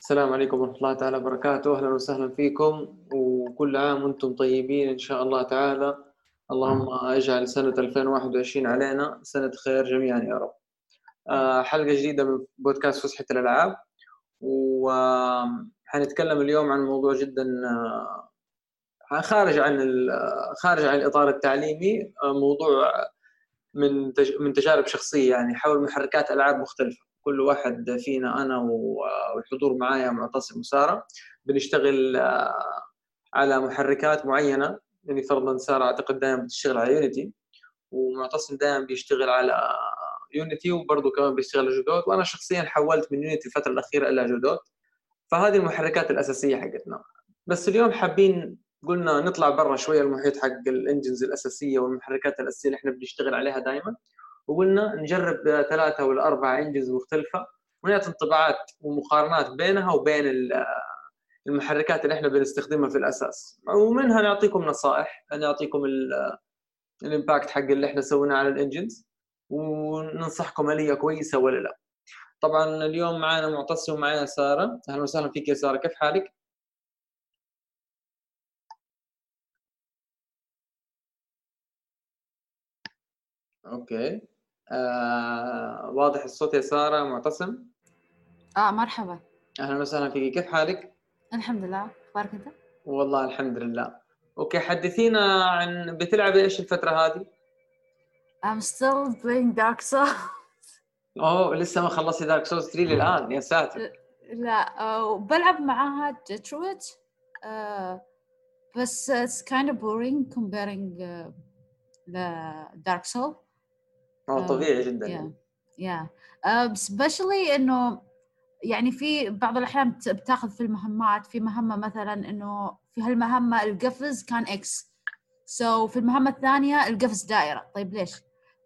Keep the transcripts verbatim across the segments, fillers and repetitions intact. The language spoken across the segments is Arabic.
السلام عليكم ورحمة الله تعالى وبركاته. أهلا وسهلا فيكم، وكل عام وأنتم طيبين إن شاء الله تعالى. اللهم اجعل سنة ألفين وواحد وعشرين علينا سنة خير جميعا يا رب. آه، حلقة جديدة من بودكاست فسحة الألعاب، وحنتكلم اليوم عن موضوع جدا آه، خارج عن ال- خارج عن الإطار التعليمي. آه، موضوع من تج- من تجارب شخصية، يعني حول محركات ألعاب مختلفة. كل واحد فينا، أنا والحضور معايا معتصم وسارة، بنشتغل آه، على محركات معينة. يعني فرضا سارة أعتقد دائما بتشتغل على يونيتي، ومعتصم دائما بيشتغل على يونيتي، وبرضه كمان بيشتغل على جودوت، وأنا شخصيا حولت من يونيتي الفترة الأخيرة إلى جودوت. فهذه المحركات الأساسية حقتنا. بس اليوم حابين قلنا نطلع برا شوية المحيط حق الانجنز الأساسية والمحركات الأساسية اللي احنا بنشتغل عليها دائما، وقلنا نجرب ثلاثة ولا أربعة انجنز مختلفة، ونعطي انطباعات ومقارنات بينها وبين المحركات اللي احنا بنستخدمها في الأساس، ومنها نعطيكم نصائح، نعطيكم الامباكت حق اللي احنا سويناه على الانجنز، وننصحكم هل هي كويسة ولا لا. طبعا اليوم معنا معتصم ومعنا سارة. أهلا وسهلا فيك يا سارة، كيف حالك؟ اوكي. آه، واضح الصوت يا سارة؟ معتصم، اه مرحبا. اهلا وسهلا فيك، كيف حالك؟ الحمد لله، اخبارك انت؟ والله الحمد لله. اوكي، حدثينا عن بتلعب ايش الفترة هذه؟ I'm still playing Dark Souls. اوه، لسه ما خلصتي دارك سولز ثلاثة للآن؟ يا ساتر. لا آه، بلعب معاها Detroit آه، بس it's kind of boring comparing uh, the Dark Soul. هو آه، طبيعي جدا yeah يعني. yeah uh, especially انه يعني في بعض الأحيان بت- بتاخذ في المهمات، في مهمة مثلا إنه في هالمهمة القفز كان إكس، so في المهمة الثانية القفز دائرة. طيب ليش؟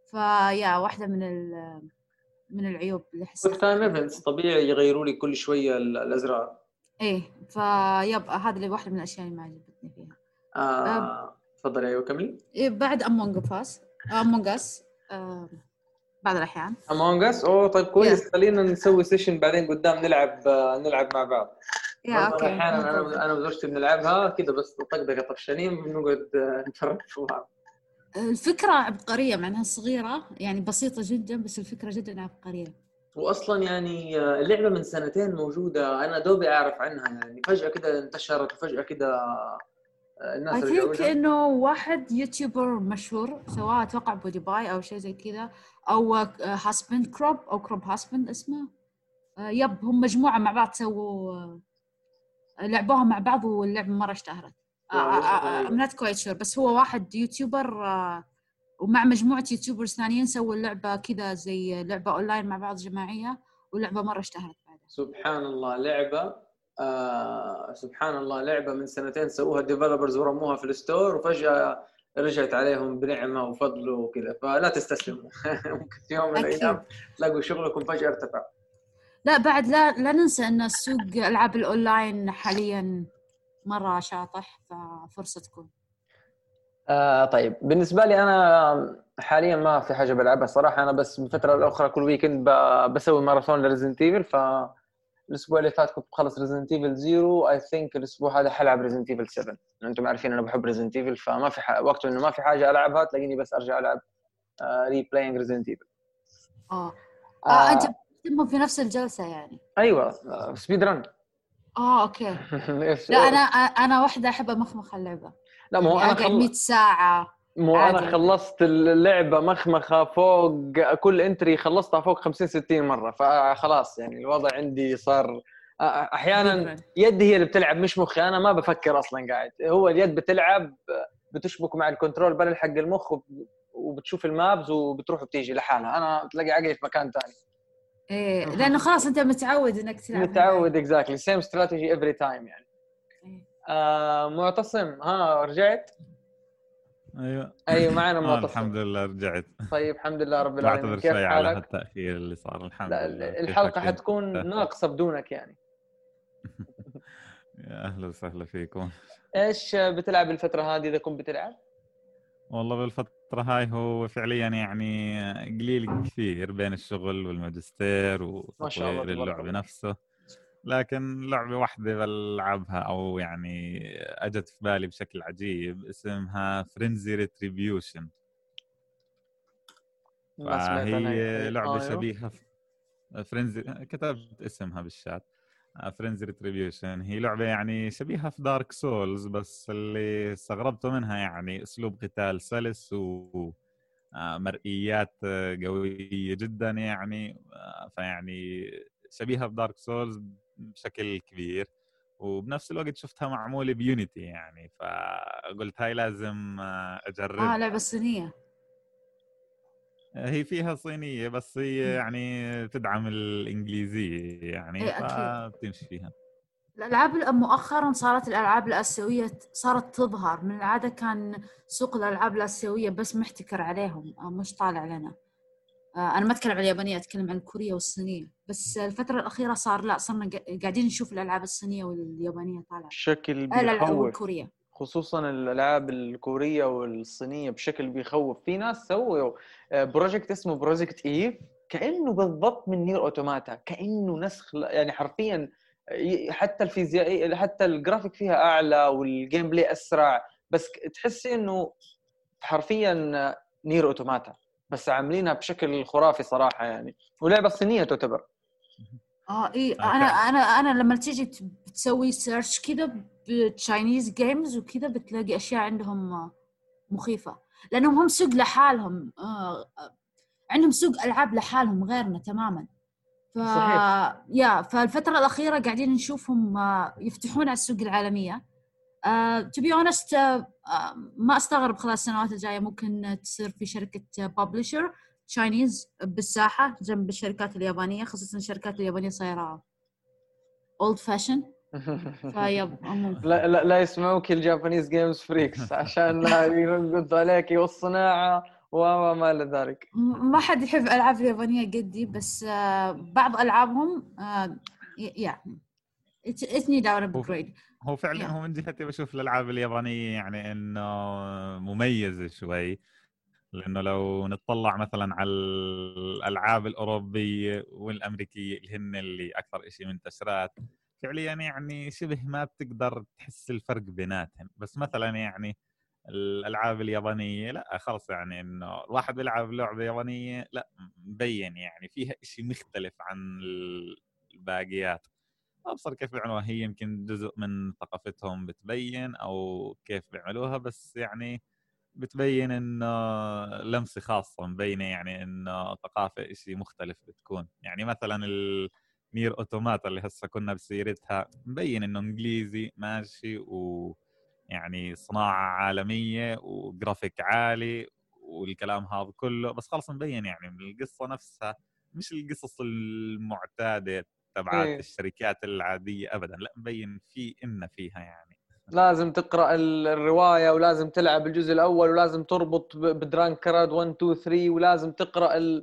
فيا واحدة من ال من العيوب اللي كويك حسيت تايم فيها. ايفنتس طبيعي يغيروا لي كل شوية ال- الأزرار. إيه فيب هذا اللي واحدة من الأشياء اللي ما عجبتني فيها. أه آه، تفضلي. ايوه كملي. إيه بعد أمونج باس أمونج أس أه بعض الأحيان. امونج اس، اوه طيب yeah كويس، خلينا نسوي سيشن بعدين قدام نلعب آه، نلعب مع بعض. yeah برضه أنا okay no احيانا problem. انا انا وزوجتي بنلعبها كذا بس طقطقه طفشانين، بنقعد آه، نتفرج في بعض. الفكرة عبقرية مع أنها صغيرة، يعني بسيطة جدا، بس الفكرة جدا عبقرية. واصلا يعني آه، اللعبه من سنتين موجوده، انا دوبي اعرف عنها، يعني فجاه كده انتشرت وفجاه كده آه، I الناس رجعوا think لها. إنه واحد يوتيوبر مشهور سواء أتوقع بودي باي أو شيء زي كذا، أو هاسبند كروب أو كروب هاسبند اسمه. آه، يب هم مجموعة مع بعض سووا آه، لعبوها مع بعض واللعبة مرة اشتهرت. آه، لا آه، مظبوط، آه، I'm ايوه. not quite sure، بس هو واحد يوتيوبر آه، ومع مجموعة يوتيوبرز ثانيين سووا اللعبة كذا زي لعبة أونلاين مع بعض جماعية، واللعبة مرة اشتهرت بعدها. سبحان الله، لعبه آه سبحان الله، لعبه من سنتين سووها الديفلوبرز ورموها في الستور، وفجاه رجعت عليهم بنعمه وفضل وكذا، فلا تستسلموا. ممكن في يوم من أكيد. الايام تلاقوا شغلكم فجاه ارتفع. لا بعد لا لا ننسى أن السوق ألعاب الأونلاين حاليا مرة شاطح، ففرصة تكون. آه طيب، بالنسبة لي أنا حاليا ما في حاجة بلعبها صراحة. أنا بس بفترة الأخرى كل ويكند بسوي ماراثون لريزنت ايفل. فالأسبوع اللي فات كنت بخلص ريزنت ايفل زيرو، اي ثينك الأسبوع هذا حلعب ريزنت ايفل سبعة. أنتم عارفين أنا بحب ريزنت ايفل، فما في ح... وقت إنه ما في حاجة ألعبها تلاقيني بس أرجع ألعب ري بلاينج ريزنت ايفل. آه. آه أنت بتتمهم في نفس الجلسة يعني؟ أيوة، آه سبيد رن. آه أوكي. لا أنا أنا واحدة أحب أمخمخ اللعبة، لا ما هو يعني أنا أقعد مئة خل... ساعة مو انا عادي. خلصت اللعبه مخمخه فوق كل انتري، خلصتها فوق خمسين ستين مره، فخلاص يعني الوضع عندي صار احيانا different. يدي هي اللي بتلعب مش مخي، انا ما بفكر اصلا، قاعد هو اليد بتلعب، بتشبك مع الكنترول بل حق المخ، وبتشوف المابز وبتروح وبتيجي لحالها، انا تلاقي عقلي في مكان ثاني. إيه لأنه خلاص أنت متعود إنك تلعب متعود اكزاكتلي سيم استراتيجي افري تايم يعني. إيه. آه معتصم، ها رجعت؟ ايوه. ايوه معنا آه معتصم. الحمد لله رجعت. طيب الحمد لله رب العالمين، بعتذر كيف شوي على حالك؟ هالتأخير اللي صار. الحمد لا لله. الحلقة كيفك انت؟ حتكون ناقصة بدونك يعني. يا اهلا وسهلا فيكم. ايش بتلعب الفترة هذه اذا كنت بتلعب؟ والله بالفترة هاي هو فعليا يعني قليل كثير بين الشغل والماجستير ما شاء الله وتطوير تبارك اللعب الله. نفسه. لكن لعبة واحدة بلعبها أو يعني أجت في بالي بشكل عجيب اسمها فرينزي ريتريبيوشن. ما سمعت عنها. فهي لعبة آه شبيهة فرينزي، كتبت اسمها بالشات فرينزي ريتريبيوشن. هي لعبة يعني شبيهة في دارك سولز، بس اللي استغربته منها يعني أسلوب قتال سلس ومرئيات قوية جدا يعني. فيعني شبيهة بدارك سولز بشكل كبير، وبنفس الوقت شفتها معمولة بيونيتي يعني، فقلت هاي لازم أجربها. اه لعبة صينية. هي فيها صينية بس هي يعني تدعم الإنجليزية يعني، ايه اكيد. فتمشي فيها. الألعاب مؤخرا صارت الألعاب الآسيوية صارت تظهر. من العادة كان سوق الألعاب الآسيوية بس محتكر عليهم، مش طالع لنا. أنا ما أتكلم عن اليابانية، أتكلم عن الكورية والصينية. بس الفترة الأخيرة صار لا، صرنا قاعدين نشوف الألعاب الصينية واليابانية طالعة، بشكل الألعاب بيخوف، والكورية. خصوصا الالعاب الكوريه والصينيه بشكل بيخوف. في ناس سووا بروجكت اسمه بروجكت ايف، كانه بالضبط من نير اوتوماتا، كانه نسخ يعني حرفيا. حتى الفيزيائي، حتى الجرافيك فيها اعلى والجيم بلاي اسرع، بس تحسي انه حرفيا نير اوتوماتا، بس عاملينها بشكل خرافي صراحه يعني. ولعبه صينيه تعتبر. اه ايه، آه، انا فعلا. انا انا لما تيجي تسوي سيرش كذا بتشاينيز جيمز وكذا بتلاقي اشياء عندهم مخيفة، لانهم هم سوق لحالهم. آه عندهم سوق العاب لحالهم غيرنا تماما. ف صحيح. يا فالفترة الأخيرة قاعدين نشوفهم آه يفتحون على السوق العالمية. آه to be honest آه ما استغرب خلال السنوات الجاية ممكن تصير في شركة بابليشر تشاينيز بالساحة جنب الشركات اليابانية، خصوصا الشركات اليابانية صايرة old fashion. فيب ممكن. لا لا لا يسمعوك الجابانيز جيمز فريكس عشان لا يرقدوا عليك والصناعة وما إلى ذلك. ما حد يحب ألعاب اليابانية قدي، بس آه بعض ألعابهم آه يا اتني داون هو ف... أبجريد. هو فعلا، يا هو من جهتي بشوف الألعاب اليابانية يعني إنه مميزة شوي، لأنه لو نتطلع مثلا على الألعاب الأوروبية والأمريكية اللي هن اللي أكثر إشي منتشرات، فعليا يعني شبه ما بتقدر تحس الفرق بيناتهم. بس مثلا يعني الألعاب اليابانية لا خلص، يعني إنه الواحد بيلعب لعبة يابانية لا مبين يعني فيها إشي مختلف عن الباقيات. أبصر كيف بيعملوها، هي يمكن جزء من ثقافتهم بتبين أو كيف بيعملوها، بس يعني بتبين إنه لمسة خاصة مبينة، يعني إنه ثقافة إشي مختلف بتكون. يعني مثلا النير أوتوماتا اللي هسه كنا بسيرتها مبين إنه إنجليزي ماشي، ويعني صناعة عالمية وجرافيك عالي والكلام هذا كله، بس خلص مبين يعني من القصة نفسها مش القصص المعتادة تبعات إيه. الشركات العادية أبدا، لا مبين في إن فيها يعني. لازم تقرأ الرواية، ولازم تلعب الجزء الأول، ولازم تربط بدرانكراد واحد اثنين ثلاثة، ولازم تقرأ ال...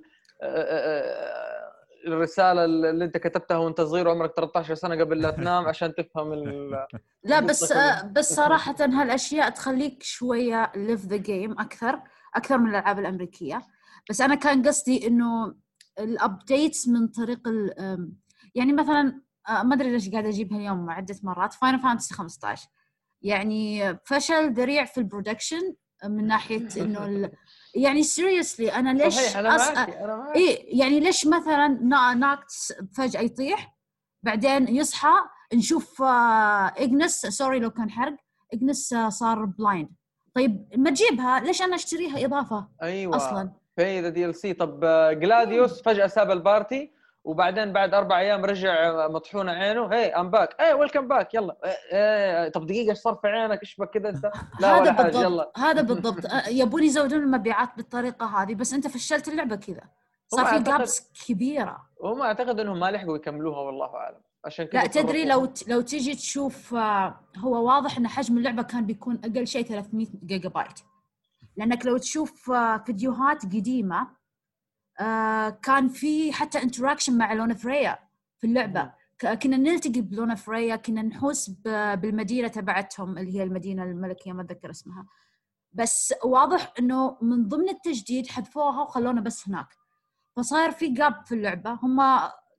الرسالة اللي انت كتبتها وانت صغير وعمرك ثلاثة عشر سنة قبل لا تنام عشان تفهم ال... لا بس آه بس صراحة هالأشياء تخليك شوية live the game أكثر أكثر من الألعاب الأمريكية. بس أنا كان قصدي إنه الأبديتس من طريق ال يعني مثلا آه ما أدري ليش قاعدة أجيبها اليوم عدة مرات. فاينل فانتسي خمسة عشر يعني فشل ذريع في البرودكشن من ناحية إنه ال... يعني seriously أنا ليش صحيح. أنا أس... معك أنا معك إيه يعني ليش مثلا ناكتس فجأة يطيح بعدين يصحى نشوف إغنس سوري لو كان حرق إغنس صار بلايند. طيب ما تجيبها ليش أنا أشتريها إضافة؟ أيوة أصلاً في ذا دي ال سي. طب جلاديوس فجأة ساب البارتي، وبعدين بعد أربع أيام رجع مطحونة عينه. هي أم باك، ايه ويلكم باك، يلا ايه. طب دقيقة ايش صار في عينك؟ ايش بك كذا انت؟ لا هذا ولا حاجة بالضبط يلا. هذا بالضبط يبون يزودون المبيعات بالطريقة هذه، بس أنت فشلت اللعبة كذا. صار هم في أعتقد جابس كبيرة. هم أعتقد إنهم ما لحقوا يكملوها، والله أعلم، عشان لا كذا تدري صرفوا. لو لو تيجي تشوف هو واضح ان حجم اللعبه كان بيكون اقل شيء ثلاثمية جيجا بايت، لانك لو تشوف فيديوهات قديمه كان في حتى انتراكشن مع لونا فريا في اللعبه. كنا نلتقي بلونا فريا، كنا نحوس بالمدينه تبعتهم اللي هي المدينه الملكيه ما اتذكر اسمها، بس واضح انه من ضمن التجديد حذفوها وخلونا بس هناك. فصاير في جاب في اللعبه. هم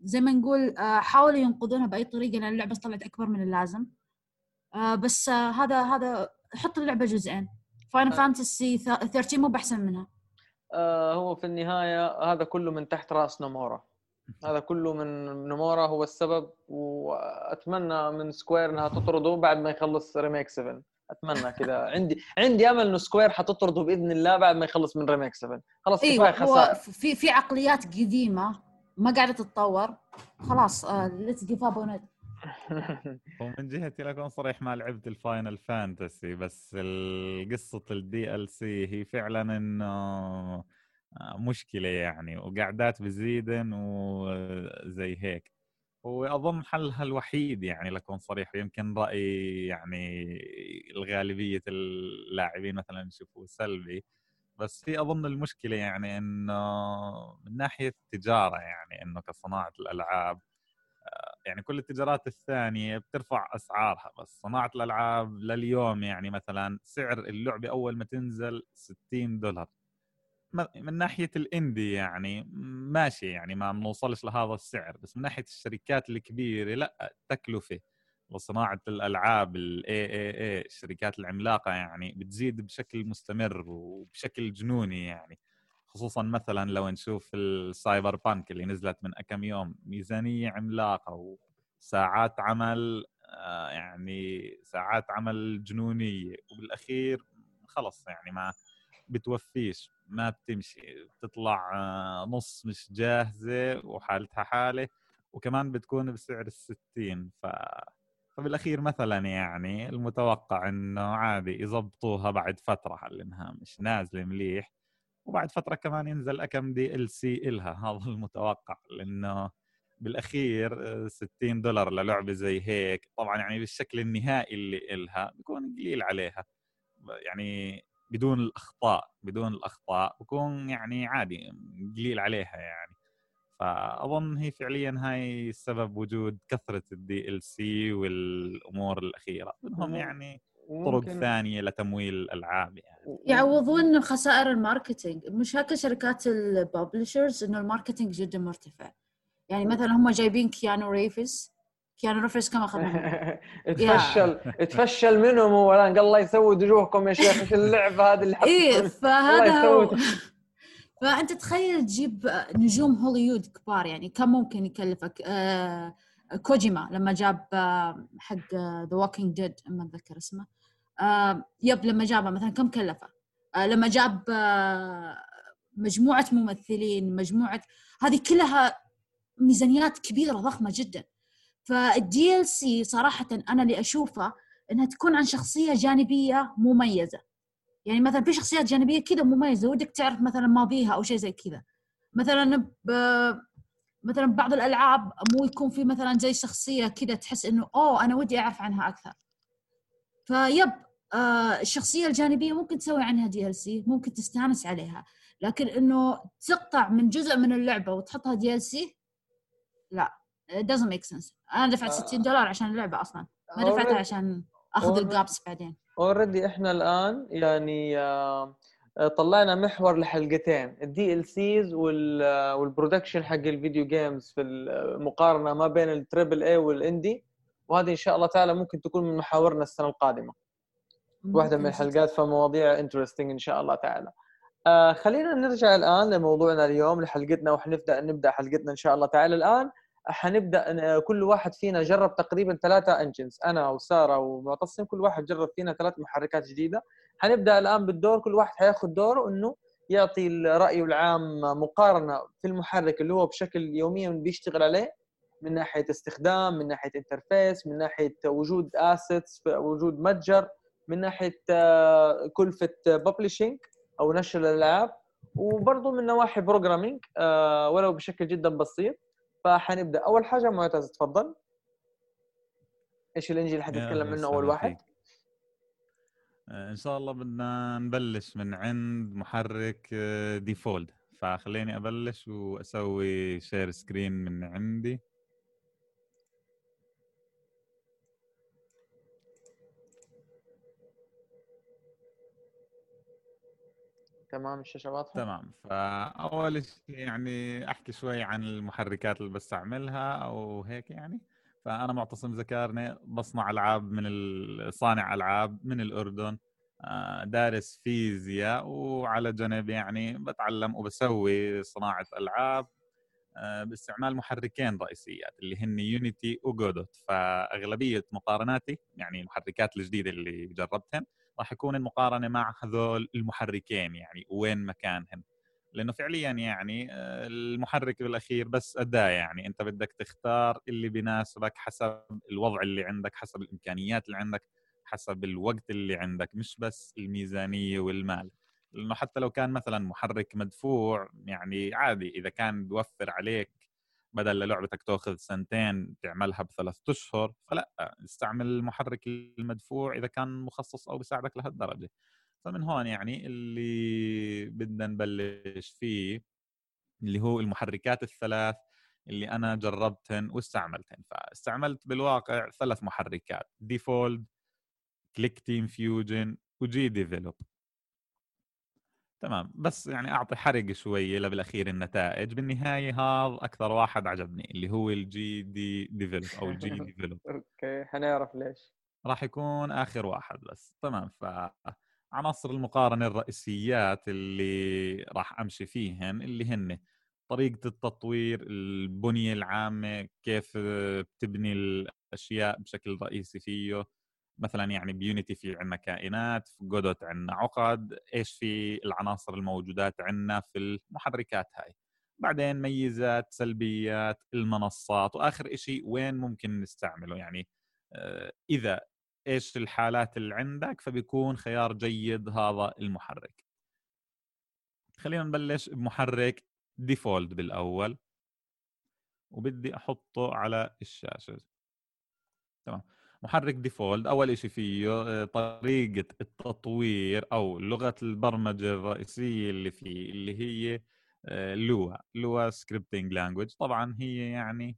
زي ما نقول آه حاولوا ينقذونها بأي طريقة لأن اللعبة طلعت أكبر من اللازم. آه بس آه هذا هذا حط اللعبة جزئين. فاينل فانتسي ثيرتين مو بأحسن منها. آه هو في النهاية هذا كله من تحت رأس نومورا، هذا كله من نومورا هو السبب. وأتمنى من سكوير إنها تطرده بعد ما يخلص ريميك سفن. أتمنى كذا، عندي عندي أمل إنه سكوير حتطرده بإذن الله بعد ما يخلص من ريميك سفن. خلاص كفاية أيوة خسارة. هو في في عقليات قديمة ما قاعدة تتطور خلاص. ليتس جيف اب اون. ومن جهتي لكون صريح ما لعبت الفاينل فانتسي، بس قصة الدي ال سي هي فعلا انه مشكلة يعني، وقعدات بزيدن وزي هيك. وأظن حلها الوحيد يعني لكون صريح، يمكن رأيي يعني الغالبية اللاعبين مثلا يشوفوه سلبي، بس هي أظن المشكلة يعني إنه من ناحية التجارة، يعني إنه كصناعة الألعاب يعني كل التجارات الثانية بترفع أسعارها، بس صناعة الألعاب لليوم يعني مثلا سعر اللعبة أول ما تنزل ستين دولار. من ناحية الإندي يعني ماشي، يعني ما بنوصلش لهذا السعر، بس من ناحية الشركات الكبيرة لا، التكلفة وصناعة الألعاب ال إيه إيه إيه الشركات العملاقة يعني بتزيد بشكل مستمر وبشكل جنوني يعني. خصوصا مثلا لو نشوف السايبر بانك اللي نزلت من كم يوم، ميزانية عملاقة وساعات عمل آه يعني ساعات عمل جنونية، وبالأخير خلص يعني ما بتوفيش، ما بتمشي، بتطلع نص مش جاهزة وحالتها حالة، وكمان بتكون بسعر الستين. ف... فبالأخير مثلا يعني المتوقع إنه عادي يزبطوها بعد فترة على إنها مش نازلة مليح، وبعد فترة كمان ينزل أكم دي ال سي إلها. هذا المتوقع، لأنه بالأخير ستين دولار للعبة زي هيك طبعا يعني بالشكل النهائي اللي إلها بيكون قليل عليها، يعني بدون الأخطاء بدون الأخطاء بكون يعني عادي قليل عليها يعني. فأظن هي فعليا هاي السبب وجود كثرة الدي ال سي والأمور الأخيرة منهم، يعني طرق ثانية لتمويل الألعاب يعني يعوضون خسائر الماركتينج. مشاكل شركات الببلشرز إنه الماركتينج جدا مرتفع. يعني مثلا هم جايبين كيانو ريفز كيانو ريفز كم أخذنا منه؟ اتفشل اتفشل منهم ولا قال الله يسود وجوهكم يا شيخ، ايش اللعبة هذه اللي إيه فهذا هو. يسود. فأنت تخيل تجيب نجوم هوليوود كبار، يعني كم ممكن يكلفك؟ آه كوجيما لما جاب آه حق ذا ووكينج ديد ما أتذكر اسمه، آه يب لما جابه مثلا كم كلفه؟ آه لما جاب آه مجموعة ممثلين، مجموعة هذه كلها ميزانيات كبيرة ضخمة جدا. فالدي ال سي صراحة أنا اللي أشوفه إنها تكون عن شخصية جانبية مميزة. يعني مثلا في شخصيات جانبية كذا مميزة ودك تعرف مثلا ماضيها أو شيء زي كذا. مثلا ب... مثلا بعض الألعاب مو يكون في مثلا زي شخصية كذا تحس إنه أوه أنا ودي أعرف عنها أكثر. فيب آه الشخصية الجانبية ممكن تسوي عنها دي ال سي، ممكن تستانس عليها، لكن إنه تقطع من جزء من اللعبة وتحطها دي ال سي لا it doesn't make sense. أنا دفعت ستين دولار عشان اللعبة أصلا، ما دفعتها عشان أخذ الجابس بعدين. اوريدي احنا الان يعني آه طلعنا محور لحلقتين، الدي ال سيز والبرودكشن حق الفيديو جيمز في المقارنه ما بين التريبل اي والاندي، وهذه ان شاء الله تعالى ممكن تكون من محاورنا السنه القادمه، واحده من الحلقات في مواضيع انترستينج ان شاء الله تعالى. آه خلينا نرجع الان لموضوعنا اليوم لحلقتنا، وحنبدا نبدا حلقتنا ان شاء الله تعالى. الان حنبدا كل واحد فينا جرب تقريبا ثلاثه انجنز، انا وساره ومعتصم كل واحد جرب فينا ثلاث محركات جديده. حنبدا الان بالدور، كل واحد حياخذ دوره انه يعطي رايه العام مقارنه في المحرك اللي هو بشكل يوميا بيشتغل عليه، من ناحيه استخدام، من ناحيه انترفيس، من ناحيه وجود اسيتس، وجود متجر، من ناحيه كلفه ببلشنج او نشر الالعاب، وبرضه من نواحي بروجرامينج آه ولو بشكل جدا بسيط. فحنبدا اول حاجه. معتز تفضل، ايش الانجن اللي حتتكلم منه اول واحد؟ فيك. ان شاء الله بدنا نبلش من عند محرك ديفولت، فخليني ابلش واسوي شير سكرين من عندي. تمام الشاشة واضحة. تمام. فأول شيء يعني أحكي شوي عن المحركات اللي بستعملها أو هيك يعني. فأنا معتصم زكارني، بصنع ألعاب من صانع ألعاب من الأردن، دارس فيزياء، وعلى جنب يعني بتعلم وبسوي صناعة ألعاب باستعمال محركين رئيسيات اللي هن يونيتي وجودوت. فأغلبية مقارناتي يعني المحركات الجديدة اللي جربتهم راح يكون المقارنة مع هذول المحركين، يعني وين مكانهم، لأنه فعليا يعني المحرك بالأخير بس أداة، يعني أنت بدك تختار اللي بيناسبك حسب الوضع اللي عندك، حسب الإمكانيات اللي عندك، حسب الوقت اللي عندك، مش بس الميزانية والمال. لأنه حتى لو كان مثلا محرك مدفوع يعني عادي، إذا كان بيوفر عليك بدل لعبتك تأخذ سنتين تعملها بثلاث أشهر، فلا استعمل المحرك المدفوع إذا كان مخصص أو بيساعدك لهالدرجة. فمن هون يعني اللي بدنا نبلش فيه اللي هو المحركات الثلاث اللي أنا جربتهن واستعملتهن. فاستعملت بالواقع ثلاث محركات: ديفولد، كليك تيم فيوجن، وجي ديفلوب. تمام. بس يعني أعطي حرق شوية لبالأخير النتائج. بالنهاية هذا أكثر واحد عجبني اللي هو الجي دي ديفلوب أو الجي ديفلوب. اوكي حنعرف ليش. راح يكون آخر واحد بس. تمام. فعناصر المقارنة الرئيسيات اللي راح أمشي فيهن اللي هن طريقة التطوير، البنية العامة، كيف بتبني الأشياء بشكل رئيسي فيه. مثلا يعني بيونيتي في عنا كائنات، في جودوت عنا عقد، ايش في العناصر الموجودات عنا في المحركات هاي. بعدين ميزات، سلبيات المنصات، واخر اشي وين ممكن نستعمله. يعني اذا ايش الحالات اللي عندك فبيكون خيار جيد هذا المحرك. خلينا نبلش بمحرك ديفولت بالاول، وبدي احطه على الشاشة. تمام. محرك ديفولت اول اشي فيه طريقة التطوير او لغة البرمجة الرئيسية اللي فيه اللي هي لوا لوا سكريبتنج لانجويج. طبعا هي يعني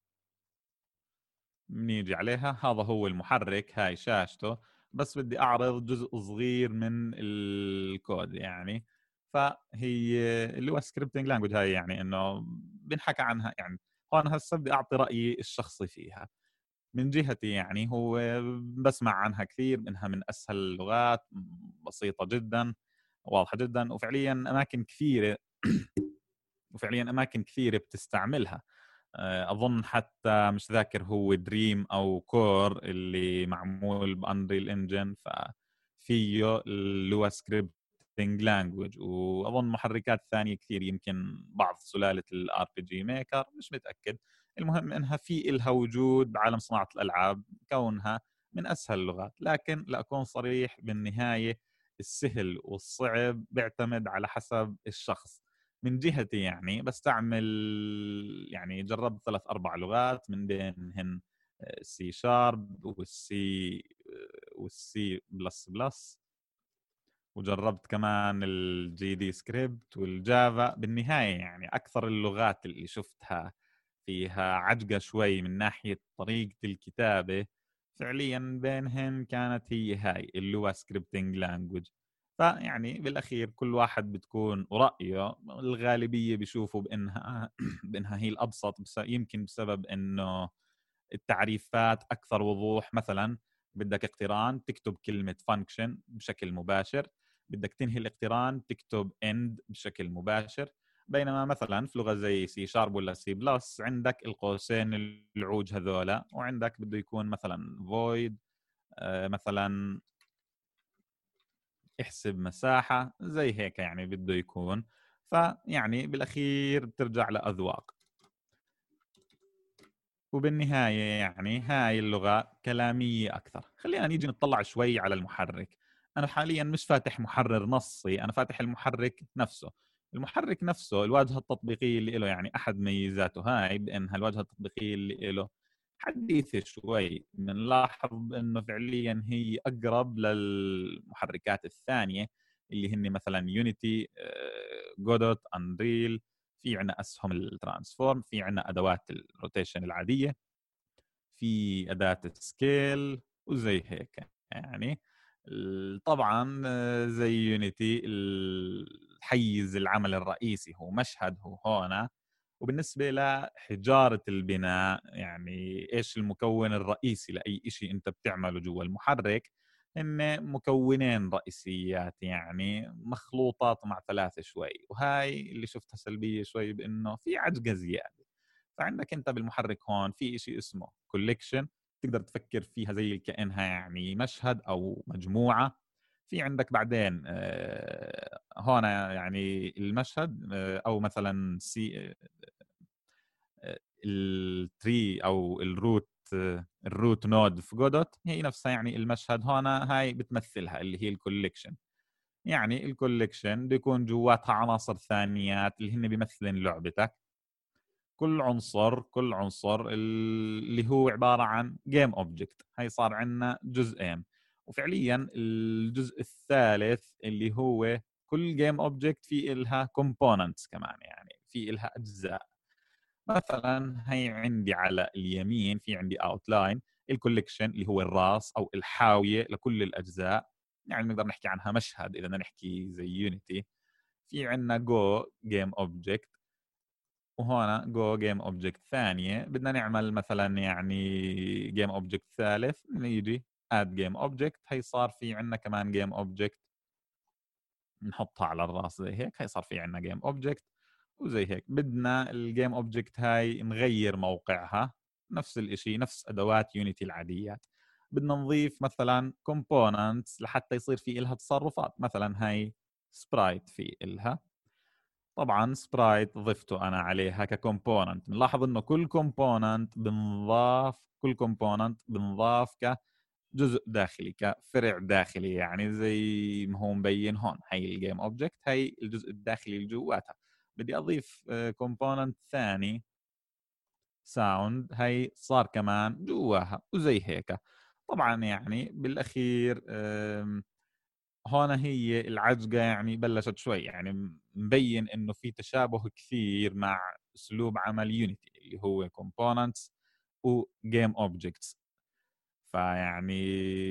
بنيجي عليها، هذا هو المحرك، هاي شاشته. بس بدي اعرض جزء صغير من الكود يعني. فهي اللي هو سكريبتنج لانجويج هاي يعني انه بنحكى عنها يعني. هون هسه بدي اعطي رايي الشخصي فيها. من جهتي يعني هو بسمع عنها كثير، منها من اسهل اللغات، بسيطه جدا، واضحه جدا، وفعليا اماكن كثيره وفعليا اماكن كثيره بتستعملها. اظن حتى مش ذاكر هو دريم او كور اللي معمول بانريل انجن، ففيه اللي هو سكريبتنج لانجويج، واظن محركات ثانيه كثير، يمكن بعض سلاله الار بي جي ميكر، مش متاكد. المهم انها في إلها وجود بعالم صناعه الالعاب، كونها من اسهل اللغات. لكن لاكون صريح، بالنهايه السهل والصعب بيعتمد على حسب الشخص. من جهتي يعني بستعمل يعني جربت ثلاث أربع لغات، من بينهن سي شارب والسي والسي بلس بلس، وجربت كمان الجي دي سكريبت والجافا. بالنهاية يعني أكثر اللغات اللي شفتها فيها عجقة شوي من ناحية طريقة الكتابة فعليا بينهن كانت هي هاي اللغة سكريبتنج لانجويج. فيعني بالاخير كل واحد بتكون رأيه، الغالبيه بيشوفوا بانها بانها هي الابسط، بس يمكن بسبب انه التعريفات اكثر وضوح. مثلا بدك اقتران تكتب كلمه فانكشن بشكل مباشر، بدك تنهي الاقتران تكتب اند بشكل مباشر. بينما مثلا في لغه زي سي شارب ولا سي بلس عندك القوسين العوج هذولا، وعندك بده يكون مثلا void آه مثلا احسب مساحة زي هيك يعني بده يكون. فيعني بالأخير بترجع لأذواق. وبالنهاية يعني هاي اللغة كلامية أكثر. خلينا نيجي نطلع شوي على المحرك. أنا حاليا مش فاتح محرر نصي، أنا فاتح المحرك نفسه. المحرك نفسه الواجهة التطبيقية اللي له، يعني أحد ميزاته هاي بأنها الواجهة التطبيقية اللي له حديثة شوي. بنلاحظ انه فعليا هي اقرب للمحركات الثانيه اللي هن مثلا يونيتي، جودوت، انريل. في عنا اسهم الترانسفورم، في عنا ادوات الروتيشن العاديه، في اداه السكيل وزي هيك يعني. طبعا زي يونيتي الحيز العمل الرئيسي هو مشهد هو هنا. وبالنسبة لحجارة البناء يعني إيش المكون الرئيسي لأي إشي أنت بتعمله جوا المحرك؟ إن مكونين رئيسيات يعني مخلوطات مع ثلاثة شوي، وهاي اللي شفتها سلبية شوي بإنه في عجقة زيادة. فعندك أنت بالمحرك هون في إشي اسمه كوليكشن، تقدر تفكر فيها زي كأنها يعني مشهد أو مجموعة. في عندك بعدين آه هنا يعني المشهد آه أو مثلا سي التري او الروت الروت نود في جودوت هي نفسها يعني المشهد هنا هاي بتمثلها اللي هي الكوليكشن. يعني الكوليكشن بيكون جواتها عناصر ثانيات اللي هن بيمثلن لعبتك. كل عنصر كل عنصر اللي هو عبارة عن جيم اوبجكت. هاي صار عندنا جزئين، وفعليا الجزء الثالث اللي هو كل جيم اوبجكت في إلها كومبوننتس كمان، يعني في إلها أجزاء. مثلا هي عندي على اليمين في عندي اوتلاين الكوليكشن اللي هو الراس او الحاويه لكل الاجزاء، يعني نقدر نحكي عنها مشهد اذا بدنا نحكي زي يونيتي. في عندنا جو جيم اوبجكت، وهنا جو جيم اوبجكت ثانيه. بدنا نعمل مثلا يعني جيم اوبجكت ثالث، نيجي اد جيم اوبجكت، هي صار في عندنا كمان جيم اوبجكت نحطها على الراس زي هيك، هي صار في عندنا جيم اوبجكت. وزي هيك بدنا الجيم اوبجكت هاي نغير موقعها، نفس الاشي نفس ادوات يونيتي العاديات. بدنا نضيف مثلا كومبوننتس لحتى يصير في إلها تصرفات. مثلا هاي سبرايت في إلها، طبعا سبرايت ضفته انا عليها ككومبوننت. نلاحظ انه كل كومبوننت بنضاف كل كومبوننت بنضاف كجزء داخلي كفرع داخلي، يعني زي ما هو مبين هون. هي الجيم اوبجكت هي الجزء الداخلي اللي جواتها. بدي اضيف كومبوننت ثاني ساوند، هي صار كمان جواها وزي هيك. طبعا يعني بالاخير هون هي العجقة يعني بلشت شوي، يعني مبين انه في تشابه كثير مع اسلوب عمل يونيتي اللي هو كومبوننتس وجيم اوبجكتس. فيعني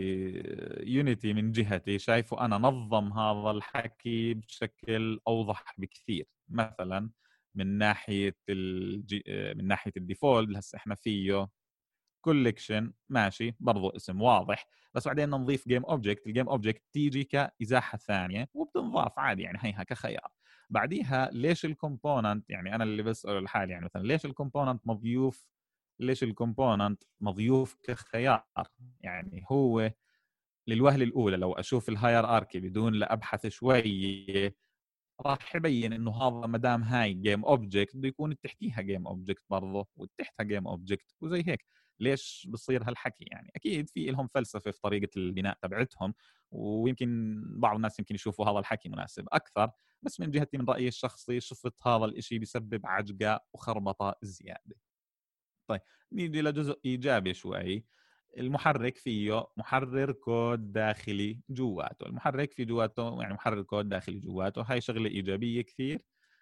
يونيتي من جهتي شايفه انا نظم هذا الحكي بشكل اوضح بكثير. مثلا من ناحيه الجي... من ناحيه الديفولت هسه احنا فيه كوليكشن ماشي برضو اسم واضح، بس بعدين نضيف جيم اوبجكت. الجيم اوبجكت تيجي كازاحه ثانيه وبتنضاف عادي، يعني هيها كخيار. بعديها ليش الكومبوننت، يعني انا اللي بساله لحالي يعني مثلا ليش الكومبوننت مضيوف ليش الكومبوننت مضيوف كخيار؟ يعني هو للوهله الاولى لو اشوف الهاير اركي بدون لا ابحث شوي راح يبين انه هذا ما دام هاي جيم اوبجكت بده يكون تحتيها جيم اوبجكت برضه وتحتها جيم اوبجكت وزي هيك. ليش بصير هالحكي؟ يعني اكيد في لهم فلسفه في طريقه البناء تبعتهم، ويمكن بعض الناس يمكن يشوفوا هذا الحكي مناسب اكثر، بس من جهتي من رايي الشخصي شفت هذا الاشي بيسبب عجقه وخربطه زياده. طيب نيجي لجزء ايجابي شوي. المحرك فيه محرر كود داخلي جواته. المحرك في جواته يعني محرر كود داخلي جواته، هاي شغله ايجابيه كثير.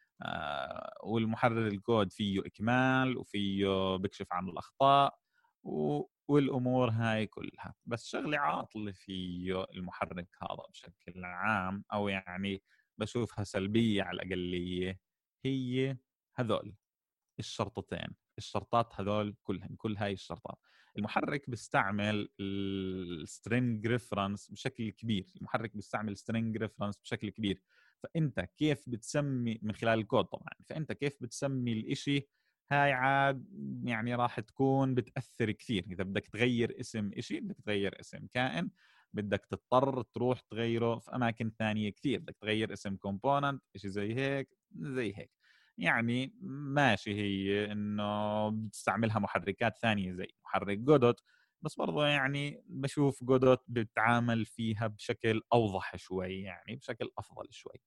آه والمحرر الكود فيه اكمال وفيه بكشف عن الاخطاء و... والامور هاي كلها. بس شغله عاطله فيه المحرك هذا بشكل عام، او يعني بشوفها سلبيه على الاقليه، هي هذول الشرطتين الشرطات هذول كلهم كل هاي الشرطات. المحرك بيستعمل السترينج ريفرنس بشكل كبير. المحرك بيستعمل سترينج ريفرنس بشكل كبير. فانت كيف بتسمي من خلال الكود طبعا، فانت كيف بتسمي الاشي هاي عاد يعني راح تكون بتأثر كثير. اذا بدك تغير اسم اشي، بدك تغير اسم كائن، بدك تضطر تروح تغيره في اماكن ثانيه كثير. بدك تغير اسم كومبوننت اشي زي هيك زي هيك. يعني ماشي هي انه بتستعملها محركات ثانيه زي محرك جودوت، بس برضه يعني بشوف جودوت بتعامل فيها بشكل اوضح شوي، يعني بشكل افضل شوي.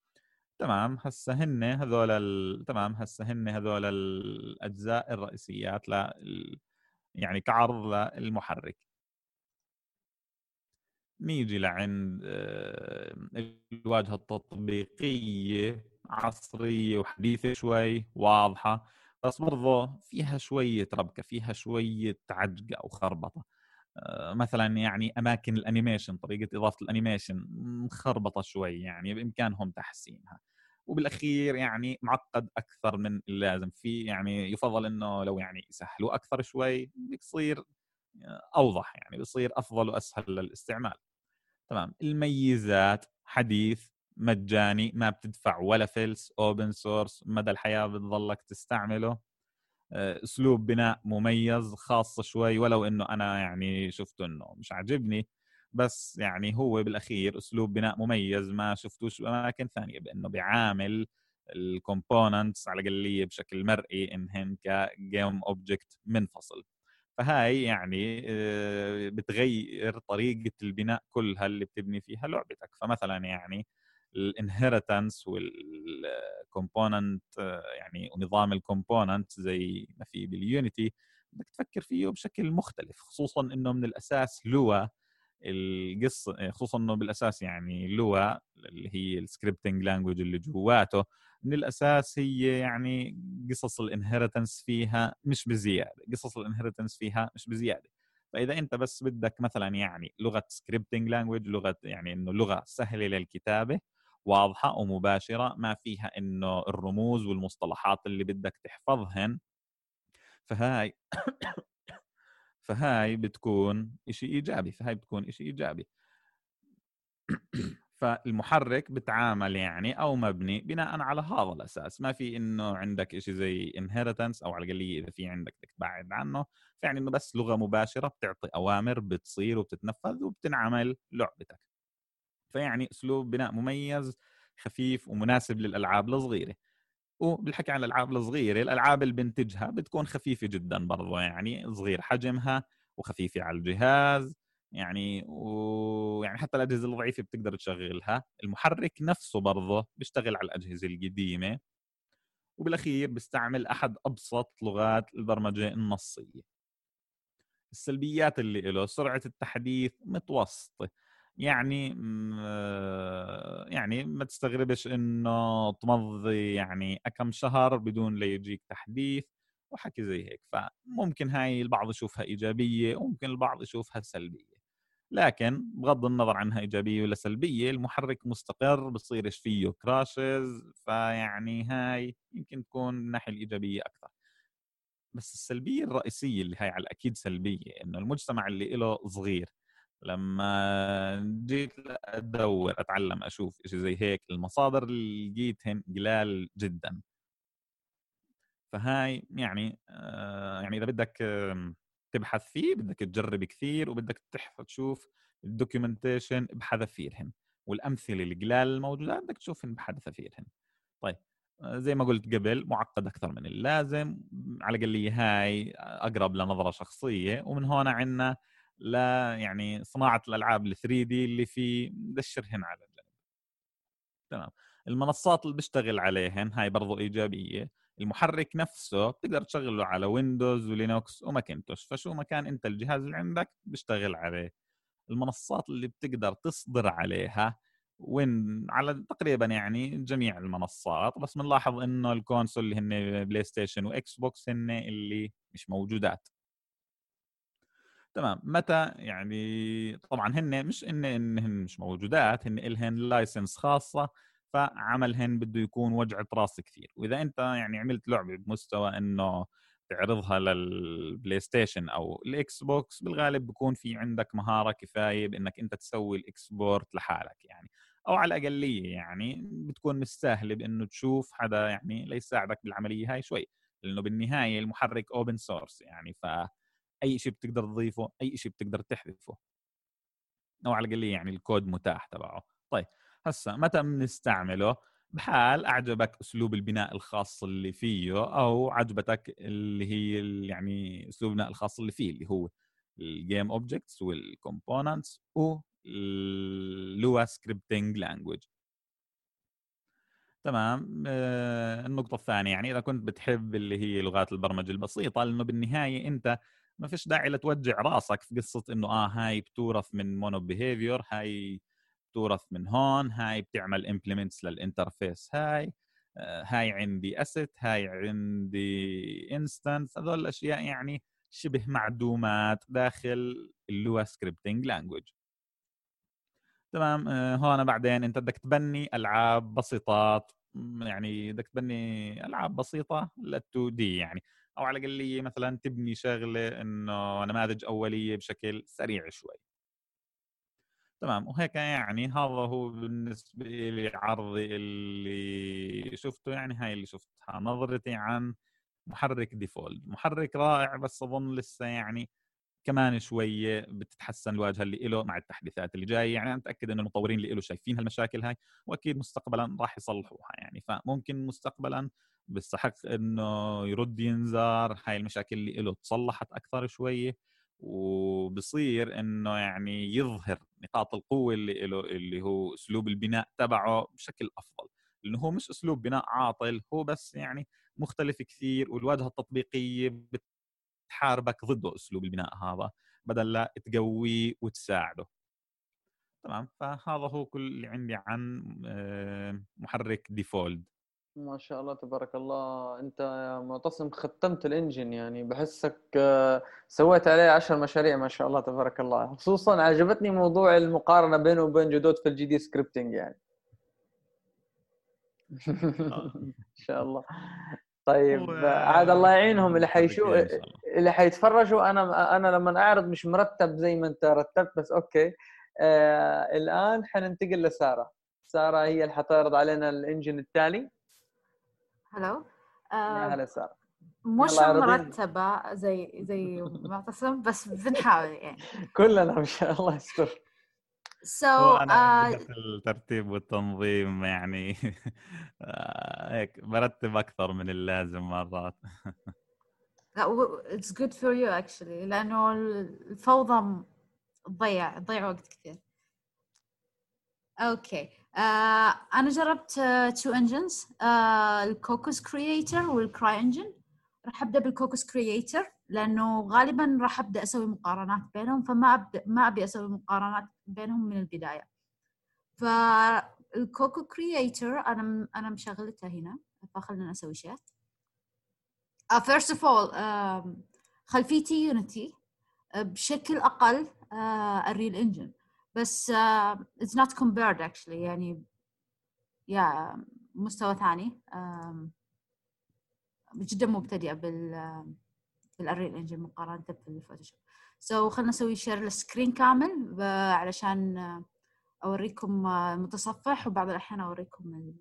تمام هسه هن هذول ال... تمام هسه هن هذول الاجزاء الرئيسيات ل يعني كعرض للمحرك. نيجي لعند الواجهة التطبيقية، عصرية وحديثة شوي واضحة، بس برضو فيها شوية ربكة، فيها شوية عجقة أو خربطة. مثلا يعني اماكن الانيميشن، طريقه اضافه الانيميشن مخربطه شوي، يعني بامكانهم تحسينها. وبالاخير يعني معقد اكثر من اللازم، في يعني يفضل انه لو يعني يسهلوا اكثر شوي بيصير اوضح، يعني بيصير افضل واسهل للاستعمال. تمام. الميزات: حديث، مجاني، ما بتدفع ولا فلس، اوبن سورس، مدى الحياه بتضلك تستعمله. اسلوب بناء مميز خاص شوي، ولو انه انا يعني شفت انه مش عاجبني، بس يعني هو بالاخير اسلوب بناء مميز ما شفتوش باماكن ثانيه، بانه بيعامل الكومبوننتس على الاقليه بشكل مرئي انهن كجيم اوبجكت منفصل. فهاي يعني بتغير طريقه البناء كلها اللي بتبني فيها لعبتك. فمثلا يعني الانهيرتنس والكومبوننت يعني ونظام الكومبوننت زي ما في باليونيتي بدك تفكر فيه بشكل مختلف، خصوصا انه من الاساس لغه القصه، خصوصا انه بالاساس يعني لغه اللي هي السكريبتنج لانجويج اللي جواته من الاساس هي يعني قصص الانهيرتنس فيها مش بزياده، قصص الانهيرتنس فيها مش بزياده. فاذا انت بس بدك مثلا يعني لغه سكريبتنج لانجويج، لغه يعني انه لغه سهله للكتابه، واضحه ومباشره، ما فيها انه الرموز والمصطلحات اللي بدك تحفظهن، فهاي فهاي بتكون شيء ايجابي فهاي بتكون شيء ايجابي. فالمحرك بتعامل يعني او مبني بناء على هذا الاساس، ما في انه عندك شيء زي inheritance، او على الاقل اذا في عندك بدك تبعد عنه، فيعني انه بس لغه مباشره بتعطي اوامر بتصير وبتتنفذ وبتنعمل لعبتك. فيعني اسلوب بناء مميز خفيف ومناسب للالعاب الصغيره. وبالحكي عن الالعاب الصغيره، الالعاب اللي بنتجها بتكون خفيفه جدا برضه، يعني صغير حجمها وخفيفه على الجهاز، يعني ويعني حتى الاجهزه الضعيفه بتقدر تشغلها. المحرك نفسه برضه بيشتغل على الاجهزه القديمه. وبالاخير بيستعمل احد ابسط لغات البرمجه النصيه. السلبيات اللي له: سرعه التحديث متوسطه، يعني يعني ما تستغربش انه تمضي يعني كم شهر بدون لا يجيك تحديث وحكي زي هيك. فممكن هاي البعض يشوفها ايجابيه وممكن البعض يشوفها سلبيه، لكن بغض النظر عنها ايجابيه ولا سلبيه، المحرك مستقر، بصيرش فيه كراشز، فيعني هاي يمكن تكون من الناحيه الايجابيه اكثر. بس السلبيه الرئيسيه اللي هاي على الاكيد سلبيه، انه المجتمع اللي له صغير. لما جيت ادور اتعلم اشوف شيء زي هيك، المصادر اللي لقيتهن قلال جدا. فهاي يعني آه يعني اذا بدك آه تبحث فيه بدك تجرب كثير، وبدك تحفظ تشوف الدوكيومنتيشن بحذافيرهن، والامثله القلال الموجودات بدك تشوفهن بحذافيرهن. طيب زي ما قلت قبل، معقد أكثر من اللازم، على الأقلية هاي أقرب لنظرة شخصية. ومن هون عنا لا يعني صناعة الألعاب ال ثري دي اللي في دشرهن على الجنب. تمام. المنصات اللي بيشتغل عليهن هاي برضو إيجابية. المحرك نفسه بتقدر تشغله على ويندوز ولينوكس وماكنتوش، فشو ما كان أنت الجهاز اللي عندك بيشتغل عليه. المنصات اللي بتقدر تصدر عليها وين على تقريبا يعني جميع المنصات، بس بنلاحظ انه الكونسول اللي هن بلاي ستيشن واكس بوكس هن اللي مش موجودات. تمام. متى يعني طبعا هن مش ان انهن مش موجودات، هن الهن لايسنس خاصه، فعملهن بده يكون وجعة راس كثير. واذا انت يعني عملت لعبه بمستوى انه تعرضها للبلاي ستيشن او الاكس بوكس، بالغالب بكون في عندك مهاره كفايه بانك انت تسوي الاكسبورت لحالك يعني، او على الاقليه يعني بتكون مستاهله بانه تشوف حدا يعني ليساعدك بالعمليه هاي شوي، لانه بالنهايه المحرك اوبن سورس يعني، ف اي شيء بتقدر تضيفه، اي شيء بتقدر تحذفه، او على الاقل يعني الكود متاح تبعه. طيب هسا متى بنستعمله؟ بحال اعجبك اسلوب البناء الخاص اللي فيه، او عجبتك اللي هي يعني اسلوب البناء الخاص اللي فيه اللي هو الجيم اوبجكتس والكومبوننتس واللغه سكريبتنج لانجويج. تمام. آه النقطة الثانية، يعني إذا كنت بتحب اللي هي لغات البرمجة البسيطة، لأنه بالنهاية أنت ما فيش داعي لتوجع راسك في قصة إنه آه هاي بتورث من مونو بيهيفير، هاي بتورث من هون، هاي بتعمل إمبلمنتس للإنترفيس، هاي آه هاي عندي أسيت، هاي عندي إنستانس. هذول الأشياء يعني شبه معدومات داخل اللغة سكريبتنج لانجويج. تمام. آه هون بعدين انت بدك تبني العاب بسيطات، يعني بدك تبني العاب بسيطه لل2 دي يعني، او على الاقليه مثلا تبني شغله انه نماذج اوليه بشكل سريع شوي. تمام. وهيك يعني هذا هو بالنسبه لي عرضي اللي شفته، يعني هاي اللي شفتها نظرتي عن محرك ديفولت. محرك رائع، بس اظن لسه يعني كمان شويه بتتحسن الواجهه اللي له مع التحديثات اللي جاي. يعني انا متاكد انه المطورين اللي له شايفين هالمشاكل هاي، واكيد مستقبلا راح يصلحوها يعني. فممكن مستقبلا بيستحق انه يرد ينذر هاي المشاكل اللي له تصلحت اكثر شويه، وبصير انه يعني يظهر نقاط القوه اللي له، اللي هو اسلوب البناء تبعه بشكل افضل. لانه هو مش اسلوب بناء عاطل، هو بس يعني مختلف كثير، والواجهه التطبيقيه تحاربك ضده اسلوب البناء هذا بدل لا تقويه وتساعده. تمام. فهذا هو كل اللي عندي عن محرك ديفولت. ما شاء الله تبارك الله. انت يا معتصم ختمت الانجن، يعني بحسك سويت عليه عشر مشاريع ما شاء الله تبارك الله. خصوصا عجبتني موضوع المقارنة بينه وبين جدود في الجي دي سكريبتنج يعني. ان شاء الله. طيب عاد الله يعينهم اللي حيشوف اللي حيتفرجوا. انا انا لما اعرض مش مرتب زي ما انت رتبت، بس اوكي. آه الان حننتقل لساره. ساره هي اللي حتعرض علينا الانجن التالي. هلو. يا هلا ساره. مش مرتبه زي زي معتصم، بس بنحاول يعني كلنا ان شاء الله يستر. So, أنا uh, الترتيب والتنظيم يعني هيك برتب أكثر من اللازم مرات. It's good for you actually، لأنه الفوضى تضيع تضيع وقت كثير. أوكي. uh, أنا جربت uh, two engines، uh, الكوكوس كرييتر والكراي انجن. راح أبدأ بالكوكوس كرييتر لأنه غالباً راح أبدأ أسوي مقارنات بينهم، فما أبدأ ما أبي أسوي مقارنات بينهم من البداية. فالكوكو كرييتر أنا أنا مشغلتها هنا، فخلنا نسوي شيء. uh, First of all uh, خلفيتي يونيتي uh, بشكل أقل uh, الريل انجن، بس uh, it's not compared actually، يعني يا مستوى ثاني. uh, جدا مبتدئة بال بالريل انجن مقارنة بالفوتوشوب. سو so, خلنا نسوي شير للسكرين كامل علشان أوريكم المتصفح، وبعض الأحيان أوريكم ال...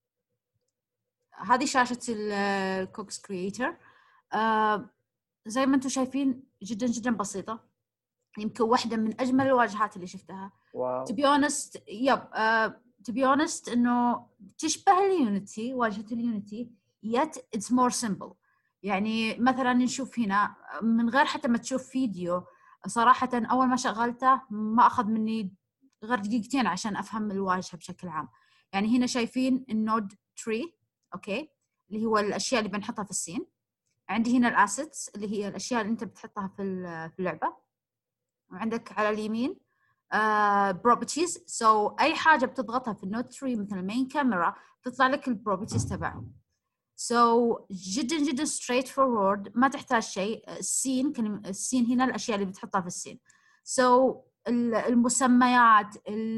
هذه شاشة الكوكس كرييتر. آه زي ما أنتم شايفين جدا جدا بسيطة، يمكن واحدة من أجمل الواجهات اللي شفتها. واو. to be honest يب uh, to be honest إنه تشبه اليونيتي، واجهة اليونيتي yet it's more simple. يعني مثلا نشوف هنا من غير حتى ما تشوف فيديو، صراحة أول ما شغلته ما أخذ مني غير دقيقتين عشان أفهم الواجهة بشكل عام. يعني هنا شايفين النود تري، أوكي، اللي هو الأشياء اللي بنحطها في السين. عندي هنا الأسيتس اللي هي الأشياء اللي أنت بتحطها في اللعبة، وعندك على اليمين بروبرتيز. uh, سو so, أي حاجة بتضغطها في النود تري مثل المين كاميرا تطلع لك البروبرتيز تبعهم. سو so, جدا جدا straight forward، ما تحتاج شيء. السين كلمة السين هنا الأشياء اللي بتحطها في السين. سو so, المسميات،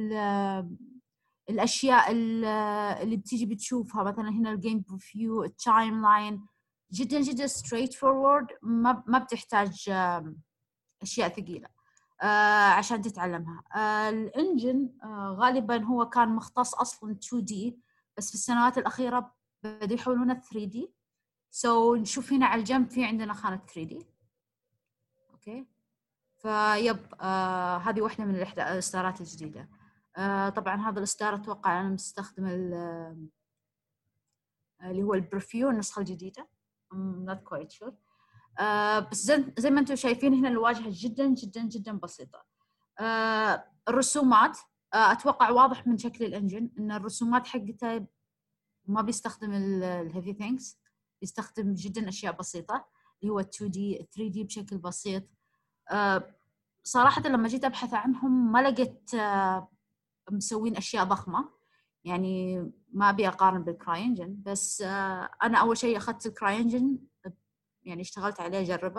الأشياء اللي بتيجي بتشوفها مثلا هنا الجيم فيو، التايم لاين، جدا جدا straight forward، ما ما بتحتاج أشياء ثقيلة عشان تتعلمها. الانجن غالبا هو كان مختص أصلا تو دي، بس في السنوات الأخيرة بدأوا يحولونه ثري دي. سو so, نشوف هنا على الجنب في عندنا خانة ثري دي. أوكي. فيب آه هذه واحدة من الإصدارات الجديدة. آه طبعا هذا الإصدار أتوقع أنا مستخدم اللي هو البرفيو النسخة الجديدة. I'm not quite sure. آه بس زي, زي ما أنتم شايفين هنا الواجهة جدا جدا جدا بسيطة. آه الرسومات آه أتوقع واضح من شكل الإنجن إن الرسومات حقتها ما بيستخدم الهيفي ثينكس، بيستخدم جدا أشياء بسيطة اللي هو تو دي ثري دي بشكل بسيط. آه صراحة لما جيت أبحث عنهم ما لقيت آه مسوين أشياء ضخمة، يعني ما أبي أقارن بالكراي انجن. بس آه أنا أول شيء أخذت الكراي انجن، يعني اشتغلت عليه أجربه،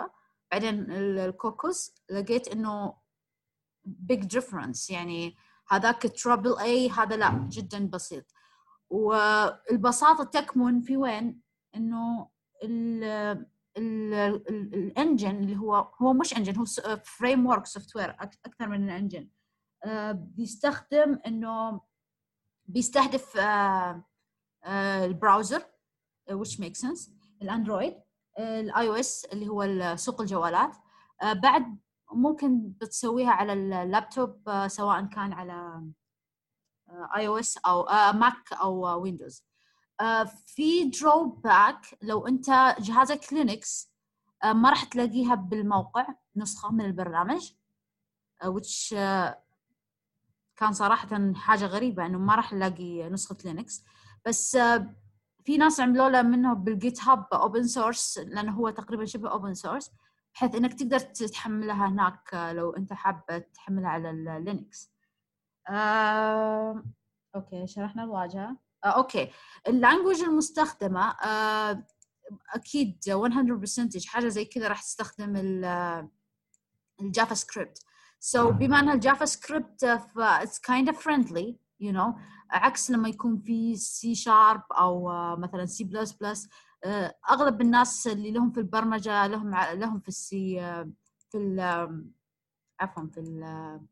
بعدين الكوكوس لقيت إنه big difference، يعني هذاك ترابل A هذا لا جدا بسيط. والبساطة تكمن في وين؟ إنه ال ال الانجن اللي هو هو مش انجن، هو فريم ورك سوفت وير اكثر من الانجن. آه بيستخدم انه بيستهدف آه آه البراوزر which makes sense، الاندرويد، الاي او اس اللي هو سوق الجوالات. آه بعد ممكن بتسويها على اللابتوب آه سواء كان على اي او اس او آه ماك او ويندوز. آه في دروب باك، لو انت جهازك لينكس آه ما راح تلاقيها بالموقع نسخة من البرنامج، آه which آه كان صراحة حاجة غريبة انه ما راح نلاقي نسخة لينكس. بس آه في ناس عملوا له منه بالجيت هاب اوبن سورس، لانه هو تقريبا شبه اوبن سورس، بحيث انك تقدر تحملها هناك آه لو انت حابة تحملها على اللينكس. آه اوكي شرحنا الواجهة. آه اوكي اللانجويج المستخدمة آه اكيد مية بالمية حاجة زي كذا راح تستخدم الجافا سكريبت. so بما ان الجافا سكريبت ف it's kind of friendly you know، عكس لما يكون في سي شارب او مثلا سي بلس بلس. اغلب الناس اللي لهم في البرمجة لهم لهم في السي في ال عفوا في ال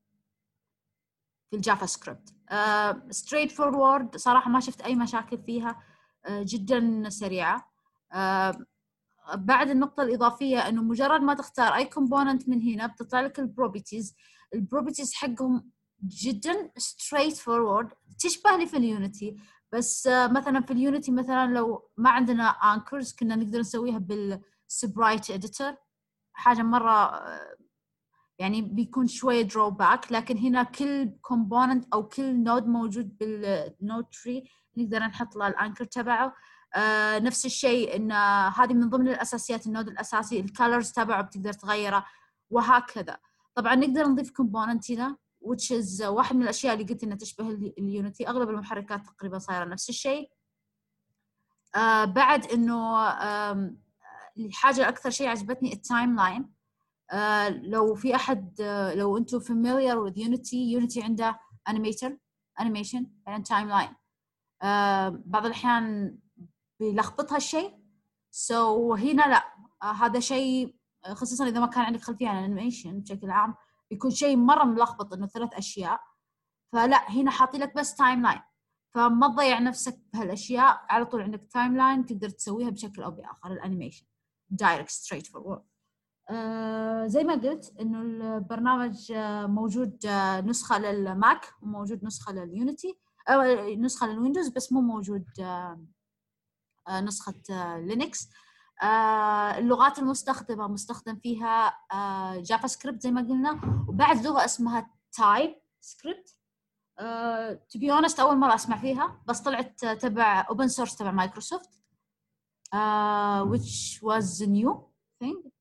في الجافا سكريبت. ستريت فورورد صراحة ما شفت أي مشاكل فيها، uh, جدا سريعة. uh, بعد النقطة الإضافية إنه مجرد ما تختار أي كومبوننت من هنا بتطلع لك البروبرتيز. البروبرتيز حقهم جدا straight forward، تشبه لي في اليونيتي. بس uh, مثلا في اليونيتي مثلا لو ما عندنا anchors كنا نقدر نسويها بالسبرايت إديتور، حاجة مرة uh, يعني بيكون شوية drawback. لكن هنا كل component أو كل نود موجود بالنود تري نقدر نحط له الانكر تبعه. آه نفس الشيء إن هذه من ضمن الأساسيات، النود الأساسي الكالرز تبعه بتقدر تغيره وهكذا. طبعا نقدر نضيف component هنا which is واحد من الأشياء اللي قلت إنها تشبه اليونيتي. أغلب المحركات تقريبا صايرة نفس الشيء. آه بعد إنه آه الحاجة أكثر شيء عجبتني التايم لاين. Uh, لو في أحد uh, لو أنتوا familiar with Unity Unity عنده animator animation يعني timeline. uh, بعض الأحيان بيلخبط هالشيء. so هنا لا uh, هذا شيء خصوصا إذا ما كان عندك خلفية عن animation بشكل عام بيكون شيء مرة ملخبط إنه ثلاث أشياء. فلا هنا حاطي لك بس timeline، فما تضيع نفسك بهالأشياء، على طول عندك timeline تقدر تسويها بشكل أو بآخر. الانيميشن direct straight forward. آه زي ما قلت إنه البرنامج آه موجود آه نسخة للماك وموجود نسخة لليونيتي أو آه نسخة للويندوز، بس مو موجود آه آه نسخة آه لينكس. آه اللغات المستخدمة مستخدم فيها آه جافا سكريبت زي ما قلنا، وبعد لغة اسمها تايب سكريبت. آه to be honest أول مرة أسمع فيها، بس طلعت آه تبع open source تبع مايكروسوفت آه which was a new thing.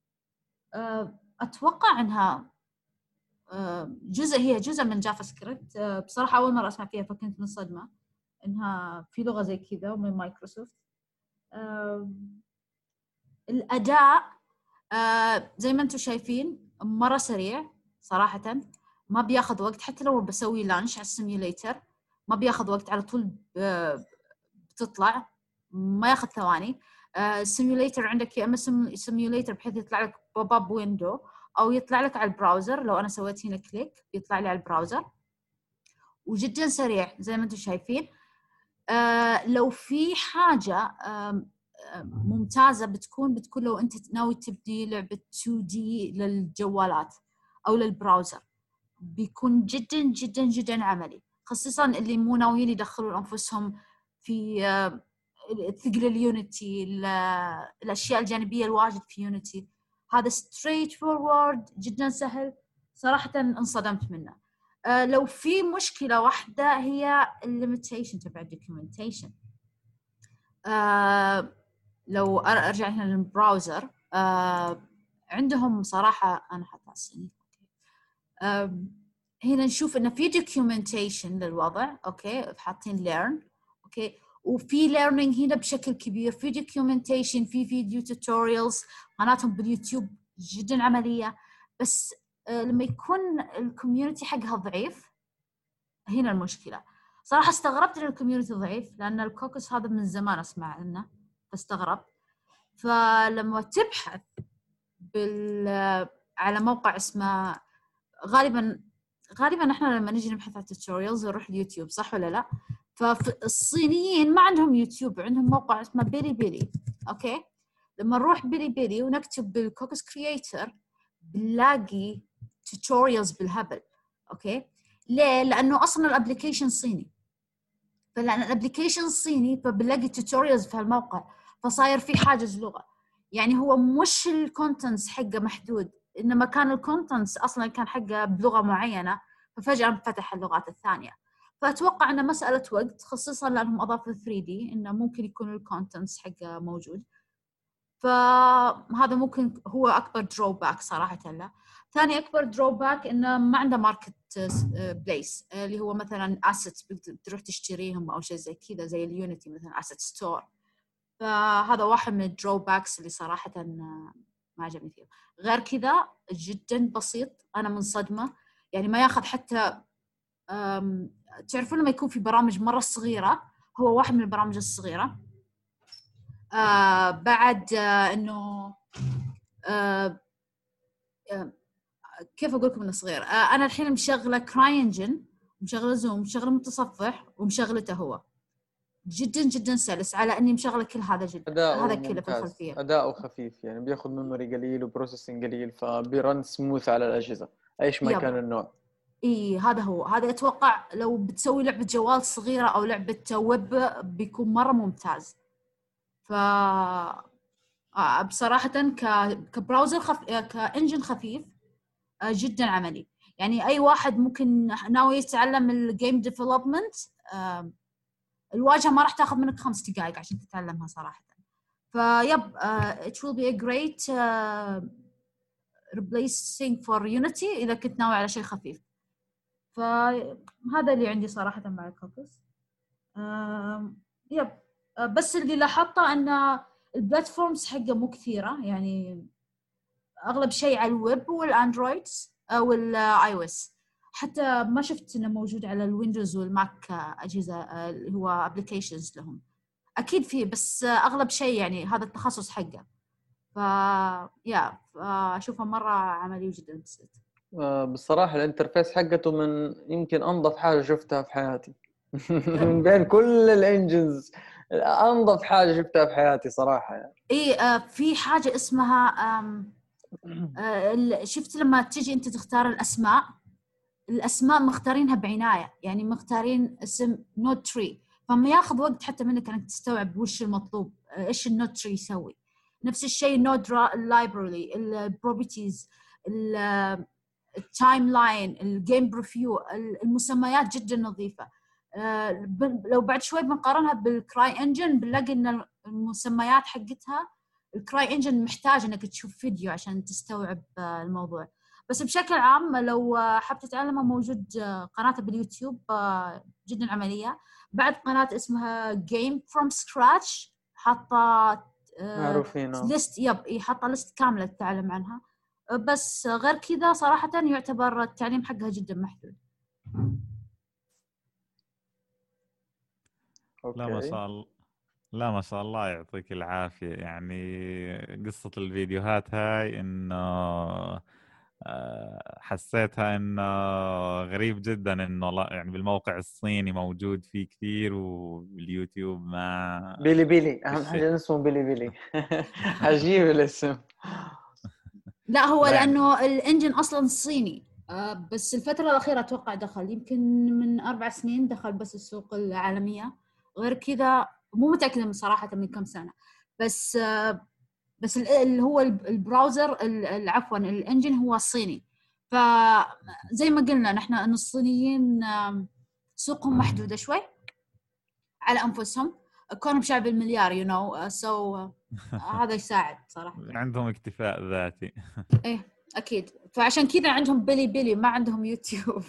أتوقع أنها جزء هي جزء من جافا سكريبت. بصراحة أول مرة أسمع فيها فكنت مصدمة أنها في لغة زي كذا من مايكروسوفت. الأداء زي ما أنتم شايفين مرة سريع صراحة، ما بياخذ وقت. حتى لو بسوي لانش على السيميوليتر ما بياخذ وقت، على طول بتطلع ما ياخذ ثواني. السيميوليتر عندك يا اما سيميوليتر بحيث يطلع لك بوب اب ويندو او يطلع لك على البراوزر. لو انا سويت هنا كليك بيطلع لي على البراوزر وجدا سريع زي ما انتم شايفين. آه لو في حاجه آه ممتازه بتكون بتكون لو انت ناوي تبني لعبه تو دي للجوالات او للبراوزر، بيكون جدا جدا جدا عملي، خصوصا اللي مو ناويين يدخلون انفسهم في آه ثقل اليونيتي، الأشياء الجانبية الواجد في يونيتي. هذا straight forward جدا سهل صراحة، انصدمت منه. أه لو في مشكلة واحدة هي limitation تبع documentation. أه لو أرجع هنا للبراوزر أه عندهم صراحة أنا حتى السنة أه هنا نشوف إنه في documentation للوضع. أوكي حاطين learn. أوكي وفي learning هنا بشكل كبير، في documentation، في فيديو tutorials، قناتهم باليوتيوب جدا عملية. بس لما يكون الكوميونتي حقها ضعيف هنا المشكلة. صراحة استغربت ان الكوميونتي ضعيف لأن الكوكس هذا من زمان أسمع عنه فاستغربت. فلما تبحث بال على موقع اسمه غالبا غالبا احنا لما نيجي نبحث عن توتوريالز نروح اليوتيوب صح ولا لا؟ فالصينيين ما عندهم يوتيوب عندهم موقع اسمه بيلي بيلي. اوكي لما نروح بيلي بيلي ونكتب بالكوكس كرييتر بنلاقي توتوريالز بالهبل. اوكي ليه؟ لانه اصلا الابلكيشن صيني فلان الابلكيشن صيني فبنلاقي توتوريالز في هالموقع فصاير في حاجز لغه. يعني هو مش الكونتنتس حقه محدود انما كان الكونتنتس اصلا كان حقه بلغه معينه ففجاه انفتح اللغات الثانيه. فاتوقع انه مساله وقت خصوصا لانهم اضافوا ثري دي انه ممكن يكون الكونتنتس حقه موجود. فهذا ممكن هو اكبر دروباك صراحه له. ثاني اكبر دروباك انه ما عنده ماركت بليس اللي هو مثلا اسيتس بتروح تشتريهم او شيء زي كذا زي اليونيتي مثلا اسيت ستور. فهذا واحد من الدروباكس اللي صراحه ما عجبني فيه. غير كذا جدا بسيط انا منصدمه يعني ما ياخذ حتى تعرفون لما يكون في برامج مره صغيره هو واحد من البرامج الصغيره. آه بعد آه انه آه آه كيف اقول لكم انه صغير. آه انا الحين مشغله كراي انجن مشغله زوم مشغله متصفح ومشغلته هو جدا جدا سلس على اني مشغله كل هذا جدا هذا كله في الخلفيه. اداؤه خفيف يعني بياخذ ميموري قليل وبروسيسنج قليل فبيرن سموث على الاجهزه ايش ما يب. كان النوع. اي هذا هو. هذا اتوقع لو بتسوي لعبه جوال صغيره او لعبه ويب بيكون مره ممتاز. ف بصراحة ك كبراوزر خف... كإنجن خفيف جدا عملي. يعني أي واحد ممكن ناوي يتعلم الجيم ديفلوبمنت الواجهة ما راح تاخذ منك خمس دقائق عشان تتعلمها صراحة. فيب it will be a great uh, replacing for Unity إذا كنت ناوي على شيء خفيف. فهذا اللي عندي صراحة مع الكوكس. يب بس اللي لاحظته أن البلاتفورمز حقه مو كثيرة يعني أغلب شيء على الويب والأندرويدز أو الآي أو إس. حتى ما شفت إنه موجود على الويندوز والماك أجهزة اللي هو أبليكيشنز لهم. أكيد فيه بس أغلب شيء يعني هذا التخصص حقه. ف يا أشوفه مرة عملي جدا بسيط. بصراحة الانترفيس حقته من يمكن أنظف حاجة شفتها في حياتي من بين كل الانجنز أنظف حاجة شفتها في حياتي صراحة يعني. إيه آه في حاجة اسمها آه شفت لما تيجي أنت تختار الأسماء الأسماء مختارينها بعناية يعني مختارين اسم نود تري فما ياخذ وقت حتى منك أنك تستوعب وش المطلوب إيش النود تري يسوي. نفس الشيء نود لايبراري البروبرتيز التايم لاين الجيم بريفيو المسميات جدا نظيفة. أه لو بعد شوي بنقارنها بالكراي انجن بنلاقي ان المسميات حقتها الكراي انجن محتاج انك تشوف فيديو عشان تستوعب الموضوع. بس بشكل عام لو حاب تتعلمه موجود قناته باليوتيوب جدا عملية. بعد قناة اسمها Game From Scratch حاطة معروفين ليست يب حاطة ليست كاملة تتعلم عنها. بس غير كذا صراحة يعتبر التعليم حقها جدا محدود. لا ما شاء الله لا ما شاء الله يعطيك العافية. يعني قصة الفيديوهات هاي إنه حسيتها إنه غريب جدا إنه لا يعني بالموقع الصيني موجود فيه كثير وباليوتيوب ما. بيلي بيلي أهم حاجة اسمه بيلي بيلي هجيب الاسم. لا هو لأنه الإنجن أصلاً صيني بس الفترة الأخيرة أتوقع دخل يمكن من أربع سنين دخل بس السوق العالمية. غير كذا مو متأكدة من صراحة من كم سنة بس بس اللي هو البراوزر عفواً الإنجن هو صيني. فزي ما قلنا نحن أن الصينيين سوقهم محدودة شوي على أنفسهم كونهم شعب المليار you know so هذا يساعد صراحة. عندهم اكتفاء ذاتي. إيه أكيد فعشان كذا عندهم بيلي بيلي ما عندهم يوتيوب.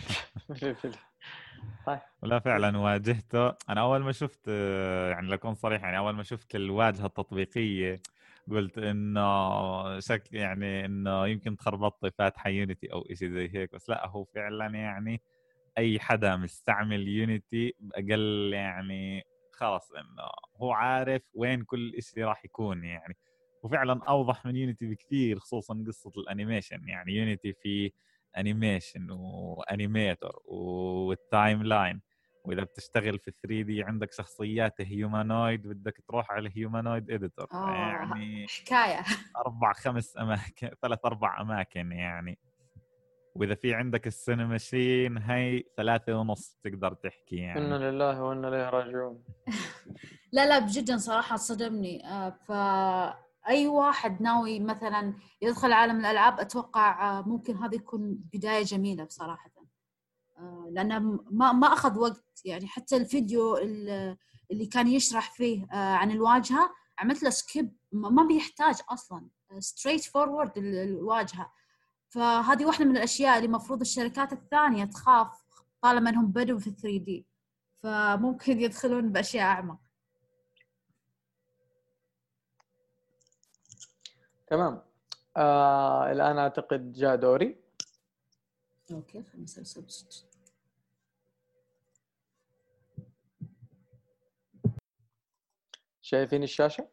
لا فعلا واجهته أنا أول ما شفت يعني لكون صريح يعني أول ما شفت الواجهة التطبيقية قلت انه شكل يعني انه يمكن تخربطت فاتحه يونيتي او شيء زي هيك، بس لا هو فعلا يعني اي حدا مستعمل يونيتي باقل يعني خلاص انه هو عارف وين كل شيء راح يكون يعني. وفعلا اوضح من يونيتي بكثير، خصوصا قصه الانيميشن. يعني يونيتي في انيميشن وانيميتور والتايم لاين، واذا بتشتغل في ثري دي عندك شخصيات هيومانويد بدك تروح على الهيومانويد اديتور، اه يعني حكايه. اربع خمس اماكن ثلاث اربع اماكن يعني. واذا في عندك السينما ماشين هي ثلاثة ونص تقدر تحكي يعني. إنا لله وإنا إليه راجعون. لا لا بجدا صراحة صدمني. آه، فأي واحد ناوي مثلا يدخل عالم الألعاب أتوقع آه، ممكن هذه يكون بداية جميلة بصراحة. آه، لأنه ما ما أخذ وقت يعني. حتى الفيديو اللي كان يشرح فيه آه، عن الواجهة عملت له سكيب، ما بيحتاج أصلا ستريت فورورد الواجهة. فهذه واحدة من الأشياء اللي مفروض الشركات الثانية تخاف طالما أنهم بدوا في ثري دي، فممكن يدخلون بأشياء أعمق. تمام. آه الآن أعتقد جاء دوري. أوكي خلينا نسوي سبست. شايفين الشاشة؟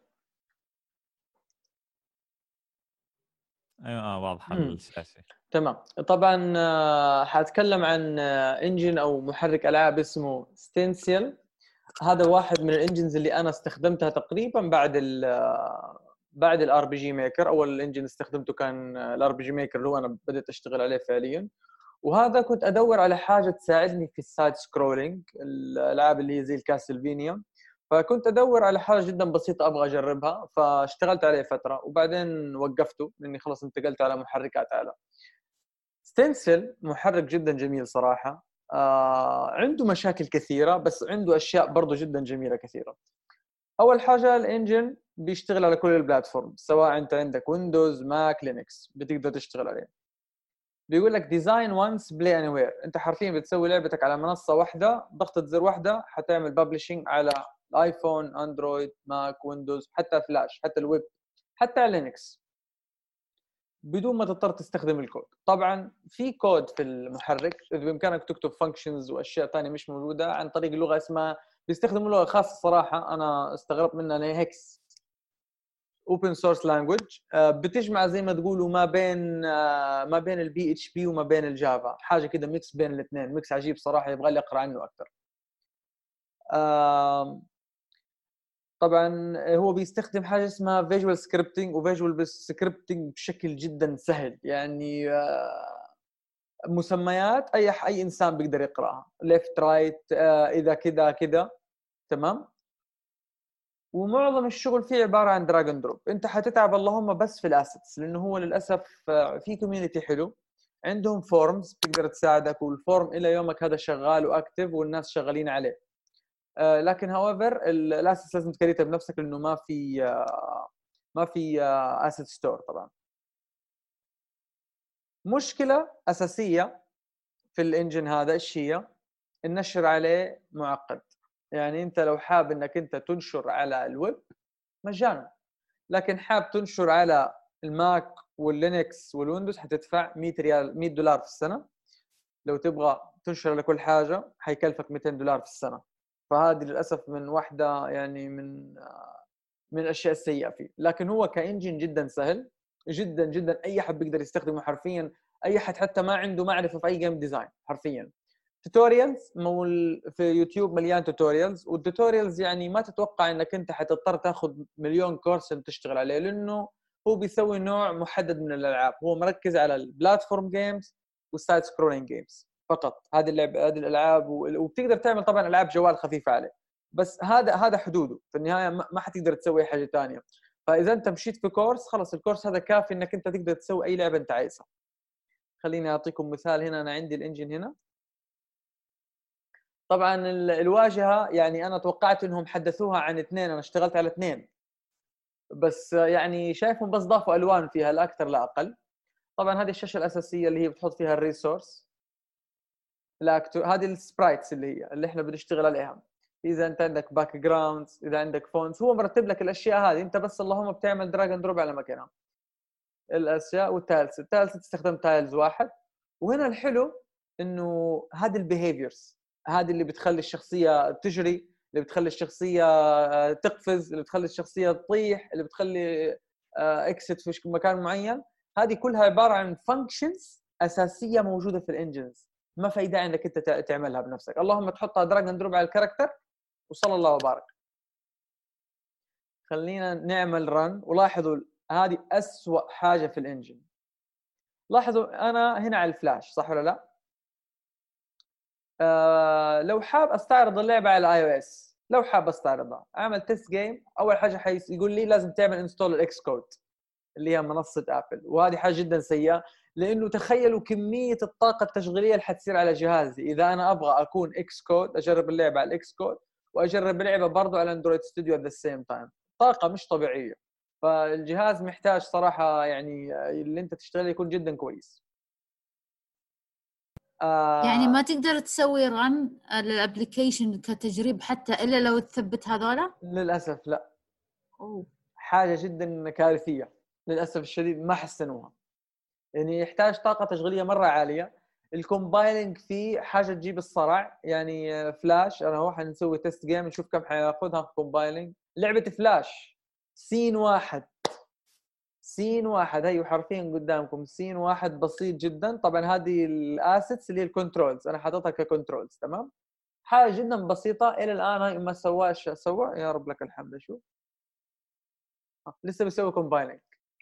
ايوه آه واضحة الشاشة. تمام. طبعا آه حاتكلم عن آه انجن او محرك العاب اسمه ستينسيل. هذا واحد من الانجنز اللي انا استخدمتها تقريبا بعد ال بعد الار بي جي ميكر. اول انجن استخدمته كان الار بي جي ميكر اللي هو انا بدأت اشتغل عليه فعليا. وهذا كنت ادور على حاجه تساعدني في السايد سكرولينج، الالعاب اللي هي زي الكاسلفينيا. فكنت ادور على حاجه جدا بسيطه ابغى اجربها، فاشتغلت عليه فتره وبعدين وقفته لاني خلاص انتقلت على محركات اعلى. ستينسل محرك جدا جميل صراحه. آه عنده مشاكل كثيره بس عنده اشياء برضو جدا جميله كثيره. اول حاجه الانجن بيشتغل على كل البلاتفورم، سواء انت عندك ويندوز ماك لينكس بتقدر تشتغل عليه. بيقول لك ديزاين وانس بلاي اني وير، انت حرفيا بتسوي لعبتك على منصه واحده، ضغطه زر واحده حتعمل ببلشنج على الايفون، اندرويد، ماك، ويندوز، حتى فلاش، حتى الويب، حتى لينكس، بدون ما تضطر تستخدم الكود. طبعا في كود في المحرك، بامكانك تكتب فانكشنز واشياء ثانيه مش موجوده عن طريق لغه اسمها، بيستخدموا لغه خاصه صراحه انا استغربت منها، اللي هي هيكس اوبن سورس لانجويج. بتجمع زي ما تقولوا ما بين ما بين البي اتش بي وما بين الجافا، حاجه كده ميكس بين الاثنين، ميكس عجيب صراحه يبغى لي اقرا عنه اكثر. طبعا هو بيستخدم حاجه اسمها فيجوال سكريبتنج، وفيجوال سكريبتنج بشكل جدا سهل يعني، مسميات اي اي انسان بيقدر يقراها، ليفت رايت اذا كذا كذا، تمام. ومعظم الشغل فيه عباره عن دراج اند دروب. انت حتتعب اللهم بس في الاسيتس، لانه هو للاسف في كوميونتي حلو، عندهم فورمز تقدر تساعدك، والفورم الى يومك هذا شغال واكتف والناس شغالين عليه. آه لكن هاويفر الاسيتس لازم تكريتها بنفسك، لانه ما في آه ما في اسيت ستور. طبعا مشكله اساسيه في الانجن هذا ايش هي؟ النشر عليه معقد. يعني انت لو حاب انك انت تنشر على الويب مجانا، لكن حاب تنشر على الماك واللينكس والويندوز حتدفع مية ريال، مية دولار في السنه. لو تبغى تنشر على كل حاجه حيكلفك مئتين دولار في السنه. فهذه للاسف من واحده يعني من من الاشياء السيئه فيه. لكن هو كانجن جدا سهل جدا جدا، اي احد بيقدر يستخدمه حرفيا، اي احد حتى ما عنده معرفه في اي جيم ديزاين. حرفيا توتوريالز مول في يوتيوب مليان توتوريالز، والتوتوريالز يعني ما تتوقع انك انت حتضطر تاخذ مليون كورس تشتغل عليه، لانه هو بيسوي نوع محدد من الالعاب، هو مركز على البلاتفورم جيمز والسايد سكرولينج جيمز فقط. هذه اللعب هذه الالعاب، وبتقدر تعمل طبعا العاب جوال خفيفه عليه، بس هذا هذا حدوده في النهايه، ما حتقدر تسوي حاجه ثانيه. فاذا انت مشيت في كورس خلاص الكورس هذا كافي انك انت تقدر تسوي اي لعبه انت عايزها. خليني اعطيكم مثال هنا. انا عندي الانجن هنا، طبعا الواجهه يعني انا توقعت انهم حدثوها عن اثنين، انا اشتغلت على اثنين بس يعني شايفهم بس ضافوا الوان فيها لا اكثر لا اقل. طبعا هذه الشاشه الاساسيه اللي هي بتحط فيها الريسورس، لا هذه السبرايتس اللي هي اللي احنا بنشتغل عليها. اذا انت عندك باك جراوندز، اذا عندك فونتس، هو مرتب لك الاشياء هذه، انت بس اللهم بتعمل دراج اند دروب على مكانها الاشياء. والتايلز التايلز تستخدم تايلز واحد. وهنا الحلو انه هذه البيهيفيرز هذه اللي بتخلي الشخصيه تجري، اللي بتخلي الشخصيه تقفز، اللي بتخلي الشخصيه تطيح، اللي بتخلي اكسيت في مكان معين، هذه كلها عباره عن فانكشنز اساسيه موجوده في الانجنز، ما في داعي انك انت تعملها بنفسك، اللهم تحطها دراج اند دروب على الكاركتر وصلى الله وبارك. خلينا نعمل رن، ولاحظوا هذه أسوأ حاجه في الانجن. لاحظوا انا هنا على الفلاش صح ولا لا؟ آه لو حاب استعرض اللعبه على الاي او اس، لو حاب استعرضها اعمل تيست جيم، اول حاجه حيس يقول لي لازم تعمل انستول الاكس كود اللي هي منصه ابل، وهذه حاجه جدا سيئه، لانه تخيلوا كميه الطاقه التشغيليه اللي حتصير على جهازي اذا انا ابغى اكون اكس كود، اجرب اللعبه على الاكس كود واجرب اللعبه برضه على اندرويد ستوديو ات ذا سيم تايم، طاقه مش طبيعيه. فالجهاز محتاج صراحه يعني اللي انت تشتغل يكون جدا كويس. آه يعني ما تقدر تسوي رن للابلكيشن كتجريب حتى الا لو تثبت هذولا؟ للاسف لا. أوه. حاجه جدا كارثيه للاسف الشديد، ما حسنوها، يعني يحتاج طاقه تشغيليه مره عاليه. الكومبايلنج فيه حاجه تجيب الصرع، يعني فلاش انا هو حنسوي تيست جيم نشوف كم حياخذها كومبايلنج. لعبه فلاش سين واحد سين واحد هي حرفيا قدامكم، سين واحد بسيط جدا. طبعا هذه الاسيتس اللي هي الكنترولز انا حاططها ككنترولز، تمام، حاجه جدا بسيطه الى الان ما سواش سوى يا رب لك الحمد. شوف لسه بيسوي كومبايلنج.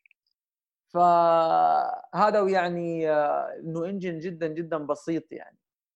فهذا يعني انه انجن جدا جدا بسيط يعني.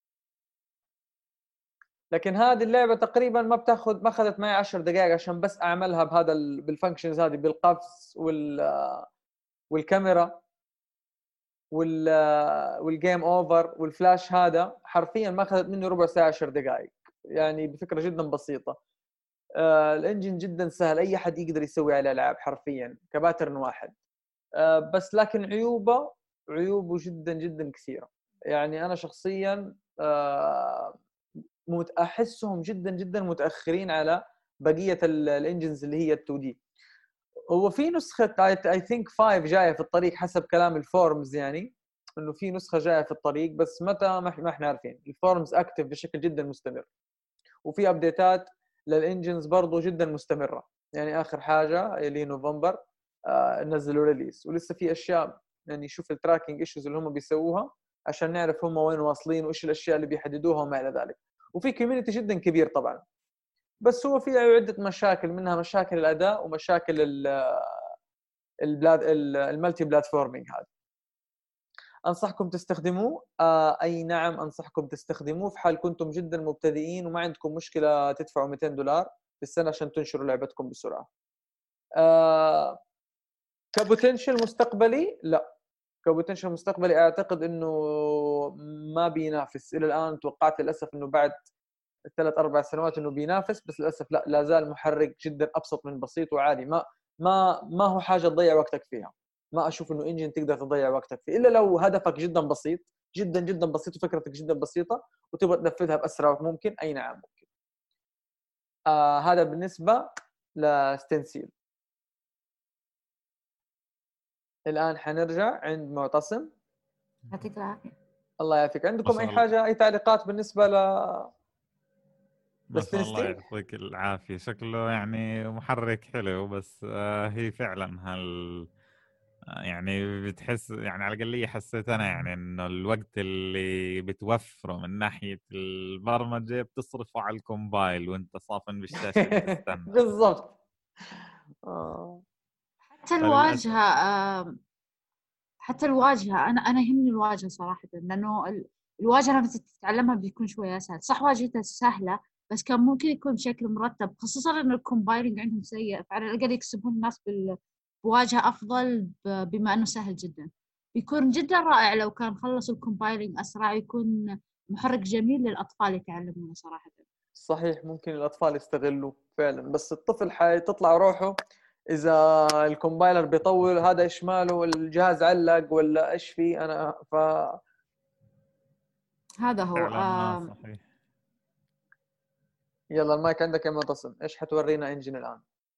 لكن هذه اللعبه تقريبا ما بتاخذ ما اخذت معي عشر دقائق عشان بس اعملها بهذا بالفانكشنز هذه، بالقفز وال والكاميرا وال والجيم اوفر والفلاش، هذا حرفيا ما اخذت مني ربع ساعه عشر دقائق، يعني بفكره جدا بسيطه. آه الانجن جدا سهل، اي حد يقدر يسوي عليه العاب حرفيا كباترن واحد. آه بس لكن عيوبه عيوبه جدا جدا كثيره، يعني انا شخصيا آه احسهم جدا جدا متاخرين على بقيه الانجنز اللي هي التو دي. هو في نسخه اي ثينك خمسة جايه في الطريق حسب كلام الفورمز، يعني انه في نسخه جايه في الطريق، بس متى ما احنا عارفين. الفورمز اكتف بشكل جدا مستمر، وفي ابديتات للانجنز برضو جدا مستمره، يعني اخر حاجه اللي نوفمبر آه نزلوا ريليس، ولسه في اشياء يعني شوف التراكنج ايشوز اللي هم بيسووها عشان نعرف هم وين واصلين وايش الاشياء اللي بيحددوها وما الى ذلك. وفي كوميونتي جدا كبير طبعا، بس هو في عده مشاكل، منها مشاكل الاداء ومشاكل البلاد المالتي بلاتفورمينج. هذا انصحكم تستخدموه. آه اي نعم انصحكم تستخدموه في حال كنتم جدا مبتدئين وما عندكم مشكله تدفعوا مئتين دولار في السنه عشان تنشروا لعبتكم بسرعه. آه كبوتنشل مستقبلي لا، كبوتنشل مستقبلي اعتقد انه ما بينافس الى الان. توقعت للاسف انه بعد ثلاث اربع سنوات انه بينافس، بس للاسف لا، لا زال محرك جدا ابسط من بسيط وعادي، ما ما ما هو حاجه تضيع وقتك فيها. ما اشوف انه انجن تقدر تضيع وقتك فيه الا لو هدفك جدا بسيط جدا جدا بسيط وفكرتك جدا بسيطه وتبغى تنفذها باسرع وقت ممكن. اي نعم ممكن. آه هذا بالنسبه لستنسيل. الان حنرجع عند معتصم. يعطيك العافيه. الله يعافيك. عندكم اي حاجه اي تعليقات بالنسبه ل ما شاء الله يعطيك العافيه، شكله يعني محرك حلو، بس آه هي فعلا هال يعني بتحس يعني على الأقلية حسيت أنا يعني إنه الوقت اللي بتوفره من ناحية البرمجة بتصرفه على الكومبايل وأنت صافن بالشاشة بتستنى. بالضبط. حتى الواجهة حتى الواجهة أنا أنا يهمني الواجهة صراحة، لأنه الواجهة لما تتعلمها بيكون شوية أسهل. صح واجهتها سهلة بس كان ممكن يكون بشكل مرتب، خصوصا إنه الكومبايلنج عندهم سيء، فعلى الأقل يكسبون الناس بواجهة أفضل بما إنه سهل جدا. بيكون جدا رائع لو كان خلصوا الكومبايلنج أسرع، يكون محرك جميل للأطفال يتعلمونه صراحة. صحيح، ممكن الأطفال يستغلوا فعلا، بس الطفل حتطلع روحه إذا الكومبايلر بيطول، هذا إيش ماله الجهاز علق ولا إيش فيه. أنا ف هذا هو فعلا. آه صحيح. يلا المايك عندك يا معتصم، ايش حتورينا انجن الان؟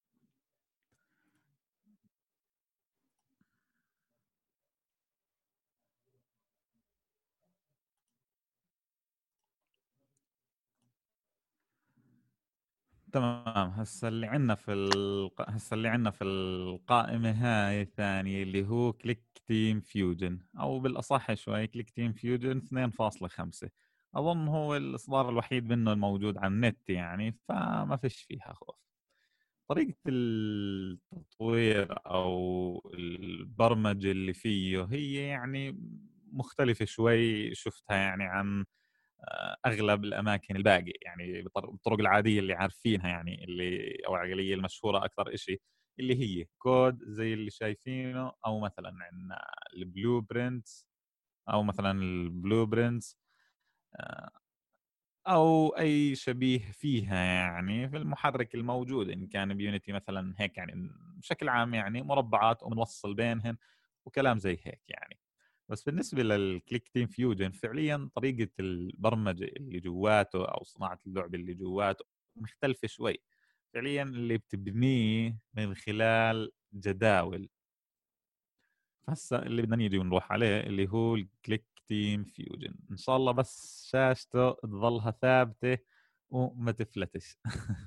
تمام. هسه اللي عندنا في الق... هسه اللي عندنا في القائمة هاي الثانية اللي هو كليك تيم فيوجن، أو بالأصح شوي كليك تيم فيوجن اثنين فاصلة خمسة. أظن هو الإصدار الوحيد منه الموجود على النت يعني، فما فيش فيها خوف. طريقة التطوير أو البرمجة اللي فيه هي يعني مختلفة شوي، شفتها يعني عن اغلب الاماكن الباقي، يعني بالطرق العاديه اللي عارفينها، يعني اللي او العقليه المشهوره اكثر شيء اللي هي كود زي اللي شايفينه، او مثلا عندنا البلو برينتس، او مثلا البلو برينتس او اي شبيه فيها يعني في المحرك الموجود، ان كان بيونيتي مثلا هيك يعني بشكل عام، يعني مربعات ومنوصل بينهن وكلام زي هيك يعني. بس بالنسبة للكليك تيم فيوجن فعليا طريقة البرمجة اللي جواته أو صناعة اللعبة اللي جواته مختلفة شوي. فعليا اللي بتبنيه من خلال جداول. هسا اللي بدنا نيجي ونروح عليه اللي هو الكليك تيم فيوجن، إن شاء الله بس شاشته تظلها ثابتة وما تفلتش.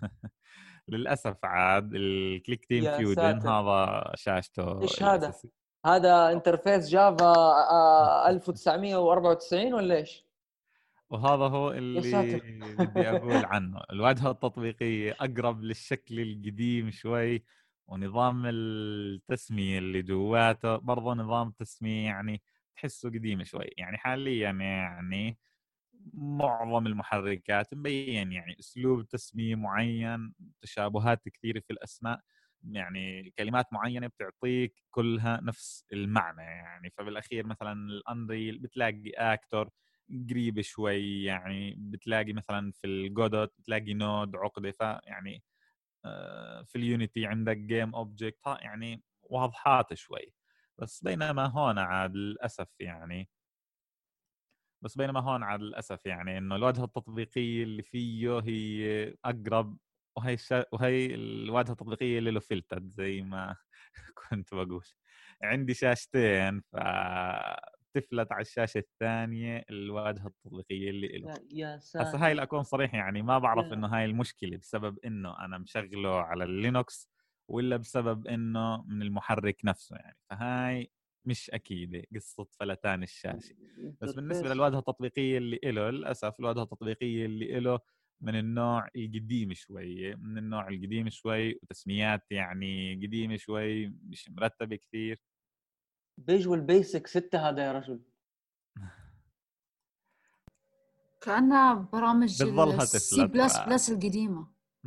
للأسف عاد الكليك تيم يا فيوجن ساتر، هذا شاشته ايش هذا؟ الأساسية. هذا انترفيس جافا آه، ألف وتسعمية وأربعة وتسعين ولا ايش؟ وهذا هو يا اللي ساتر. بدي أقول عنه. الواجهة التطبيقية أقرب للشكل القديم شوي، ونظام التسمية اللي جواته برضه نظام تسمية يعني تحسه قديم شوي. يعني حاليا يعني معظم المحركات مبين يعني أسلوب تسمية معين، تشابهات كثيرة في الأسماء، يعني كلمات معينة بتعطيك كلها نفس المعنى يعني. فبالأخير مثلا الأنريل بتلاقي أكتور قريب شوي، يعني بتلاقي مثلا في الجودوت بتلاقي نود عقدة، فيعني آه، في اليونيتي عندك جيم اوبجكت يعني واضحات شوي. بس بينما هون عاد للأسف يعني بس بينما هون عاد للأسف يعني إنه الواجهة التطبيقية اللي فيه هي أقرب، وهي الشا... وهي الواجهة التطبيقية اللي له فلتر زي ما كنت بقول. عندي شاشتين، فتفلت على الشاشة الثانية الواجهة التطبيقية اللي له. يا يا هسا هاي ساتر. لأكون صريح يعني ما بعرف يا إنه هاي المشكلة بسبب إنه أنا مشغله على اللينوكس، ولا بسبب إنه من المحرك نفسه يعني. فهاي مش أكيدة قصة فلتان الشاشة. بس بالنسبة انترفيس. للواجهة التطبيقية اللي إله، للأسف الواجهة التطبيقية اللي إله من النوع القديم شوي، من النوع القديم شوي، وتسميات يعني قديمة شوي، مش مرتبة كثير. فيجوال بيسك ستة هذا يا رجل. كأنها برامج بتظلها السي تفلت ف... بلس بلس القديمة.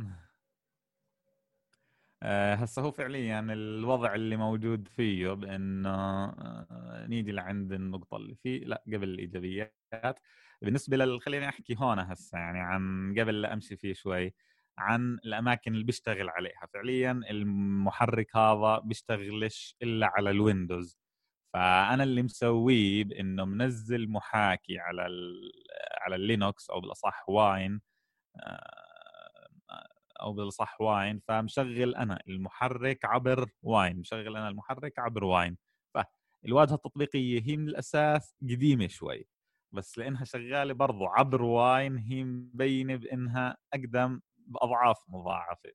آه، هسه هو فعليا الوضع اللي موجود فيه بانه آه، نيجي لعند النقطه اللي فيه، لا قبل الايجابيات. بالنسبه لل خليني احكي هون هسه يعني عن قبل لا امشي فيه شوي، عن الاماكن اللي بيشتغل عليها. فعليا المحرك هذا بيشتغلش الا على الويندوز. فانا اللي مسويه بانه منزل محاكي على ال على اللينوكس، او بالاصح واين، او بالصح واين. فمشغل انا المحرك عبر واين، مشغل انا المحرك عبر واين. فالواجهه التطبيقيه هي من الاساس قديمه شوي، بس لانها شغاله برضو عبر واين هي مبينه بانها اقدم باضعاف مضاعفه.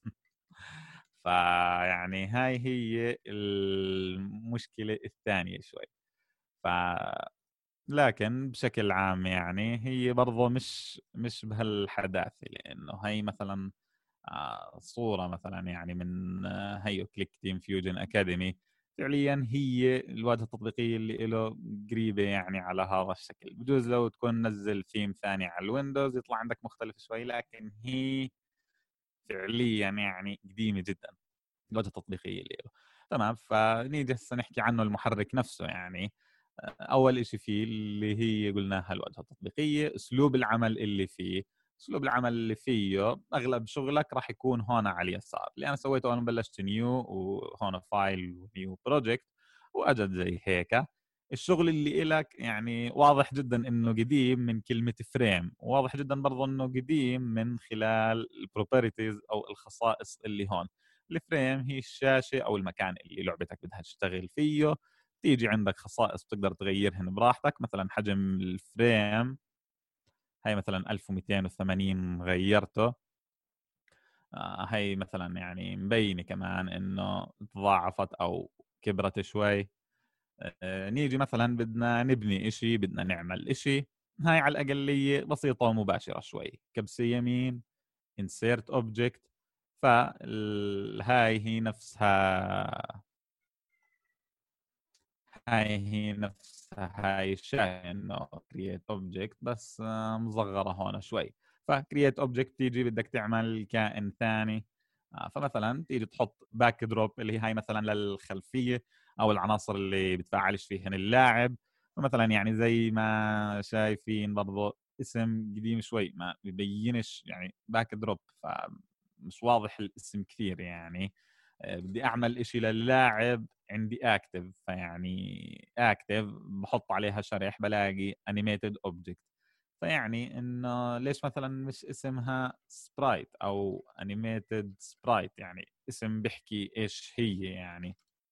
فيعني هاي هي المشكله الثانيه شوي. ف لكن بشكل عام يعني هي برضو مش مش بهالحداثه، لانه هي مثلا آه، صورة مثلا يعني من آه، هيو كليك تيم فيوجن أكاديمي. فعليا هي الواجهة التطبيقية اللي له قريبة يعني على هذا الشكل. بجوز لو تكون نزل ثيم ثاني على الويندوز يطلع عندك مختلف شوي، لكن هي فعليا يعني قديمة جدا الواجهة التطبيقية اللي له. تمام. فنيجي هسه نحكي عنه المحرك نفسه يعني. اول شيء فيه اللي هي قلناها الواجهه التطبيقيه، اسلوب العمل اللي فيه. اسلوب العمل اللي فيه اغلب شغلك راح يكون هون على اليسار. اللي انا سويته انا بلشت نيو، وهون فايل ونيو بروجكت، واجد زي هيك. الشغل اللي إلك يعني واضح جدا انه قديم من كلمة فريم، واضح جدا برضه انه قديم من خلال البروبرتيز او الخصائص اللي هون. الفريم هي الشاشة او المكان اللي لعبتك بدها تشتغل فيه. تيجي عندك خصائص بتقدر تغيرهن براحتك، مثلا حجم الفريم هاي مثلا ألف ومئتين وثمانين غيرته. آه هاي مثلا يعني مبينة كمان انه تضاعفت او كبرت شوي. آه نيجي مثلا بدنا نبني اشي، بدنا نعمل اشي، هاي على الأقلية بسيطة ومباشرة شوي، كبسة يمين insert object. فهاي هي نفسها هاي هي نفسها هاي الشاشة انه create object بس آه مصغرة هون شوي. فكرييت اوبجكت تيجي بدك تعمل كائن ثاني. آه فمثلا تيجي تحط باك دروب اللي هي هاي مثلا للخلفيه او العناصر اللي بتفاعلش فيهن اللاعب. فمثلا يعني زي ما شايفين برضو اسم قديم شوي ما ببينش يعني باك دروب، فمش واضح الاسم كثير يعني. آه بدي اعمل اشي للاعب عندي اكتف، فيعني اكتف بحط عليها شرح بلاقي انيميتد اوبجكت. فيعني انه ليش مثلا مش اسمها سبرايت او انيميتد سبرايت، يعني اسم بيحكي ايش هي يعني.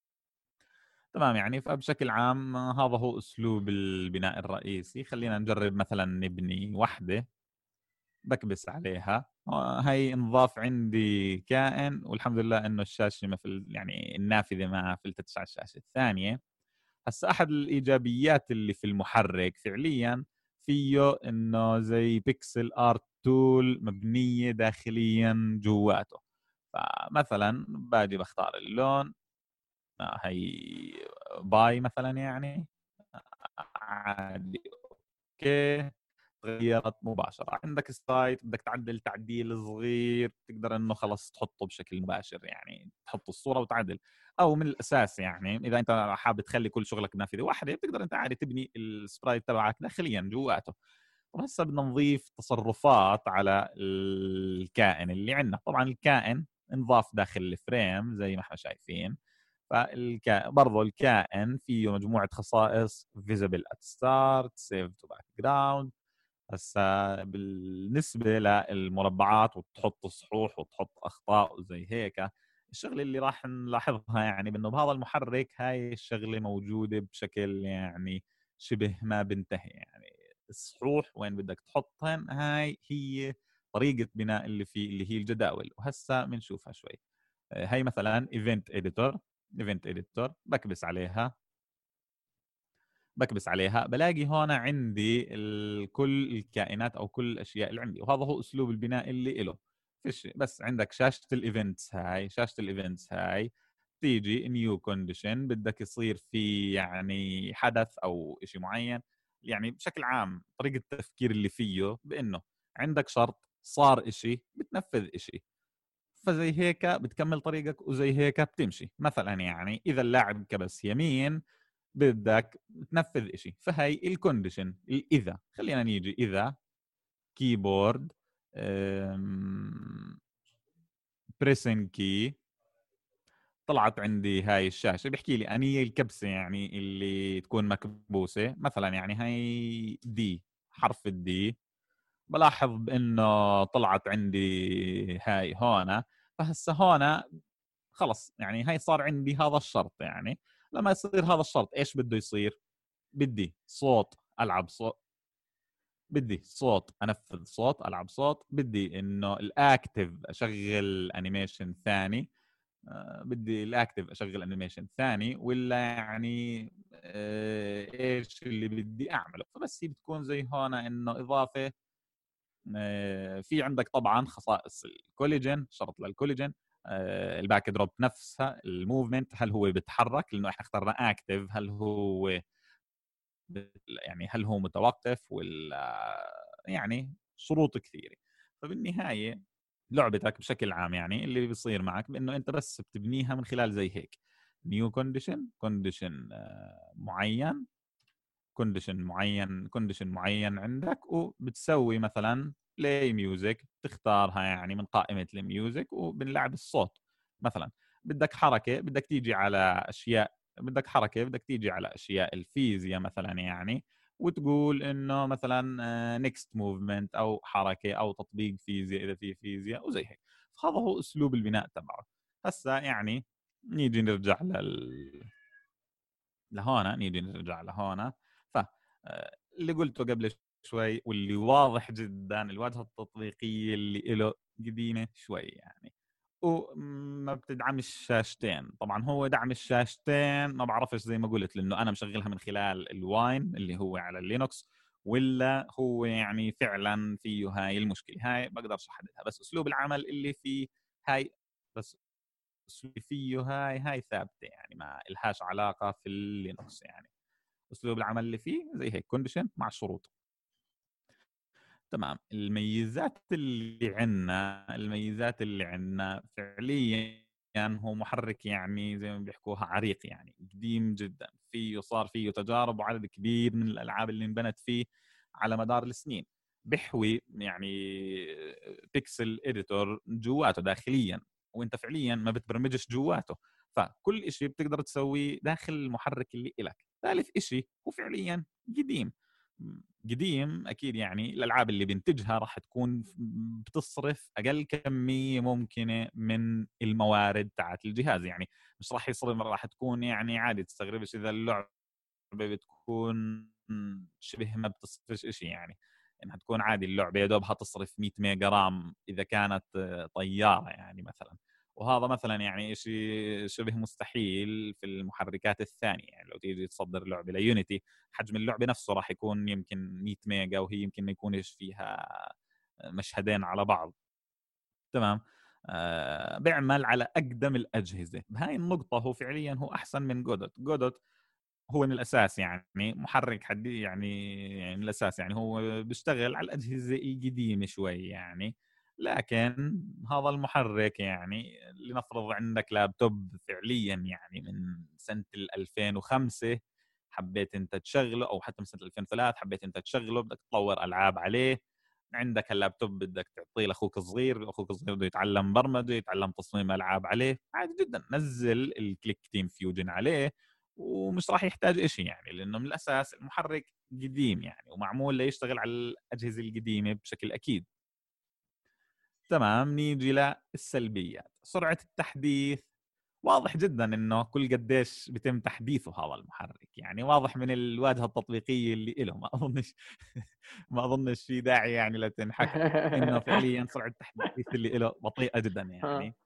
تمام يعني فبشكل عام هذا هو اسلوب البناء الرئيسي. خلينا نجرب مثلا نبني وحده. بكبس عليها، هاي انضاف عندي كائن والحمد لله انه الشاشه مثل يعني النافذه ما فلتتش على الشاشه الثانيه. هسا احد الايجابيات اللي في المحرك فعليا فيه انه زي بيكسل ارت تول مبنيه داخليا جواته. فمثلا باجي بختار اللون، هي باي مثلا يعني عادي اوكي تغيرت مباشرة. عندك سلايد بدك تعدل تعديل صغير تقدر انه خلص تحطه بشكل مباشر، يعني تحط الصورة وتعدل. او من الاساس يعني اذا انت حابب تخلي كل شغلك بنافذة واحدة بتقدر انت عادي تبني السبرايت تبعك داخليا جواته. وهسه بدنا نضيف تصرفات على الكائن اللي عندنا. طبعا الكائن انضاف داخل الفريم زي ما احنا شايفين. فالكائن برضه الكائن فيه مجموعة خصائص visible at start save to background. هسا بالنسبة للمربعات وتحط صحوح وتحط أخطاء وزي هيك، الشغلة اللي راح نلاحظها يعني بأنه بهذا المحرك هاي الشغلة موجودة بشكل يعني شبه ما بنتهي. يعني الصحوح وين بدك تحطهن هاي هي طريقة بناء اللي فيه اللي هي الجداول، وهسا بنشوفها شوي. هاي مثلا event editor event editor بكبس عليها بكبس عليها بلاقي هون عندي كل الكائنات او كل الاشياء اللي عندي، وهذا هو اسلوب البناء اللي له. فيش بس عندك شاشه الايفنتس هاي شاشه الايفنتس هاي تيجي نيو كونديشن بدك يصير في يعني حدث او شيء معين. يعني بشكل عام طريقه التفكير اللي فيه بانه عندك شرط صار شيء بتنفذ شيء، فزي هيك بتكمل طريقك وزي هيك بتمشي. مثلا يعني اذا اللاعب كبس يمين بدك تنفذ إشي، فهي الكونديشن الإذا. خلينا نيجي إذا كيبورد بريسن كي طلعت عندي هاي الشاشة بيحكي لي أني الكبسة يعني اللي تكون مكبوسة. مثلا يعني هاي دي حرف الدي بلاحظ بأنه طلعت عندي هاي هون. فهسه هون خلص يعني هاي صار عندي هذا الشرط. يعني لما يصير هذا الشرط ايش بده يصير؟ بدي صوت العب صوت، بدي صوت انفذ صوت العب صوت، بدي انه الاكتف اشغل انيميشن ثاني. آه بدي الاكتف اشغل انيميشن ثاني ولا يعني آه ايش اللي بدي اعمله. فبس هي بتكون زي هون انه اضافه. آه في عندك طبعا خصائص الكوليجين، شرط للكوليجين. آه الباك دروب نفسها الموفمنت هل هو بيتحرك لانه احنا اخترنا اكتف، هل هو يعني هل هو متوقف ولا يعني شروط كثيره. فبالنهايه لعبتك بشكل عام يعني اللي بيصير معك بانه انت بس بتبنيها من خلال زي هيك نيو كونديشن كونديشن معين كونديشن معين كونديشن معين عندك، وبتسوي مثلا بلاي ميوزك تختارها يعني من قائمه الميوزك وبنلعب الصوت. مثلا بدك حركه بدك تيجي على اشياء بدك حركه، بدك تيجي على اشياء الفيزياء مثلا يعني، وتقول انه مثلا نيكست موفمنت او حركه او تطبيق فيزياء اذا في فيزياء وزي هيك. هذا هو اسلوب البناء تبعه. هسا يعني نيجي نرجع لل لهون نيجي نرجع لهون ف اللي قلته قبل شوي واللي واضح جدا، الواجهه التطبيقيه اللي له قديمه شوي يعني، وما بتدعم الشاشتين. طبعا هو دعم الشاشتين ما بعرفش زي ما قلت، لانه انا مشغلها من خلال الواين اللي هو على اللينكس، ولا هو يعني فعلا فيه هاي المشكله. هاي بقدرش احددها، بس اسلوب العمل اللي فيه هاي، بس اللي فيه هاي هاي ثابته يعني، ما لهاش علاقه في اللينكس يعني. اسلوب العمل اللي فيه زي هيك كونديشن مع الشروط. تمام. الميزات اللي عندنا الميزات اللي عندنا فعليا هو محرك يعني زي ما بيحكوها عريق يعني، قديم جدا، فيه صار فيه تجارب وعدد كبير من الالعاب اللي انبنت فيه على مدار السنين. بيحوي يعني بيكسل اديتور جواته داخليا، وانت فعليا ما بتبرمجش جواته، فكل شيء بتقدر تسويه داخل المحرك اللي إلك. ثالث شيء هو فعليا قديم قديم اكيد يعني، الالعاب اللي بينتجها راح تكون بتصرف اقل كميه ممكنه من الموارد تاعت الجهاز يعني، مش راح يصرف، راح تكون يعني عادي تستغربش اذا اللعبه بتكون شبه ما بتصرفش شيء يعني، انها تكون عادي اللعبه يا دوبها تصرف مية ميجا رام اذا كانت طياره يعني مثلا. وهذا مثلا يعني شيء شبه مستحيل في المحركات الثانيه يعني. لو تيجي تصدر لعبه ليونيتي، حجم اللعبه نفسه راح يكون يمكن مية ميجا، وهي يمكن ما يكونش فيها مشهدين على بعض. تمام. آه بيعمل على اقدم الاجهزه. بهاي النقطه هو فعليا هو احسن من جودوت. جودوت هو من الاساس يعني محرك حدي يعني, يعني من الاساس يعني هو بيشتغل على الاجهزه القديمه شوي يعني. لكن هذا المحرك يعني لنفرض عندك لابتوب فعليا يعني من سنه ألفين وخمسة حبيت انت تشغله، او حتى من سنه ألفين وثلاثة حبيت انت تشغله، بدك تطور العاب عليه، عندك اللابتوب بدك تعطيه لاخوك الصغير، اخوك الصغير بده يتعلم برمجه، يتعلم تصميم العاب عليه، عادي جدا نزل الكليك تيم فيوجن عليه ومش راح يحتاج إشي يعني، لأنه من الأساس المحرك قديم يعني ومعمول ليشتغل على الأجهزة القديمة بشكل أكيد. تمام. نيجي للسلبيات. سرعة التحديث. واضح جدا انه كل قديش بيتم تحديثه هذا المحرك يعني، واضح من الواجهه التطبيقيه اللي له، ما اظنش ما اظنش في داعي يعني لتنحكى انه فعليا سرعه التحديث اللي له بطيئه جدا يعني.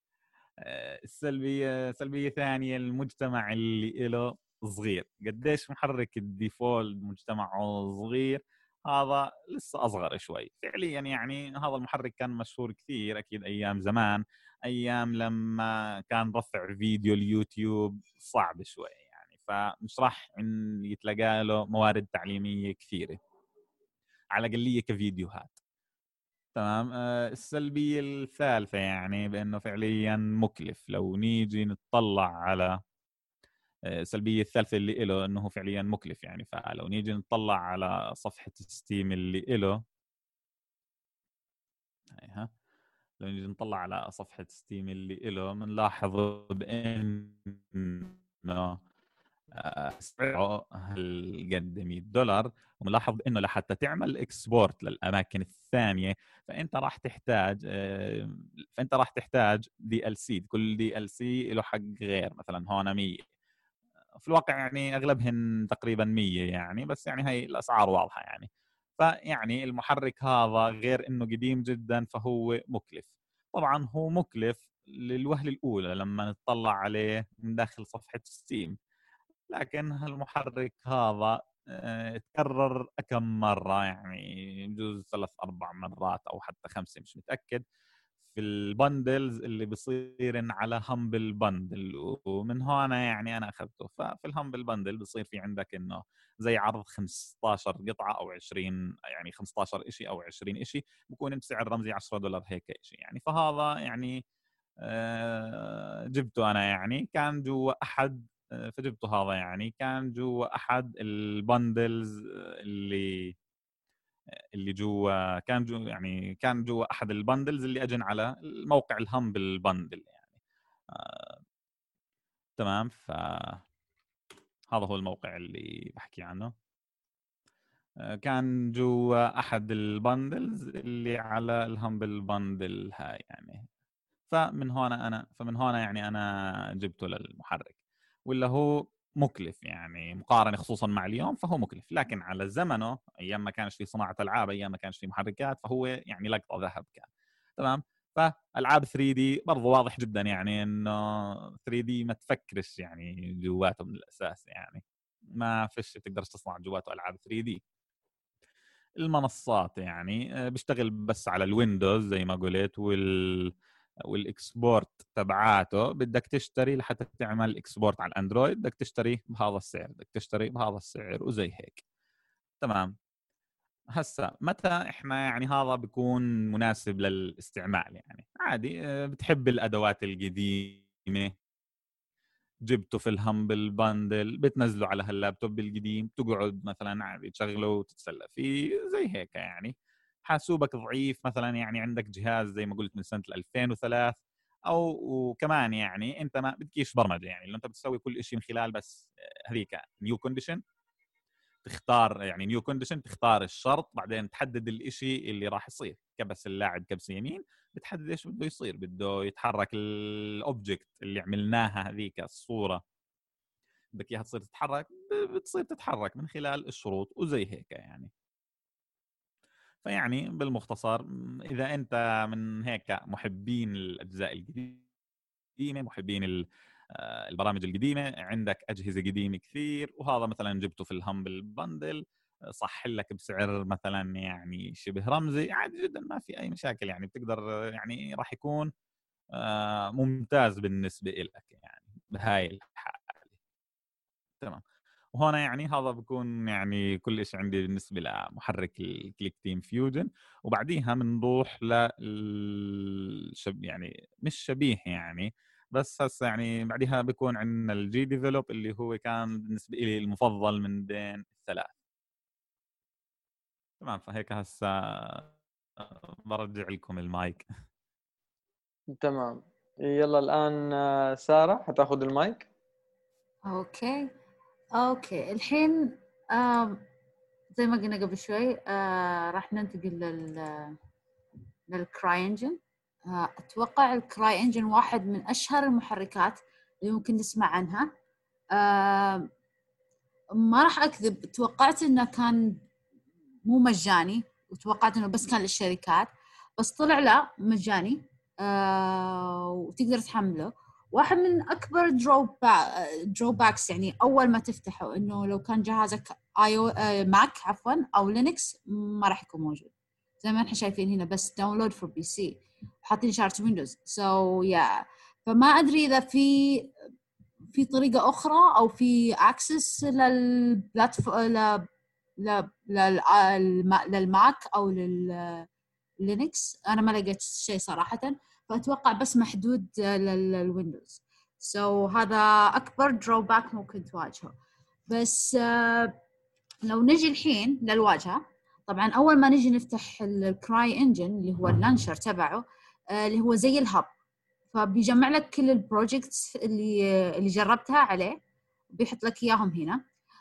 السلبيه سلبيه ثانيه، المجتمع اللي له صغير. قديش محرك الديفولت مجتمعه صغير، هذا لسه اصغر شوي فعليا يعني. هذا المحرك كان مشهور كثير اكيد ايام زمان، ايام لما كان رفع فيديو اليوتيوب صعب شوي يعني، فمش راح يتلقى له موارد تعليميه كثيره على الاقليه كفيديوهات. تمام. آه السلبيه الثالثه يعني بانه فعليا مكلف. لو نيجي نطلع على السلبيه الثالثه اللي له انه فعليا مكلف يعني، فلو نيجي نطلع على صفحه ستيم اللي له، ها لو نيجي نطلع على صفحه ستيم اللي له بنلاحظ بانه سعره هالقد مية دولار، وملاحظ انه لحتى تعمل اكسبورت للاماكن الثانيه فانت راح تحتاج فانت راح تحتاج دي ال سي. كل دي ال سي له حق غير، مثلا هون مية، في الواقع يعني اغلبهن تقريبا مية يعني، بس يعني هي الاسعار واضحه يعني. فيعني المحرك هذا غير انه قديم جدا فهو مكلف. طبعا هو مكلف للوهله الاولى لما نطلع عليه من داخل صفحه ستيم، لكن هالمحرك هذا اه تكرر كم مرة يعني، يجوز ثلاث أربع مرات أو حتى خمسة مش متأكد، في البندلز اللي بصير على همبل بندل، ومن هنا يعني أنا أخذته. ففي الهمبل بندل بصير في عندك إنه زي عرض خمسة عشر قطعة أو عشرين يعني خمسة عشر إشي أو عشرين إشي، بكون بسعر رمزي عشرة دولار هيك إشي يعني. فهذا يعني اه جبته أنا يعني، كان جوا أحد فجبته هذا يعني، كان جوا احد البندلز اللي اللي جوا كان جوا يعني كان جوا احد البندلز اللي اجن على الموقع الهمبل بندل يعني. آه، تمام. ف هذا هو الموقع اللي بحكي عنه. كان جوا أحد البندلز اللي على الهامبل بندل هاي يعني. فمن هنا أنا فمن هنا يعني أنا جبته للمحرك، ولا هو مكلف يعني مقارنة خصوصا مع اليوم، فهو مكلف. لكن على زمنه أيام ما كانش في صناعة ألعاب، أيام ما كانش في محركات، فهو يعني لقطة ذهب كان. تمام. فألعاب ثري دي برضو واضح جدا يعني إنه ثري دي ما تفكرش يعني جواته من الأساس، يعني ما فيش تقدرش تصنع جواته ألعاب ثري دي. المنصات يعني بيشتغل بس على الويندوز زي ما قلت، وال والاكسبورت تبعاته بدك تشتري لحتى تعمل اكسبورت على الاندرويد، بدك تشتري بهذا السعر، بدك تشتري بهذا السعر وزي هيك. تمام. هسا متى احنا يعني هذا بيكون مناسب للاستعمال؟ يعني عادي بتحب الادوات القديمه، جبته في الهامبل باندل، بتنزله على هاللابتوب القديم، تقعد مثلا عادي تشغله وتتسلى فيه زي هيك يعني. حاسوبك ضعيف مثلا، يعني عندك جهاز زي ما قلت من سنة ألفين وثلاثة، او وكمان يعني انت ما بدكيش برمجة، يعني لو انت بتسوي كل شيء من خلال بس هذيك نيو كونديشن، تختار يعني نيو كونديشن، تختار الشرط، بعدين تحدد الاشي اللي راح يصير. كبس اللاعب كبس يمين بتحدد ايش بده يصير، بده يتحرك الاوبجكت اللي عملناها هذيك الصورة، بدك اياها تصير تتحرك، بتصير تتحرك من خلال الشروط وزي هيك يعني. فيعني بالمختصر اذا انت من هيك محبين الاجزاء القديمه، محبين البرامج القديمه، عندك اجهزه قديمه كثير، وهذا مثلا جبته في الهامبل باندل، صح لك بسعر مثلا يعني شبه رمزي، عادي جدا ما في اي مشاكل يعني، بتقدر يعني راح يكون ممتاز بالنسبه لك يعني بهاي الحاله. تمام. وهنا يعني هذا بكون يعني كل شيء عندي بالنسبه لمحرك الكليك تيم فيوجن. وبعديها بنروح لل يعني مش شبيه يعني، بس هسه يعني بعديها بيكون عندنا الجي ديفلوب اللي هو كان بالنسبه لي المفضل من بين الثلاث. تمام. فهيك هسه برجع لكم المايك. تمام. يلا الآن سارة حتاخذ المايك. اوكي اوكي الحين آه زي ما قلنا قبل شوي آه راح ننتقل لل للكراي انجن. آه اتوقع الكراي انجن واحد من اشهر المحركات اللي ممكن نسمع عنها. آه ما راح اكذب، توقعت انه كان مو مجاني، وتوقعت انه بس كان للشركات، بس طلع لا مجاني. آه وتقدر تحمله. واحد من اكبر دروباكس يعني اول ما تفتحه انه لو كان جهازك اي او آه ماك عفوا او لينكس ما راح يكون موجود، زي ما احنا شايفين هنا بس داونلود فور بي سي، حاطين شارة ويندوز. سو يا فما ادري اذا في في طريقه اخرى او في اكسس للبلاتفورم لا للماك او لللينكس. انا ما لقيت شيء صراحه، فاتوقع بس محدود للويندوز. سو so, هذا اكبر دروباك ممكن تواجهه. بس لو نجي الحين للواجهه، طبعا اول ما نجي نفتح الكراي انجن اللي هو اللانشر تبعه اللي هو زي الهب، فبيجمع لك كل البروجكتس اللي اللي جربتها عليه، بيحط لك اياهم هنا.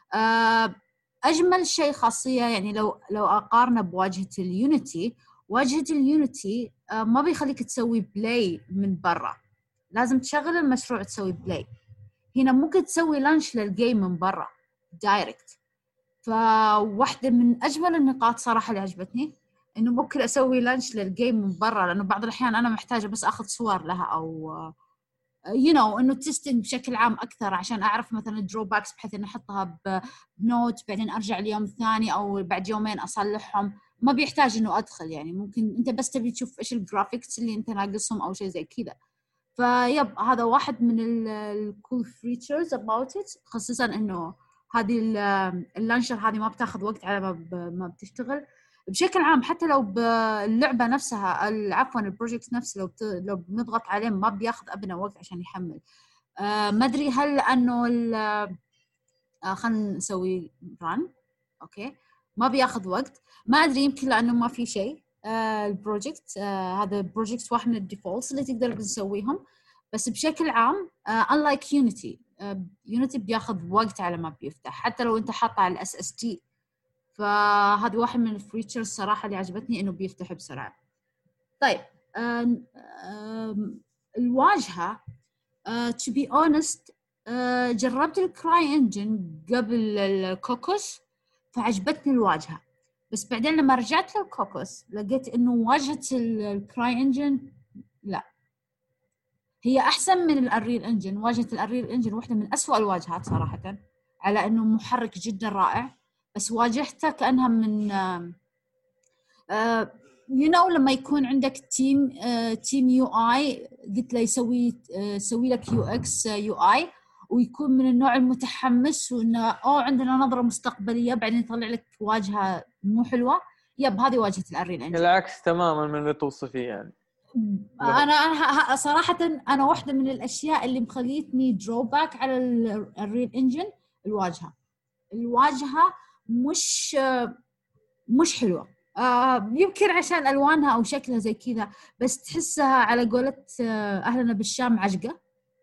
اجمل شيء خاصيه يعني لو لو اقارنه بواجهه اليونيتي، واجهه اليونيتي ما بيخليك تسوي بلاي من برا، لازم تشغل المشروع تسوي بلاي. هنا ممكن تسوي لانش للجيم من برا دايركت. فواحده من اجمل النقاط صراحه اللي عجبتني انه ممكن اسوي لانش للجيم من برا، لانه بعض الاحيان انا محتاجه بس اخذ صور لها او يو you نو know, انه تيستنج بشكل عام اكثر عشان اعرف مثلا الدروباكس بحيث اني احطها بنوت، بعدين ارجع اليوم الثاني او بعد يومين اصلحهم. ما بيحتاج انه ادخل، يعني ممكن انت بس تبي تشوف ايش الجرافيكس اللي انت ناقصهم او شيء زي كذا. فيب هذا واحد من الكول فيتشرز اباوت ات، خصوصا انه هذه اللانشر هذه ما بتاخذ وقت على ما ما بتشتغل. بشكل عام حتى لو باللعبه نفسها عفوا البروجكت نفسه لو لو بنضغط عليه ما بياخذ ابدا وقت عشان يحمل. آه ما ادري هل انه آه خلينا نسوي ران اوكي ما بياخذ وقت، ما ادري يمكن لانه ما في شيء. آه البروجكت آه هذا البروجكت واحد من الديفولتس اللي تقدر تسويهم. بس بشكل عام آه unlike Unity يونيتي بياخذ وقت على ما بيفتح حتى لو انت حاطه على الاس اس تي. فهذه واحد من الفيتشرز الصراحه اللي عجبتني انه بيفتح بسرعه. طيب آم آم الواجهه uh, to be honest uh, جربت الكراي انجن قبل الكوكوس فعجبتني الواجهه، بس بعدين لما رجعت للكوكوس لقيت انه واجهه الكراي انجن لا هي احسن من الانريل انجن. واجهه الانريل انجن واحده من أسوأ الواجهات صراحه، على انه محرك جدا رائع، بس واجهته كانها من يو نو لما يكون عندك تيم تيم يو اي قلت له يسوي يسوي لك يو اكس يو اي ويكون من النوع المتحمس وانه او عندنا نظره مستقبليه بعدين يطلع لك واجهه مو حلوه. يب هذه واجهه الانريل انجن العكس تماما من اللي توصفيه يعني. انا انا صراحه انا واحده من الاشياء اللي مخليتني دروباك على الريل انجن الواجهه الواجهه مش مش حلوه. آه يمكن عشان الوانها او شكلها زي كذا، بس تحسها على قولة اهلنا بالشام عجقه.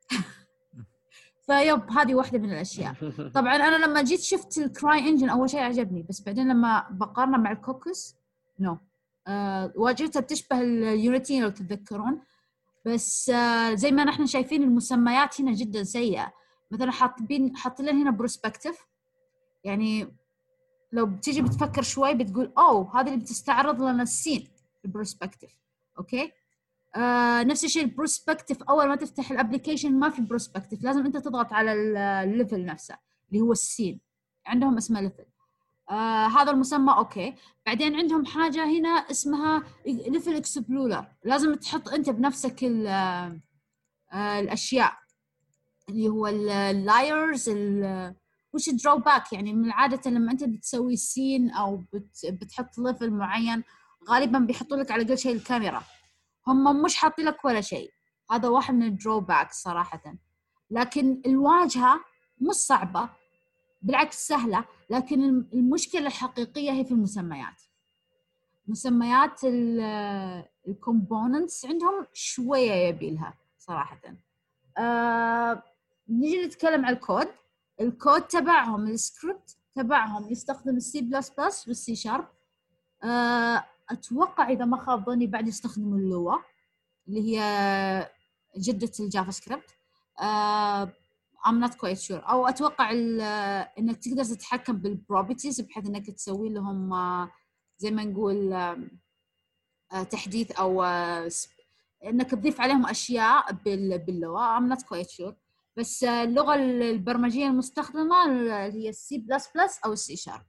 فيب هذه واحده من الاشياء. طبعا انا لما جيت شفت الكراي انجن اول شيء عجبني، بس بعدين لما بقارنه مع الكوكس نو no. آه واجهتها بتشبه اليونيتي لو تتذكرون، بس آه زي ما نحن شايفين المسميات هنا جدا سيئة. مثلا حاطين حاطين هنا بروسبكتيف، يعني لو بتيجي بتفكر شوي بتقول أوه هذا اللي بتستعرض لنا السين البروسبكتيف. أوكي آه نفس الشيء البروسبكتيف أول ما تفتح الابليكيشن ما في بروسبكتيف، لازم أنت تضغط على الليفل نفسه اللي هو السين، عندهم اسمه ليفل. آه هذا المسمى أوكي. بعدين عندهم حاجة هنا اسمها ليفل اكسبلورر، لازم تحط أنت بنفسك آه الأشياء اللي هو اللايرز وش الدروباك. يعني من العادة لما أنت بتسوي سين أو بت بتحط ليفل معين غالبا بيحطوا لك على كل شيء الكاميرا، هم مش حاطين لك ولا شيء. هذا واحد من الدروباك صراحة. لكن الواجهة مش صعبة، بالعكس سهلة، لكن المشكلة الحقيقية هي في المسميات. مسميات الكومبوننتس عندهم شوية يبيلها صراحة. آه، نيجي نتكلم عن الكود. الكود تبعهم السكريبت تبعهم يستخدم السي بلس بلس والسي شارب. آه، أتوقع إذا ما خاب ظني بعد يستخدموا اللغة اللي هي جدة الجافا سكريبت. آه، I'm not quite sure. أو أتوقع إنك تقدر تتحكم بالبروبرتيز بحيث إنك تسوي لهم زي ما نقول تحديث أو إنك تضيف عليهم أشياء باللغة. I'm not quite sure. بس اللغة البرمجية المستخدمة هي السي بلس بلس أو السي شارب.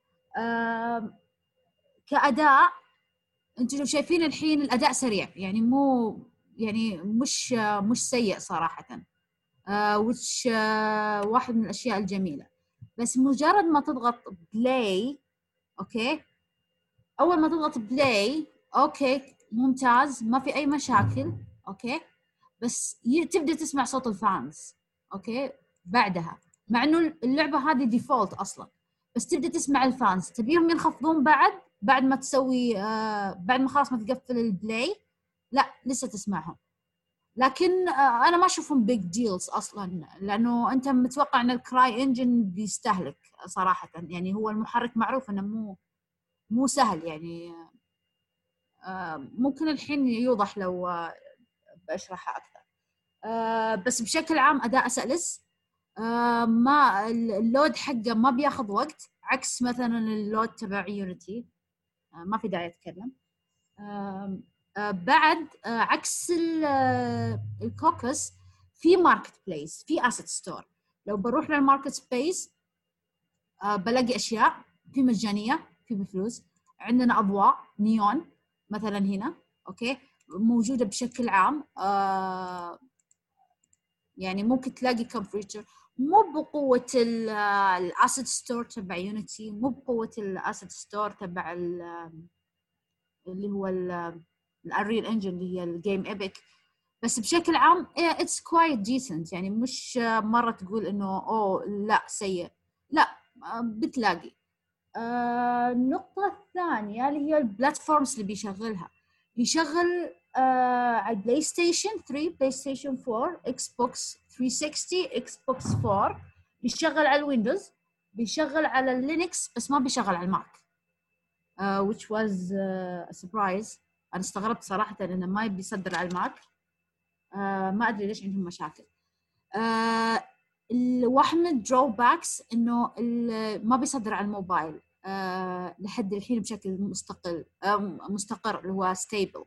كأداء أنتوا شايفين الحين الأداء سريع، يعني مو يعني مش مش سيء صراحة. آه وش آه واحد من الأشياء الجميلة. بس مجرد ما تضغط بلاي أوكي، أول ما تضغط بلاي أوكي ممتاز ما في أي مشاكل أوكي، بس تبدأ تسمع صوت الفانز أوكي بعدها، مع إنه اللعبة هذه ديفولت أصلا، بس تبدأ تسمع الفانز تبيهم ينخفضون بعد بعد ما تسوي آه بعد ما خلاص ما تقفل البلاي لا لسه تسمعهم. لكن أنا ما أشوفهم big deals أصلاً، لأنه أنت متوقع أن الكراي إنجن بيستهلك صراحة. يعني هو المحرك معروف أنه مو مو سهل، يعني ممكن الحين يوضح لو بأشرحها أكثر. بس بشكل عام أداء سلس، ما اللود حقه ما بياخذ وقت عكس مثلاً اللود تبع يونيتي. ما في داعي أتكلم. آه بعد آه عكس الكوكس في ماركت بليس، في اسيت ستور. لو بروح للماركت بليس آه بلاقي اشياء في مجانيه في بفلوس. عندنا اضواء نيون مثلا هنا اوكي موجوده بشكل عام. آه يعني ممكن تلاقي كم فيتشر مو بقوه الاسيت ستور تبع يونيتي، مو بقوه الاسيت ستور تبع اللي هو الريل انجن اللي هي الجيم ايبك، بس بشكل عام اتس كوايت ديسنت. يعني مش مره تقول انه اوه لا سيء، لا بتلاقي. آه النقطه الثانيه اللي هي البلاتفورمز اللي بيشغلها. يشغل آه على بلاي ستيشن ثري، بلاي ستيشن فور، اكس بوكس ثلاثمية وستين اكس بوكس فور، بيشغل على الويندوز، بيشغل على اللينكس بس ما بيشغل على الماك. uh, which was uh, a surprise. انا استغربت صراحه انه ما بيصدر على الماك. uh, ما ادري ليش عندهم مشاكل. uh, واحد من الدروباكس انه ما بيصدر على الموبايل uh, لحد الحين بشكل مستقل uh, مستقر اللي هو stable.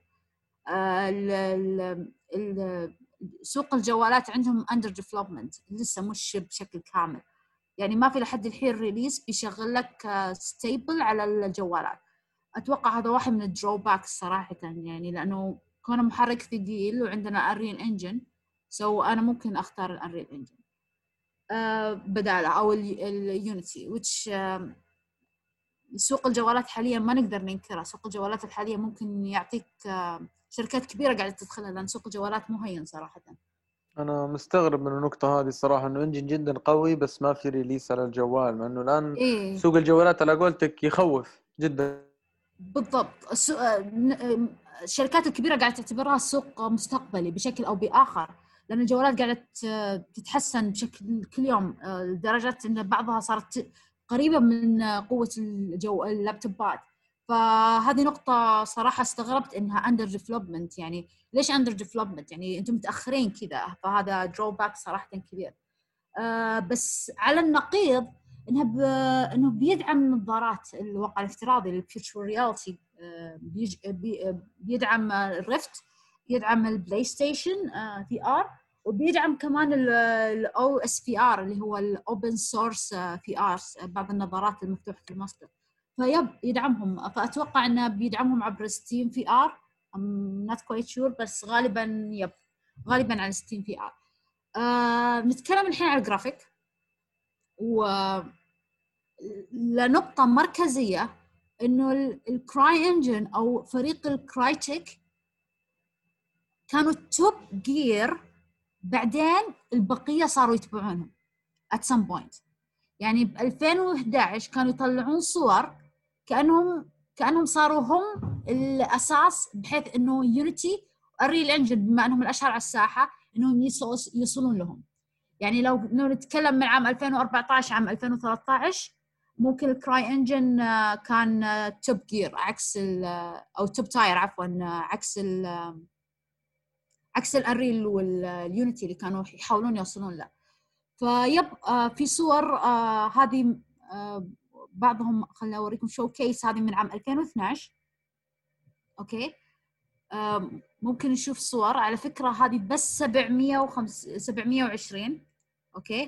uh, سوق الجوالات عندهم under development لسه مش بشكل كامل، يعني ما في لحد الحين ريليس بيشغل لك ستيبل على الجوالات. اتوقع هذا واحد من الدروباكس صراحه، يعني لانه كونه محرك ثقيل وعندنا انريل انجن، سو انا ممكن اختار الانريل انجن أه بداله او اليونيتي. which أه سوق الجوالات حاليا ما نقدر ننكره، سوق الجوالات الحاليه ممكن يعطيك أه شركات كبيره قاعده تدخلها، لان سوق الجوالات مو هين صراحه. انا مستغرب من النقطه هذه الصراحه، انه انجن جدا قوي بس ما في ريليس على الجوال، مع انه الان إيه؟ سوق الجوالات على قولتك يخوف جدا. بالضبط. السوق... الشركات الكبيره قاعده تعتبرها سوق مستقبلي بشكل او باخر، لان الجوالات قاعده تتحسن بشكل كل يوم لدرجه ان بعضها صارت قريبه من قوه الجو اللابتوبات. فهذه نقطه صراحه استغربت انها اندر ديفلوبمنت. يعني ليش اندر ديفلوبمنت؟ يعني انتم متاخرين كذا، فهذا دروباك صراحه كبير. آه بس على النقيض انه ب... انه بيدعم نظارات الواقع الافتراضي الفيرتشوال رياليتي، آه بيج... بي... بيدعم الريفت، بيدعم البلاي ستيشن آه في ار، وبيدعم كمان الاو اس في ار اللي هو الاوبن سورس في ار، بعض النظارات المفتوحه المصدر. فيب يدعمهم، فاتوقع انه بيدعمهم عبر ستيم في ار. ام نوت كويت شور، بس غالبا يب غالبا على ستيم في ار. آه، نتكلم الحين على الجرافيك، و لنقطة مركزية إنه الكراي إنجن أو فريق الكرايتك كانوا توب جير، بعدين البقية صاروا يتبعونهم at some point. يعني ب ألفين وإحدى عشر كانوا يطلعون صور كأنهم كأنهم صاروا هم الأساس، بحيث إنه يونيتي والريل إنجن بما أنهم الأشهر على الساحة إنهم يوصلون لهم. يعني لو نتكلم من عام ألفين وأربعة عشر عام ألفين وثلاثة عشر ممكن الكراي انجن كان توب جير عكس او توب تاير عفوا عكس ال عكس الانريل واليونيتي اللي كانوا يحاولون يوصلون له. فيب في صور هذه بعضهم، خليني اوريكم شو كيس، هذه من عام ألفين واثني عشر. اوكي ممكن نشوف صور، على فكرة هذه بس سبعمية وخمسين سبعمية وعشرين. اوكي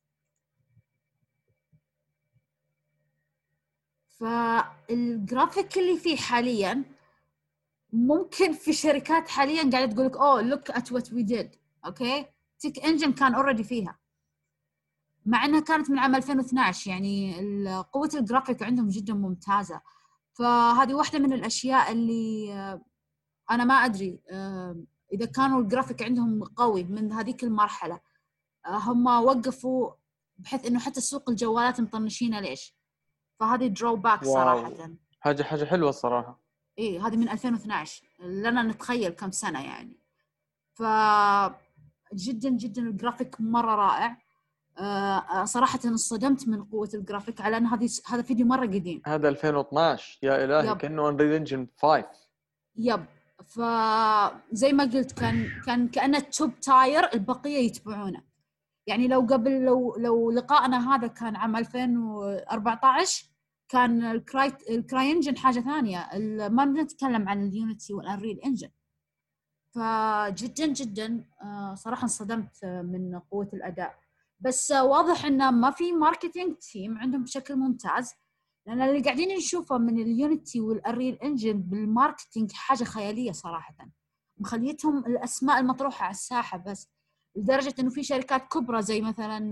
فالجرافيك اللي فيه حاليا ممكن في شركات حاليا قاعده تقول لك اوه لوك ات وات وي ديد. اوكي تيك انجن كان اوريدي فيها، مع انها كانت من عام ألفين واثني عشر. يعني قوه الجرافيك عندهم جدا ممتازه. فهذه واحده من الاشياء اللي انا ما ادري اذا كانوا الجرافيك عندهم قوي من هذيك المرحله هم وقفوا، بحيث انه حتى سوق الجوالات مطنشينه ليش. فهذه دروباك صراحه. حاجه حاجه حلوه الصراحه. ايه هذه من ألفين واثني عشر، لنا نتخيل كم سنه يعني. ف جدا جدا الجرافيك مره رائع. آه صراحه انصدمت من قوه الجرافيك، على ان هذه هذا فيديو مره قديم، هذا ألفين واثناشر يا الهي، كانه انريل انجن خمسة. يب فزي ما قلت كان كان كانه توب تاير، البقيه يتبعونه. يعني لو قبل لو لو لقائنا هذا كان عام ألفين وأربعة عشر كان الكراي الكراي انجن حاجه ثانيه، ما نتكلم عن اليونيتي والانريل انجن. فجدا جدا صراحه انصدمت من قوه الاداء. بس واضح انه ما في ماركتينج تيم عندهم بشكل ممتاز، لان اللي قاعدين نشوفه من اليونيتي والانريل انجن بالماركتينج حاجه خياليه صراحه، مخليتهم الاسماء المطروحه على الساحه بس، لدرجه انه في شركات كبرى زي مثلا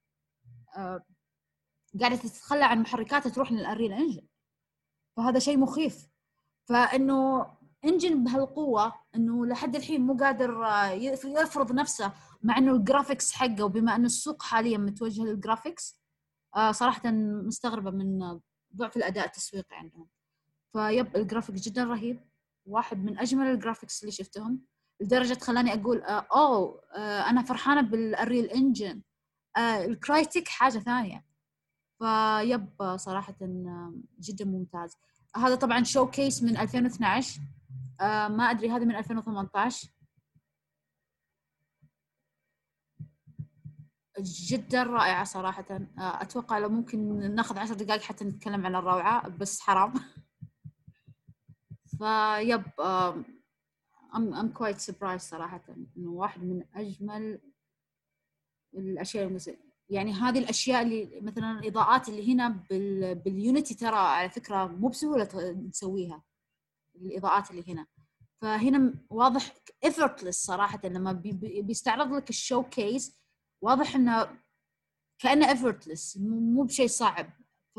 قاعده تتخلى عن محركات تروح للانريل انجن. فهذا شيء مخيف. فانه انجن بهالقوه انه لحد الحين مو قادر يفرض نفسه، مع انه الجرافيكس حقه، وبما انه السوق حاليا متوجه للجرافيكس صراحه مستغربه من ضعف الاداء التسويقي عندهم. فيب الجرافيك جدا رهيب، واحد من اجمل الجرافيكس اللي شفتهم. لدرجة خلاني أقول آه أوه آه أنا فرحانة بالأريل إنجن. آه الكرايتك حاجة ثانية. فيب صراحة جدا ممتاز. هذا طبعا شو كيس من ألفين واثناشر. آه ما أدري هذه من ألفين وثمانية عشر. جدا رائعة صراحة. آه أتوقع لو ممكن ناخذ عشر دقائق حتى نتكلم عن الروعة بس حرام. فيب آه I'm, I'm quite surprised صراحة إنه واحد من أجمل الأشياء المس... يعني هذه الأشياء اللي مثلا الإضاءات اللي هنا بال... باليونيتي ترى على فكرة مو بسهولة نسويها الإضاءات اللي هنا. فهنا واضح effortless صراحة لما بي... بيستعرض لك الشو كيس واضح إنه كأنه effortless مو بشيء صعب. ف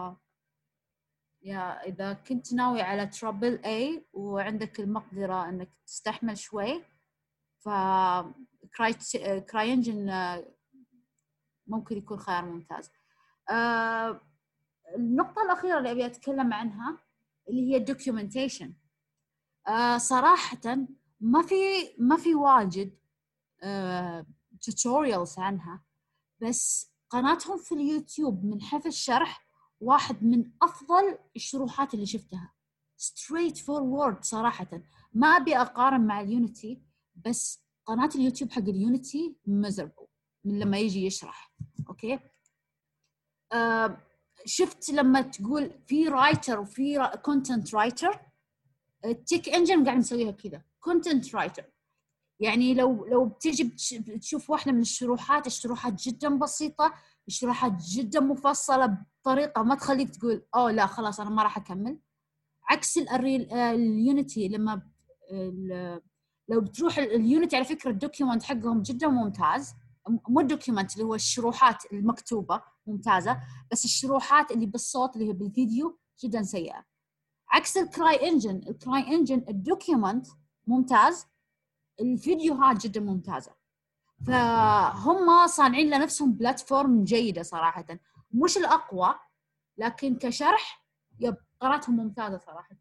يا إذا كنت ناوي على ترابل A وعندك المقدرة إنك تستحمل شوي ف كرايت كراينجن ممكن يكون خيار ممتاز. آه النقطة الأخيرة اللي أبي أتكلم عنها اللي هي الدوكيومنتيشن. آه صراحة ما في ما في واجد آه توتوريالز عنها بس قناتهم في اليوتيوب من حيث الشرح واحد من أفضل الشروحات اللي شفتها. straight forward صراحة ما أبي أقارن مع اليونيتي بس قناة اليوتيوب حق اليونيتي miserable من لما يجي يشرح. أوكي آه شفت لما تقول في رايتر وفي كونتنت رايتر التيك انجن قاعد نسويها كذا كونتنت رايتر. يعني لو لو بتيجي تشوف واحدة من الشروحات الشروحات جدا بسيطة الشروحات جدا مفصلة بطريقة ما تخليك تقول أوه لا خلاص أنا ما راح أكمل. عكس الريل اليونيتي لما لو بتروح اليونيتي على فكرة الدوكيومنت حقهم جدا ممتاز. مو الدوكيومنت اللي هو الشروحات المكتوبة ممتازة بس الشروحات اللي بالصوت اللي هي بالفيديو جدا سيئة. عكس الكراي انجن الكراي انجن الدوكيومنت ممتاز الفيديوهات جدا ممتازة. فهم صانعين لنفسهم بلاتفورم جيدة صراحة مش الأقوى لكن كشرح يب قناتهم ممتازة صراحة.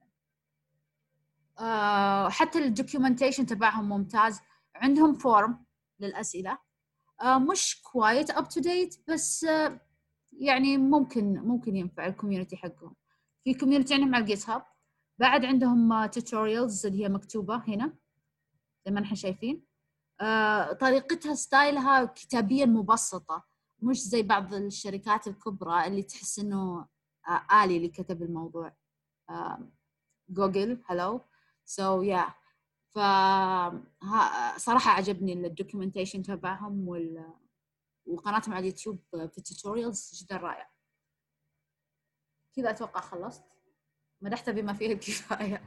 أه حتى الدوكيومنتيشن تبعهم ممتاز. عندهم فورم للأسئلة أه مش كوايت up to date بس أه يعني ممكن ممكن ينفع الكوميونتي حقهم. في كوميونتي عندهم على الجيت هاب بعد عندهم توتوريالز اللي هي مكتوبة هنا زي ما نحن شايفين. آه، طريقتها ستايلها كتابيا مبسطة مش زي بعض الشركات الكبرى اللي تحس إنه آه آلي اللي كتب الموضوع. آه، جوجل هلو سو يا ف صراحة عجبني الدوكيومنتيشن تبعهم وال... وقناتهم على اليوتيوب في التوتوريالز جدا رائع. كذا أتوقع خلصت مدحت بما فيه الكفاية.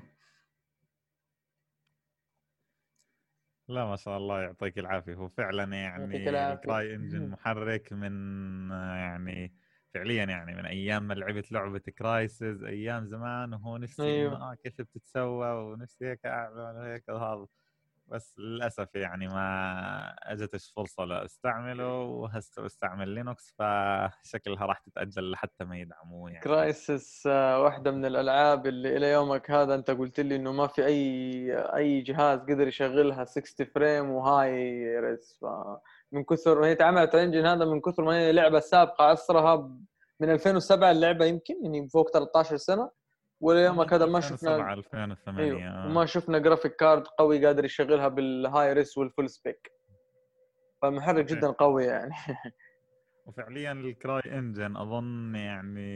لا ما شاء الله يعطيك العافية. هو فعلا يعني الكراي انجن محرك من يعني فعليا يعني من ايام ما لعبت لعبة كرايسز ايام زمان وهو نفسي أيوه. انه اه كيف بتتسوى ونفسي هيك اعمل هيك هذا بس للاسف يعني ما اجتش فرصة لاستعمله وهسه بستعمل لينوكس فشكلها راح تتأجل لحتى ما يدعموه يعني. كرايسس واحدة من الألعاب اللي إلى يومك هذا أنت قلت لي إنه ما في أي أي جهاز قدر يشغلها ستين فريم وهاي ريس. من كثر هي تعملت الانجن هذا من كثر ما هي لعبة سابقة عصرها من ألفين وسبعة اللعبة يمكن يعني فوق ثلاثة عشر سنة وليومك هذا ما شفنا ألفين وثمانية أيوه وما شفنا جرافيك كارد قوي قادر يشغلها بالهاي ريس والفول سبيك. فمحرك جدا قوي يعني. وفعليا الكراي انجن اظن يعني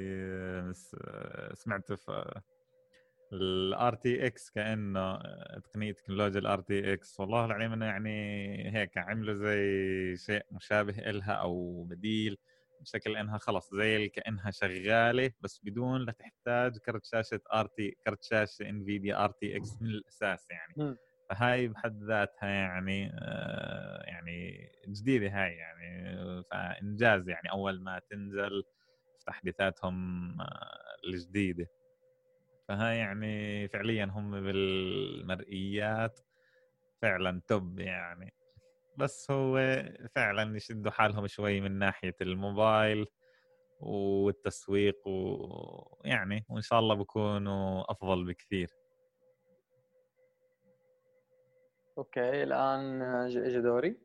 سمعت في الار تي اكس كانه تقنيه تكنولوجيا الار تي اكس والله العليم انه يعني هيك عملوا زي شيء مشابه إلها او بديل بشكل انها خلص زي كانها شغاله بس بدون لا تحتاج كرت شاشه ار تي كرت شاشه انفيديا ار تي اكس من الاساس يعني. فهاي بحد ذاتها يعني آه يعني جديده هاي يعني فانجاز يعني اول ما تنزل في تحديثاتهم آه الجديده. فهاي يعني فعليا هم بالمرئيات فعلا توب يعني. بس هو فعلا يشدوا حالهم شوي من ناحية الموبايل والتسويق ويعني وإن شاء الله بكونوا أفضل بكثير. اوكي الان اجى دوري.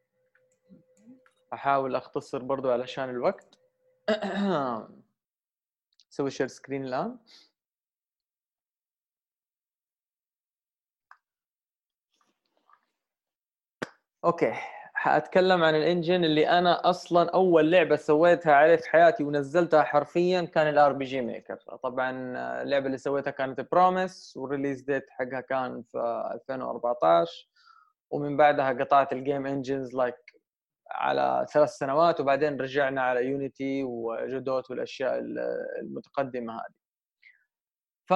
احاول اختصر برضو علشان الوقت. سوي شير سكرين الان. اوكي حاتكلم عن الانجن اللي انا اصلا اول لعبه سويتها عليه في حياتي ونزلتها حرفيا كان الار بي جي ميكر. طبعا اللعبه اللي سويتها كانت بروميس والريليز ديت حقها كان في ألفين وأربعطعش، ومن بعدها قطعت الجيم انجنز لايك على ثلاث سنوات، وبعدين رجعنا على يونيتي وجودوت والاشياء المتقدمه هذه. ف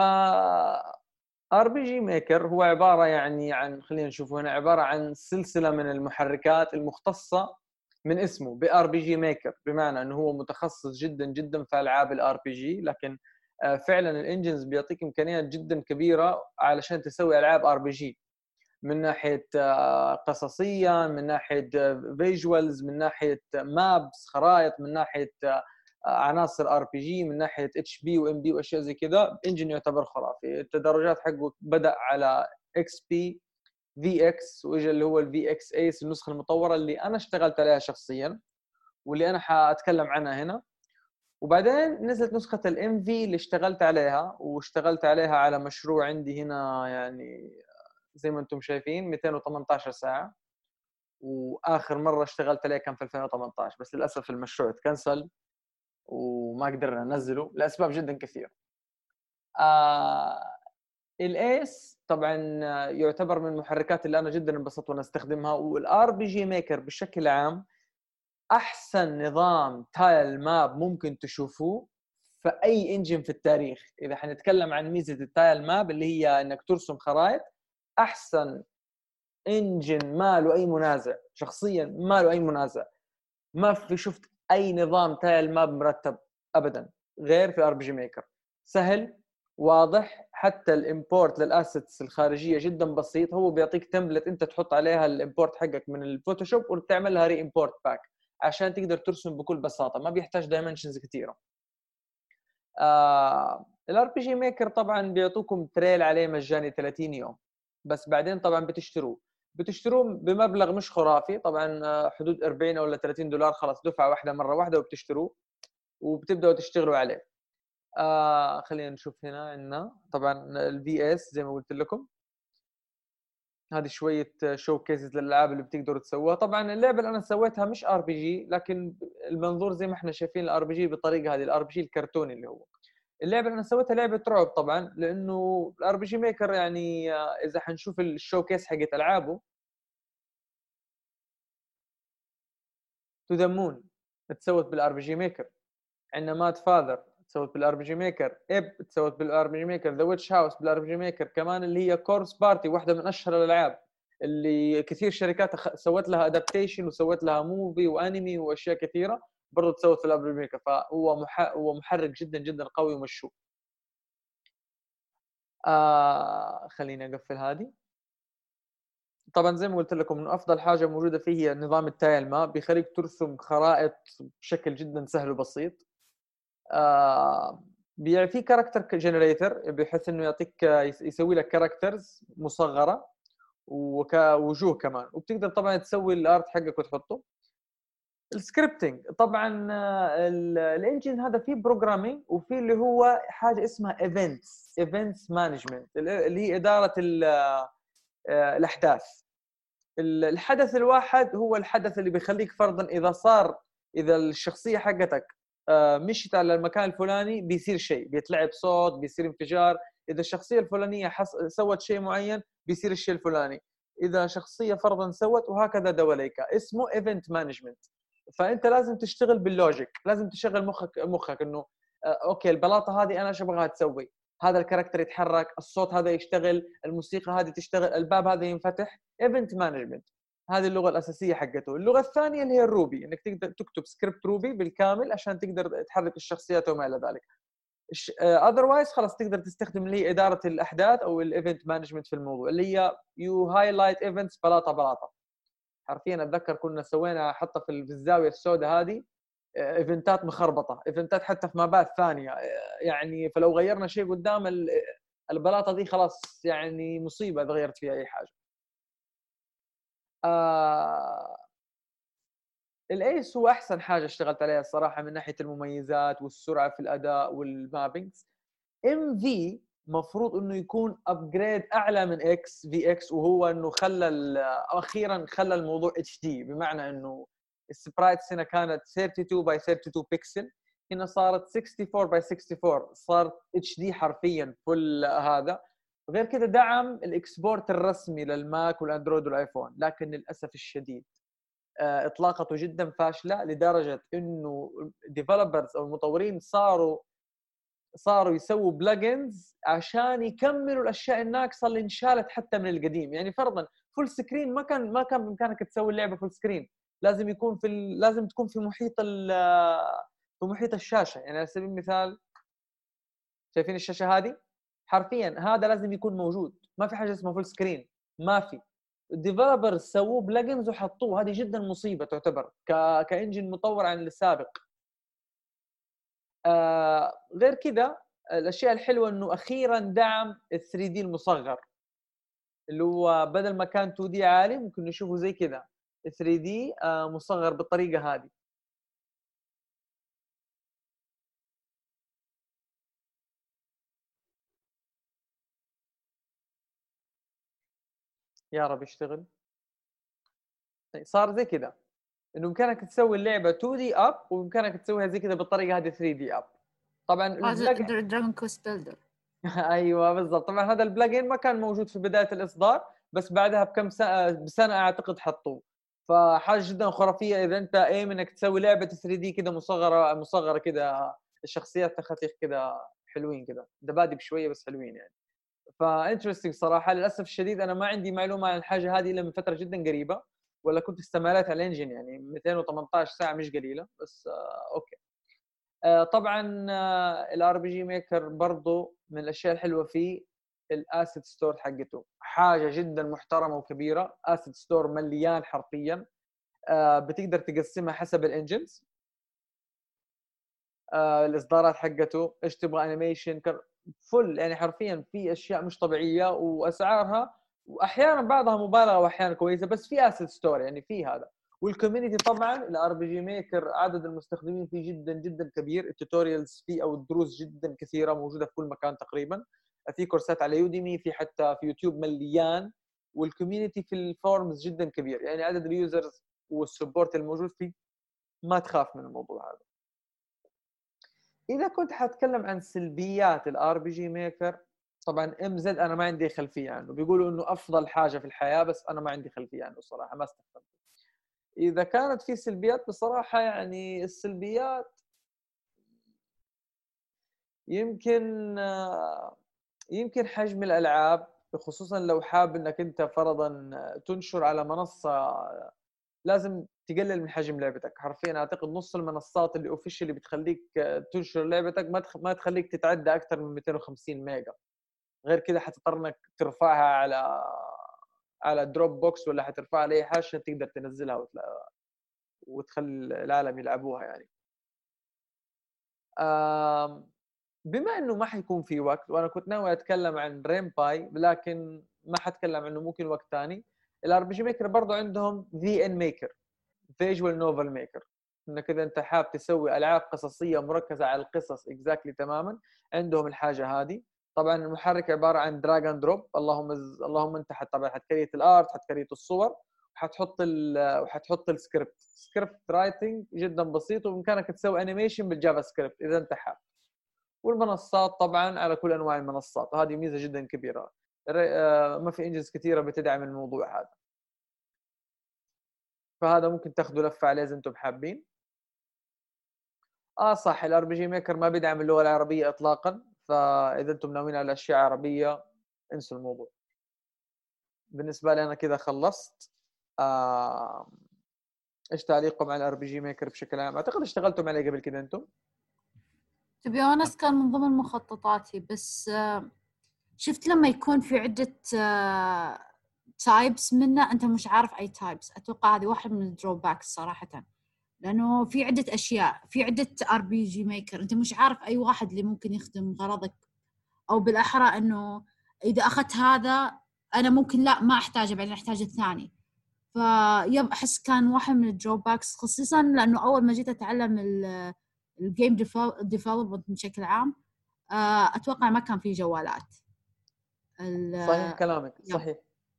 ار بي جي ميكر هو عباره يعني عن خلينا نشوف هنا عباره عن سلسله من المحركات المختصه من اسمه بار بي جي ميكر، بمعنى انه هو متخصص جدا جدا في العاب الار بي جي، لكن فعلا الانجنز بيعطيك امكانيات جدا كبيره علشان تسوي العاب ار بي جي، من ناحيه قصصيا، من ناحيه فيجوالز، من ناحيه مابس خرائط، من ناحيه عناصر ار بي جي، من ناحيه اتش بي وام بي واشياء زي كذا. انجن يعتبر خرافي. التدرجات حقه بدا على اكس بي في اكس، واجى اللي هو الفي اكس ايس النسخه المطوره اللي انا اشتغلت عليها شخصيا واللي انا حاتكلم عنها هنا. وبعدين نزلت نسخه الام في اللي اشتغلت عليها، واشتغلت عليها على مشروع عندي هنا يعني زي ما انتم شايفين مئتين وثمانية عشر ساعه، واخر مره اشتغلت عليه كان في ألفين وثمانية عشر، بس للاسف المشروع اتكنسل وما قدرنا ننزله لاسباب جدا كثيره. آه الايس طبعا يعتبر من المحركات اللي انا جدا انبسطت وانا استخدمها. والار بي جي ميكر بشكل عام احسن نظام تايل ماب ممكن تشوفوه في اي انجن في التاريخ. اذا حنتكلم عن ميزه التايل ماب اللي هي انك ترسم خرائط، احسن انجن ما له اي منازع، شخصيا ما له اي منازع. ما في شفت اي نظام تايل ماب مرتب ابدا غير في ار بي جي ميكر. سهل واضح، حتى الامبورت للاسيتس الخارجيه جدا بسيط. هو بيعطيك تمبلت انت تحط عليها الامبورت حقك من الفوتوشوب وتعمل لها ري امبورت باك عشان تقدر ترسم بكل بساطه، ما بيحتاج دايمنشنز كثيره. آه الار بي جي ميكر طبعا بيعطوكم تريل عليه مجاني ثلاثين يوم، بس بعدين طبعا بتشتروه بتشتروه بمبلغ مش خرافي، طبعا حدود أربعين ولا ثلاثين دولار، خلاص دفعه واحده مره واحده وبتشتروه وبتبداوا تشتغلوا عليه. آه خلينا نشوف هنا عندنا طبعا الفي اس زي ما قلت لكم. هذه شويه شو كيسز للالعاب اللي بتقدروا تسووها. طبعا اللعبه اللي انا سويتها مش ار بي جي، لكن المنظور زي ما احنا شايفين الار بي جي بالطريقه هذه، الار بي جي الكرتوني اللي هو. اللعبه اللي انا سويتها لعبه رعب طبعا، لانه الار بي جي ميكر يعني اذا حنشوف الشو كيس حقت العابه تو ذا مون تسوت بالار بي جي ميكر. عندنا مات فاذر تسوت بالار بي جي ميكر، اب تسوت بالار بي جي ميكر، ذا ويتش هاوس بالار بي جي ميكر، كمان اللي هي كورس بارتي واحده من اشهر الالعاب اللي كثير شركات سوت لها ادابتيشن وسوت لها موفي وانمي واشياء كثيره برضه تسوت في الار بي جي ميكر. فهو مح... هو محرك جدا جدا قوي ومشهور. آه خليني اقفل هذه. طبعا زي ما قلت لكم انه افضل حاجه موجوده فيه هي نظام التايل ماب، بيخليك ترسم خرائط بشكل جدا سهل وبسيط. آه في كاركتر جنريتر بحيث انه يعطيك يسوي لك كاركترز مصغره ووجوه كمان، وبتقدر طبعا تسوي الارت حقك وتحطه. السكريبتنج طبعا الانجن هذا فيه بروجرامينج وفي اللي هو حاجه اسمها ايفنتس ايفنتس مانجمنت اللي هي اداره الاحداث. الحدث الواحد هو الحدث اللي بيخليك فرضا اذا صار اذا الشخصيه حقتك مشيت على المكان الفلاني بيصير شيء، بيتلعب صوت، بيصير انفجار. اذا الشخصيه الفلانيه حص... سوت شيء معين بيصير الشيء الفلاني. اذا شخصيه فرضا سوت، وهكذا دواليك. اسمه ايفنت مانجمنت. فانت لازم تشتغل باللوجيك، لازم تشغل مخك مخك انه اوكي البلاطه هذه انا ايش ابغاها تسوي، هذا الكاركتر يتحرك، الصوت هذا يشتغل، الموسيقى هذه تشتغل، الباب هذا ينفتح. ايفنت مانجمنت هذه اللغه الاساسيه حقته. اللغه الثانيه اللي هي الروبي، انك تقدر تكتب سكريبت روبي بالكامل عشان تقدر تحرك الشخصيات وما الى ذلك. اذروايز خلاص تقدر تستخدم اللي هي اداره الاحداث او الايفنت مانجمنت في الموضوع، اللي هي يو هايلايت ايفنتس بلاطه بلاطه. حرفيا اتذكر كنا سوينا حتى في الزاويه السوداء هذه ايفنتات مخربطه، ايفنتات حتى في مابات ثانيه يعني. فلو غيرنا شيء قدام البلاطه دي خلاص يعني مصيبه اذا غيرت فيها اي حاجه. آه الايس هو احسن حاجه اشتغلت عليها الصراحه من ناحيه المميزات والسرعه في الاداء والمابينجز. ام في مفروض انه يكون ابجريد اعلى من اكس في اكس، وهو انه خلى اخيرا خلى الموضوع اتش دي، بمعنى انه السبرايتس هنا كانت ثلاثة وثلاثين باي ثلاثة وثلاثين بكسل، هنا صارت أربعة وستين باي ستة وستين، صارت اتش دي حرفيا فل هذا. غير كده دعم الاكسبورت الرسمي للماك والاندرويد والايفون، لكن للاسف الشديد اطلاقته جدا فاشله، لدرجه انه ديفلوبرز او المطورين صاروا صاروا يسووا بلجنز عشان يكملوا الاشياء الناقصه اللي انشالت حتى من القديم. يعني فرضا فول سكرين ما كان ما كان بامكانك تسوي اللعبه فول سكرين، لازم يكون في ال... لازم تكون في محيط ال... في محيط الشاشه. يعني على سبيل المثال شايفين الشاشه هذه حرفيا هذا لازم يكون موجود، ما في حاجه اسمها فول سكرين، ما في. الديفلوبرز سووا بلجنز وحطوه، هذه جدا مصيبه تعتبر ك... كانجن مطور عن السابق. آه غير كده الاشياء الحلوه انه اخيرا دعم ال ثري دي المصغر، اللي هو بدل ما كان تو دي عالي ممكن نشوفه زي كذا ثري دي آه مصغر بالطريقه هذه. يا رب يشتغل. صار زي كذا انه بامكانك تسوي اللعبه تو دي اب، وبامكانك تسويها زي كذا بالطريقه هذه ثري دي اب. طبعا دراجون كوست بيلدر ايوه بالضبط. طبعا هذا البلجن ما كان موجود في بدايه الاصدار، بس بعدها بكم سنه بسنه اعتقد حطوه. فحاجه جدا خرافيه اذا انت ايم انك تسوي لعبه ثري دي كذا مصغره مصغره كذا، الشخصيات تخطيخ كذا حلوين كذا، دبادي بشويه بس حلوين يعني. فانترستنج صراحه. للاسف الشديد انا ما عندي معلومه عن الحاجه هذه الا من فتره جدا قريبه، ولا كنت استمريت على الانجن. يعني مئتين وثمانية عشر ساعه مش قليله، بس آه اوكي. آه طبعا آه الار بي جي ميكر برضه من الاشياء الحلوه فيه الاسيت ستور حقته، حاجه جدا محترمه وكبيره. اسيت ستور مليان حرفيا، آه بتقدر تقسمها حسب الانجنز، آه الاصدارات حقته، ايش تبغى انيميشن فل، يعني حرفيا في اشياء مش طبيعيه، واسعارها واحيانا بعضها مبالغه واحيانا كويسه، بس في اسيت ستور يعني في هذا. والكوميونتي طبعا الار بي جي ميكر عدد المستخدمين فيه جدا جدا كبير، التوتوريالز فيه او الدروس جدا كثيره موجوده في كل مكان تقريبا، في كورسات على يوديمي، في حتى في يوتيوب مليان. والكوميونتي في الفورمز جدا كبير، يعني عدد اليوزرز والسبورت الموجود فيه ما تخاف من الموضوع هذا. اذا كنت حاتكلم عن سلبيات الار بي جي ميكر، طبعا ام زد انا ما عندي خلفيه عنه، بيقولوا انه افضل حاجه في الحياه، بس انا ما عندي خلفيه عنه صراحه، ما استخدمته. اذا كانت في سلبيات بصراحه، يعني السلبيات يمكن يمكن حجم الالعاب، خصوصا لو حاب انك انت فرضا تنشر على منصه، لازم تقلل من حجم لعبتك. حرفيا اعتقد نص المنصات اللي اوفيشلي بتخليك تنشر لعبتك ما ما تخليك تتعدى اكثر من مئتين وخمسين ميجا. غير كذا حتضطر انك ترفعها على على دروب بوكس، ولا حترفعها على اي حاجه عشان تقدر تنزلها وتل... وتخلي العالم يلعبوها يعني. آم... بما انه ما حيكون في وقت، وانا كنت ناوي اتكلم عن رين باي لكن ما حتكلم عنه، ممكن وقت ثاني. الار بي جي ميكر برضه عندهم في ان ميكر، فيجوال نوفل ميكر، انك اذا انت حاب تسوي العاب قصصيه مركزه على القصص اكزاكتلي تماما، عندهم الحاجه هذه. طبعا المحرك عباره عن دراج اند دروب، اللهم ز... اللهم انت حت طبعا حتكريت الارت، حتكريت الصور، وحتحط ال... وحتحط السكريبت. سكريبت رايتنج جدا بسيط، وبامكانك تسوي انيميشن بالجافا سكريبت اذا انت حاب. والمنصات طبعا على كل انواع المنصات، هذه ميزه جدا كبيره. ما في انجز كثيره بتدعم الموضوع هذا، فهذا ممكن تاخذوا لفه عليه اذا انتم حابين. اه صح، الار بي جي ميكر ما بيدعم اللغه العربيه اطلاقا، فاذا انتم ناويين على اشياء عربيه انسوا الموضوع. بالنسبه لي انا كذا خلصت. آه... ايش تعليقكم على الار بي جي ميكر بشكل عام؟ اعتقد اشتغلتم عليه قبل كذا انتم. to be honest كان من ضمن مخططاتي، بس شفت لما يكون في عدة تايبس منه أنت مش عارف أي تايبس، أتوقع هذه واحد من الدروباكس صراحة، لأنه في عدة أشياء، في عدة ار بي جي ميكر أنت مش عارف أي واحد اللي ممكن يخدم غرضك، أو بالأحرى أنه إذا أخذت هذا أنا ممكن لا ما أحتاجه بعدين أحتاج الثاني. فيب أحس كان واحد من الدروباكس، خصيصا لأنه أول ما جيت أتعلم الجيم ديفلوبمنت بشكل عام أتوقع ما كان في جوالات. صحيح كلامك صحيح.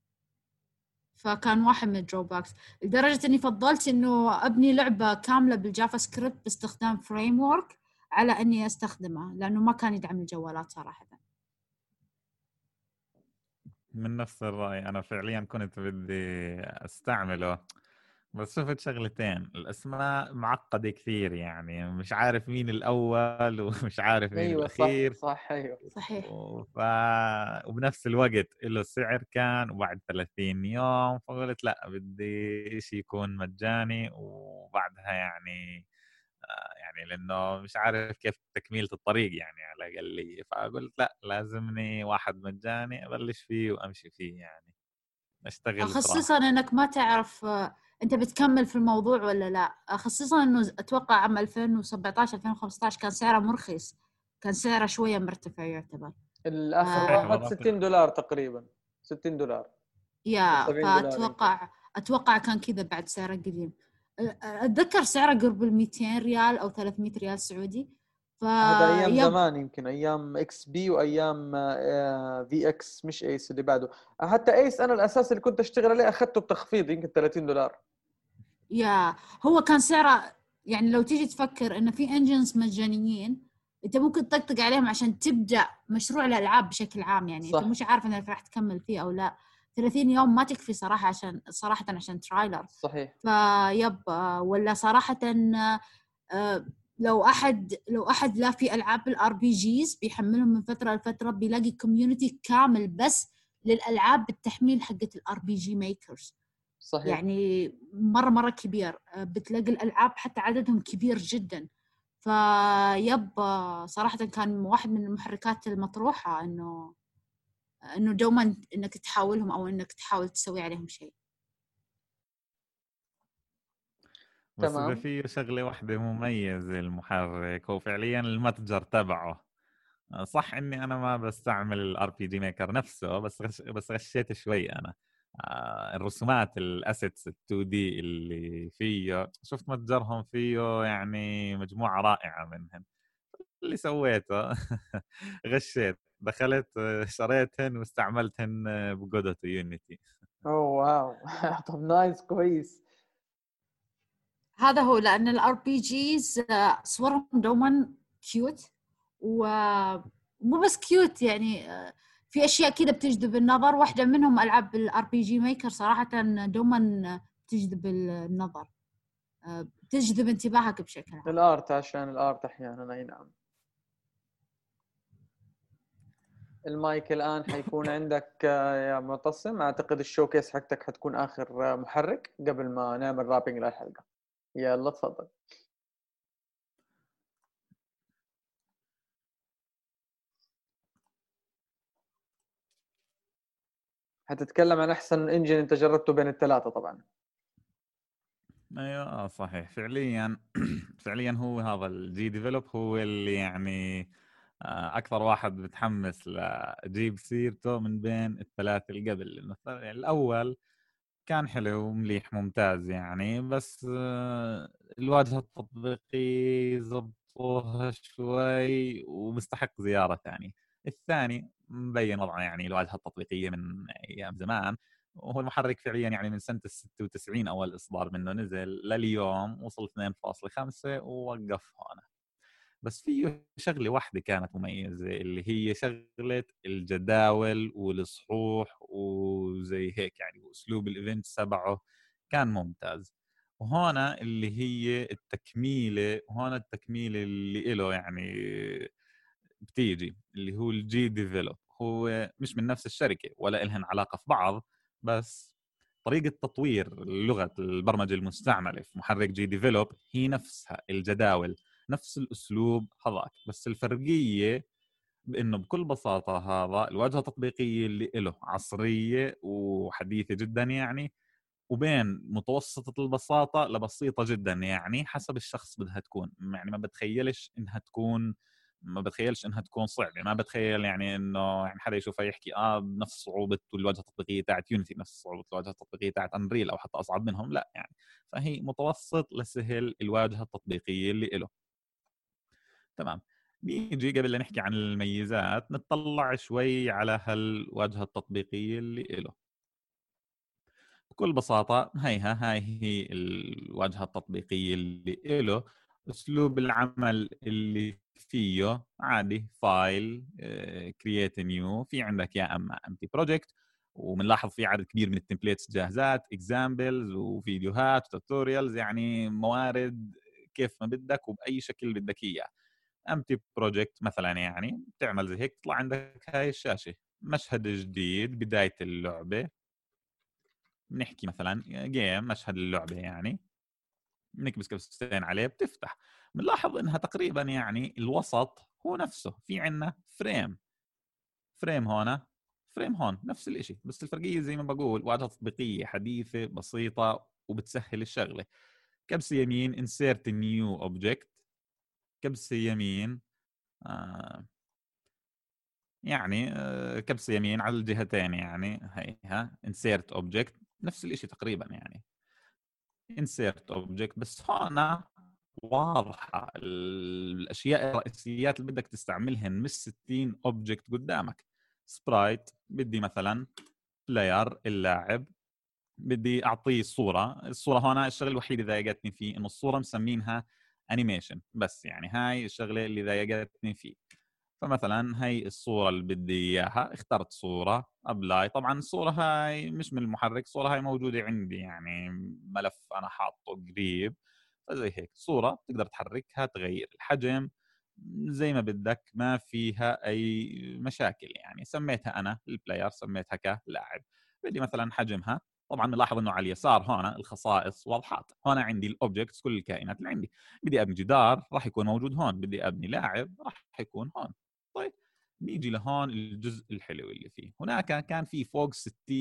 فكان واحد من الدروباكس، لدرجة إني فضلت إنه أبني لعبة كاملة بالجافا سكريبت باستخدام فريم ورك على إني أستخدمه، لأنه ما كان يدعم الجوالات صراحة. من نفس الرأي، أنا فعليا كنت بدي أستعمله، بس شفت شغلتين، الأسماء معقدة كثير، يعني مش عارف مين الأول ومش عارف مين أيوة صح الأخير. صح أيوة صحيح. ف... وبنفس الوقت له سعر كان، وبعد ثلاثين يوم فقلت لا، بدي إشي يكون مجاني، وبعدها يعني يعني لأنه مش عارف كيف تكميلة الطريق يعني على الأقلية، فقلت لا، لازمني واحد مجاني أبلش فيه وأمشي فيه، يعني أشتغل خصيصا براحة. إنك ما تعرف أنت بتكمل في الموضوع ولا لا، خصيصا إنه أتوقع عام ألفين وسبعطعش ألفين وخمسطعش كان سعره مرخص، كان سعره شوية مرتفع يعتبر. الآخر صحيح، واحد بالضبط. ستين دولار تقريبا، ستين دولار يا سبعين دولار يمكن. فأتوقع أتوقع كان كذا بعد سعره قديم. أتذكر سعره قرب الميتين ريال أو ثلاثمية ريال سعودي. هذا ايام فيب زمان، يمكن ايام اكس بي وايام آه، في اكس، مش ايس اللي بعده. حتى ايس انا الاساس اللي كنت اشتغل عليه اخذته بتخفيض يمكن ثلاثين دولار. يا هو كان سعره، يعني لو تيجي تفكر إنه في انجنز مجانيين أنت ممكن تطقطق عليهم عشان تبدأ مشروع الألعاب بشكل عام، يعني أنت صح مش عارف إنك راح تكمل فيه أو لا. ثلاثين يوم ما تكفي صراحة عشان صراحة عشان ترايلر. صحيح. فيب ولا صراحة آه، لو أحد لو أحد لا في ألعاب الار بي جيز بيحملهم من فترة لفترة، بيلاقي كوميونتي كامل بس للألعاب بالتحميل حقة الار بي جي ميكرز. صحيح. يعني مرة مرة كبير، بتلاقي الألعاب حتى عددهم كبير جدا. فيب صراحة كان واحد من المحركات المطروحة إنه إنه دوما إنك تحاولهم أو إنك تحاول تسوي عليهم شيء. بس إذا تمام. في شغلة واحدة مميزة المحرك، هو فعليا المتجر تبعه. صح إني أنا ما بستعمل الار بي جي ميكر نفسه، بس غش... بس غشيت شوي أنا. آه، الرسومات الاسيتس ال2 دي اللي فيه، شفت متجرهم فيه يعني مجموعة رائعة منهم. اللي سويته غشيت، دخلت شريتهن واستعملتهن بجودة يونيتي. اوه واو. طب نايس كويس. هذا هو، لأن الار بي جيز صورهم دوما كيوت، ومو بس كيوت يعني في أشياء كذا بتجذب النظر. واحدة منهم ألعاب الار بي جي ميكر صراحة دوما تجذب النظر، تجذب انتباهك بشكل عام. الارت، عشان الارت احيانا. اي نعم. المايك الان حيكون عندك يا معتصم. اعتقد الشوكيس حقتك حتكون اخر محرك قبل ما نعمل رابينج للحلقة. يلا تفضل. حتتكلم عن احسن انجن انت جربته بين الثلاثه طبعا. ايوه صحيح، فعليا فعليا هو هذا الجي ديفلوب هو اللي يعني اكثر واحد متحمس لاجيب سيرته من بين الثلاثه اللي قبل، لانه الاول كان حلو ومليح ممتاز يعني، بس الواجهه التطبيقيه زبطوها شوي ومستحق زياره ثانيه. الثاني مبين وضعه، يعني الواجهه التطبيقيه من ايام زمان، وهو المحرك فعليا يعني من سنه ال ستة وتسعين اول اصدار منه نزل لليوم وصل اثنين فاصلة خمسة ووقف هنا. بس فيه شغله واحده كانت مميزه، اللي هي شغله الجداول والصحوح وزي هيك يعني، واسلوب الايفنت تبعه كان ممتاز. وهنا اللي هي التكميله، وهنا التكميله اللي له يعني بتيجي، اللي هو الجي ديفلوب. هو مش من نفس الشركة ولا إلهن علاقة في بعض، بس طريقة تطوير لغة البرمجة المستعملة في محرك جي ديفلوب هي نفسها، الجداول نفس الأسلوب هذاك، بس الفرقية بأنه بكل بساطة هذا الواجهة التطبيقية اللي له عصرية وحديثة جدا يعني، وبين متوسطة البساطة لبسيطة جدا يعني، حسب الشخص بدها تكون، يعني ما بتخيلش إنها تكون ما بتخيلش انها تكون صعبه، ما بتخيل يعني انه يعني حدا يشوفها يحكي اه بنفس صعوبه الواجهه التطبيقيه تاعت يونيتي، نفس صعوبه الواجهه التطبيقيه تاعت انريل او حتى اصعب منهم، لا يعني فهي متوسط لسهل الواجهه التطبيقيه اللي له. تمام. نيجي قبل لا نحكي عن الميزات نتطلع شوي على هالواجهه التطبيقيه اللي له. بكل بساطه هيها هاي هي الواجهه التطبيقيه اللي له. اسلوب العمل اللي فيه عادي، فايل كرييت نيو، في عندك يا اما امتي بروجكت، وبنلاحظ في عدد كبير من التمبليتس جاهزات، اكزامبلز وفيديوهات وتوتوريالز، يعني موارد كيف ما بدك وباي شكل بدك اياه. امتي بروجكت مثلا يعني بتعمل زي هيك، تطلع عندك هاي الشاشه، مشهد جديد بدايه اللعبه، بنحكي مثلا جيم مشهد اللعبه يعني، بنكبس كبستين عليه بتفتح. بنلاحظ انها تقريبا يعني الوسط هو نفسه، في عنا فريم فريم هون فريم هون نفس الاشي، بس الفرقيه زي ما بقول واجهه تطبيقيه حديثه بسيطه وبتسهل الشغله. كبسه يمين insert new object، كبسه يمين آه يعني آه كبسه يمين على الجهتين، يعني هيها insert object نفس الاشي تقريبا يعني insert object، بس هون واضحة الأشياء الرئيسيات اللي بدك تستعملهن، مش ستين object قدامك. سبرايت بدي مثلا بلاير اللاعب، بدي أعطيه صورة. الصورة هون الشغلة الوحيدة اللي ضايقتني فيه إنه الصورة مسمينها أنيميشن بس، يعني هاي الشغلة اللي ضايقتني فيه. فمثلا هاي الصورة اللي بدي إياها، اخترت صورة أبلاي. طبعا الصورة هاي مش من المحرك، الصورة هاي موجودة عندي يعني ملف أنا حاطه قريب، فزي هيك صورة تقدر تحركها، تغير الحجم زي ما بدك، ما فيها أي مشاكل. يعني سميتها أنا البلاير، سميتها كلاعب. بدي مثلا حجمها، طبعا نلاحظ انه على اليسار هون الخصائص واضحات، هون عندي الاوبجكتس كل الكائنات اللي عندي. بدي ابني جدار راح يكون موجود هون، بدي ابني لاعب راح يكون هون. طيب نيجي لهون الجزء الحلو اللي فيه، هناك كان في فوق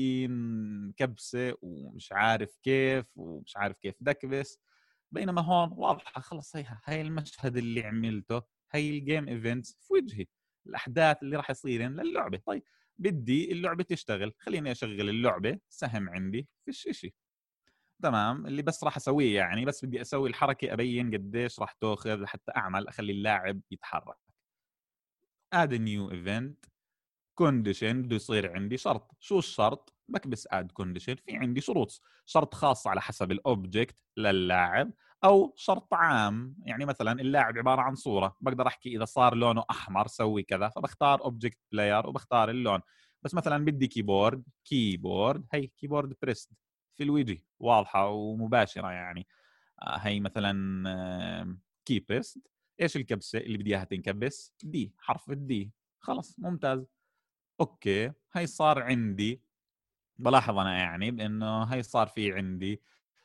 ستين كبسة ومش عارف كيف ومش عارف كيف دكبس، بينما هون واضحة خلص، هي هاي المشهد اللي عملته، هاي الجيم ايفنتس في وجهي، الأحداث اللي راح يصيرن للعبة. طيب بدي اللعبة تشتغل، خليني أشغل اللعبة، سهم عندي فيش إشي. تمام، اللي بس راح أسويه يعني بس بدي أسوي الحركة أبين قديش راح تأخذ حتى أعمل أخلي اللاعب يتحرك. add a new event condition، بده يصير عندي شرط. شو الشرط؟ بكبس add condition، في عندي شروط، شرط خاص على حسب الاوبجكت للاعب، او شرط عام. يعني مثلا اللاعب عباره عن صوره، بقدر احكي اذا صار لونه احمر سوي كذا، فبختار اوبجكت بلاير وبختار اللون. بس مثلا بدي كيبورد، كيبورد هي كيبورد بريست في الوجه، واضحه ومباشره يعني. آه هي مثلا كي بريست، ايش الكبسه اللي بدي اياها تنكبس؟ دي، حرف الدي. خلص ممتاز، اوكي. هي صار عندي، بلاحظ انا يعني بانه هي صار في عندي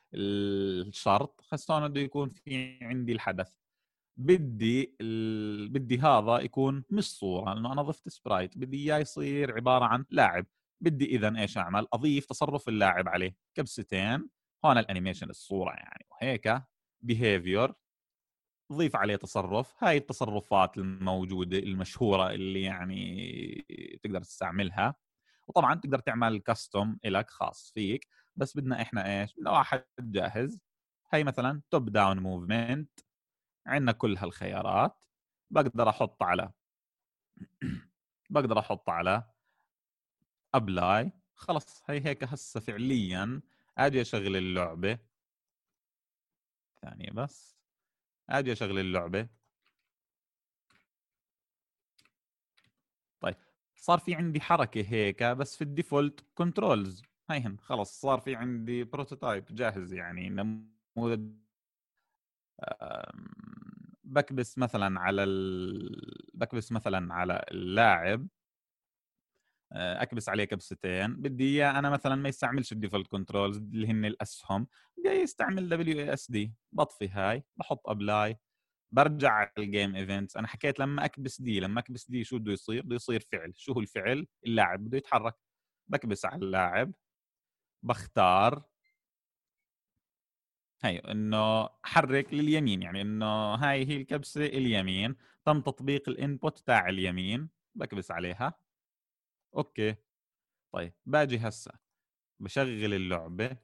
الشرط، خاصة بده يكون في عندي الحدث. بدي ال... بدي هذا يكون مش صورة لانه انا ضفت سبرايت، بدي اياه يصير عبارة عن لاعب. بدي اذا ايش اعمل؟ اضيف تصرف اللاعب عليه، كبستين هون الانيميشن الصورة يعني، وهيك behavior ضيف عليه تصرف. هاي التصرفات الموجودة المشهورة اللي يعني تقدر تستعملها، وطبعا تقدر تعمل كاستوم إلك خاص فيك، بس بدنا إحنا إيش؟ بدنا واحد جاهز. هاي مثلا توب داون موفمنت، عندنا كل هالخيارات. بقدر أحط على بقدر أحط على أبلاي. خلص هي هيك هسه فعليا أجي أشغل اللعبة. ثانية بس، أجي أشغل اللعبة. طيب صار في عندي حركة هيك بس في الديفولت كنترولز، هيهن خلص صار في عندي بروتوتايب جاهز يعني نموذج. بكبس مثلا على ال... بكبس مثلا على اللاعب، اكبس عليه كبستين. بدي اياه انا مثلا ما يستعملش الديفولت كنترولز اللي هن الاسهم، بدي يستعمل دبليو اي اس دي. بطفي هاي، بحط ابلاي، برجع على الجيم ايفنتس. انا حكيت لما اكبس دي لما اكبس دي شو بده يصير؟ بده يصير فعل. شو هو الفعل؟ اللاعب بده يتحرك. بكبس على اللاعب، بختار هي انه حرك لليمين، يعني انه هاي هي الكبسه اليمين، تم تطبيق الانبوت تاع اليمين، بكبس عليها اوكي. طيب باجي هسه بشغل اللعبه،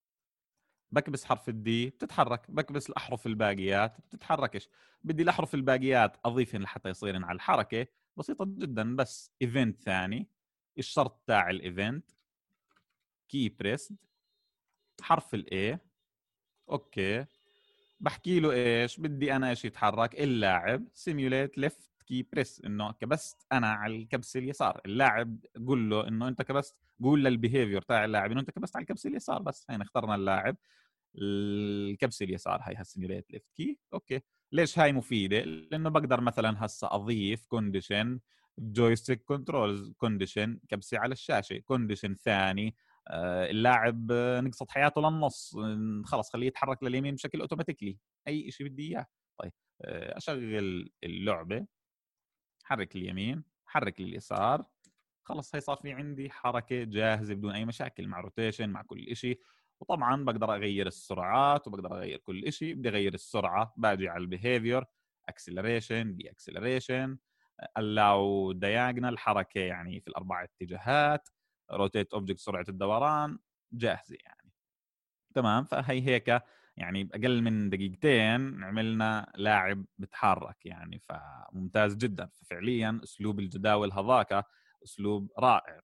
بكبس حرف الدي بتتحرك، بكبس الاحرف الباقيات بتتحركش. بدي الاحرف الباقيات اضيفهن لحتى يصيرن على الحركه، بسيطه جدا، بس ايفنت ثاني، الشرط تاع الايفنت كي بريسد، حرف الاي اوكي. بحكي له ايش بدي انا، ايش يتحرك اللاعب، سيميوليت ليفت كي بريس، انه كبست انا على الكبسه اليسار. اللاعب قول له انه انت كبست، قول للبيهيفير تاع اللاعب انه انت كبست على الكبسه اليسار بس. هين اخترنا اللاعب الكبسه اليسار، هاي هالسيميوليت ليفت كي اوكي. ليش هاي مفيده؟ لانه بقدر مثلا هسه اضيف كونديشن جويستيك كنترولز، كونديشن كبسه على الشاشه، كونديشن ثاني اللاعب نقصت حياته للنص، خلص خليه يتحرك لليمين بشكل اوتوماتيكلي، اي شيء بدي اياه. طيب اشغل اللعبه، حرك اليمين حرك اليسار، خلص هي صار في عندي حركه جاهزه بدون اي مشاكل، مع روتيشن مع كل شيء. وطبعا بقدر اغير السرعات وبقدر اغير كل شيء. بدي اغير السرعه، باجي على البيهيفير، اكسلريشن دي اكسلريشن، allow diagonal حركه يعني في الاربع اتجاهات، روتيت اوبجكت سرعه الدوران، جاهزه يعني تمام. فهي هيك يعني باقل من دقيقتين عملنا لاعب بتحرك يعني، فممتاز جدا. ففعليا اسلوب الجداول هذاك اسلوب رائع،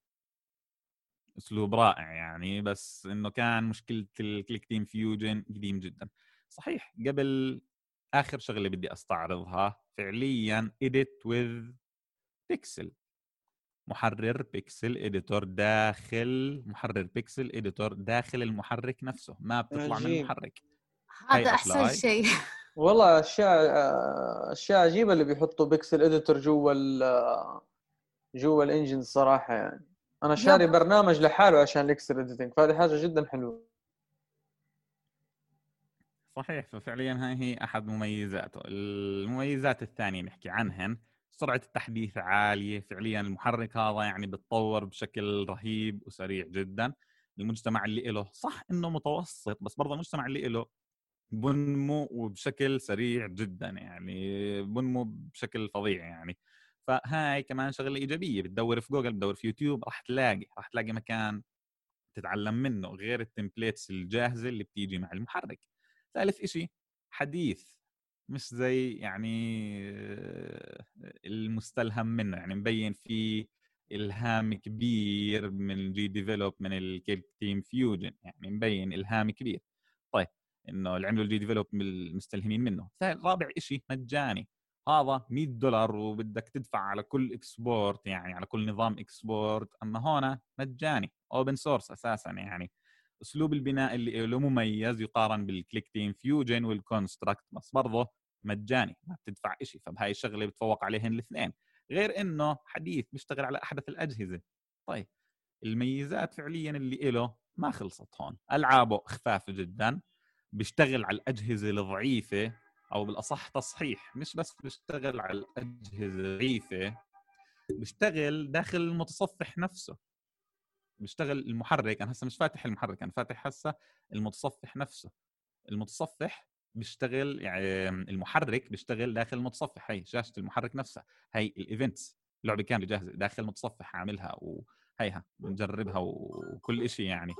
اسلوب رائع يعني. بس انه كان مشكله الكليك تيم فيوجن قديم جدا. صحيح قبل اخر شغله بدي استعرضها فعليا edit with pixel، محرر بيكسل اديتور داخل محرر بيكسل اديتور داخل المحرك نفسه، ما بتطلع من عجيب. المحرك. هذا هي احسن ابلاي، شيء. والله اشياء اشياء عجيبه اللي بيحطوا بيكسل اديتور جوا ال جوا الانجن الصراحه. يعني انا شاري يب برنامج لحاله عشان الاكسل اديتنج، فهذه حاجه جدا حلوه. صحيح. ففعليا هاي هي احد مميزاته. المميزات الثانيه نحكي عنهن، سرعه التحديث عاليه، فعليا المحرك هذا يعني بتطور بشكل رهيب وسريع جدا. المجتمع اللي له صح انه متوسط، بس برضه المجتمع اللي له بنمو وبشكل سريع جدا، يعني بنمو بشكل فظيع يعني. فهاي كمان شغله ايجابيه، بتدور في جوجل بتدور في يوتيوب راح تلاقي راح تلاقي مكان تتعلم منه غير التمبليتس الجاهزه اللي بتيجي مع المحرك. ثالث إشي حديث، مش زي يعني المستلهم منه، يعني مبين فيه الهام كبير من الجي ديفلوب من الكيك تيم فيوجن، يعني مبين الهام كبير. طيب انه اللي عملوا الجي ديفلوب مستلهمين منه. رابع إشي مجاني، هذا مية دولار وبدك تدفع على كل اكسبورت، يعني على كل نظام اكسبورت. اما هون مجاني اوبن سورس اساسا يعني. اسلوب البناء اللي له مميز يقارن بالكليك تيم فيوجن والكونستراكت، بس برضه مجاني ما بتدفع إشي. فبهاي الشغله بتفوق عليهن الاثنين، غير انه حديث بيشتغل على احدث الاجهزه. طيب الميزات فعليا اللي له ما خلصت هون. العابه خفاف جدا، بيشتغل على الاجهزه الضعيفه، او بالاصح تصحيح، مش بس بيشتغل على الاجهزه الضعيفه، بيشتغل داخل المتصفح نفسه. بيشتغل المحرك، انا هسه مش فاتح المحرك، انا فاتح هسه المتصفح نفسه. المتصفح بيشتغل يعني، المحرك بيشتغل داخل المتصفح. هي شاشه المحرك نفسها، هي الايفنتس، لعبه كامله جاهزه داخل المتصفح عاملها، وهيها بنجربها وكل شيء يعني.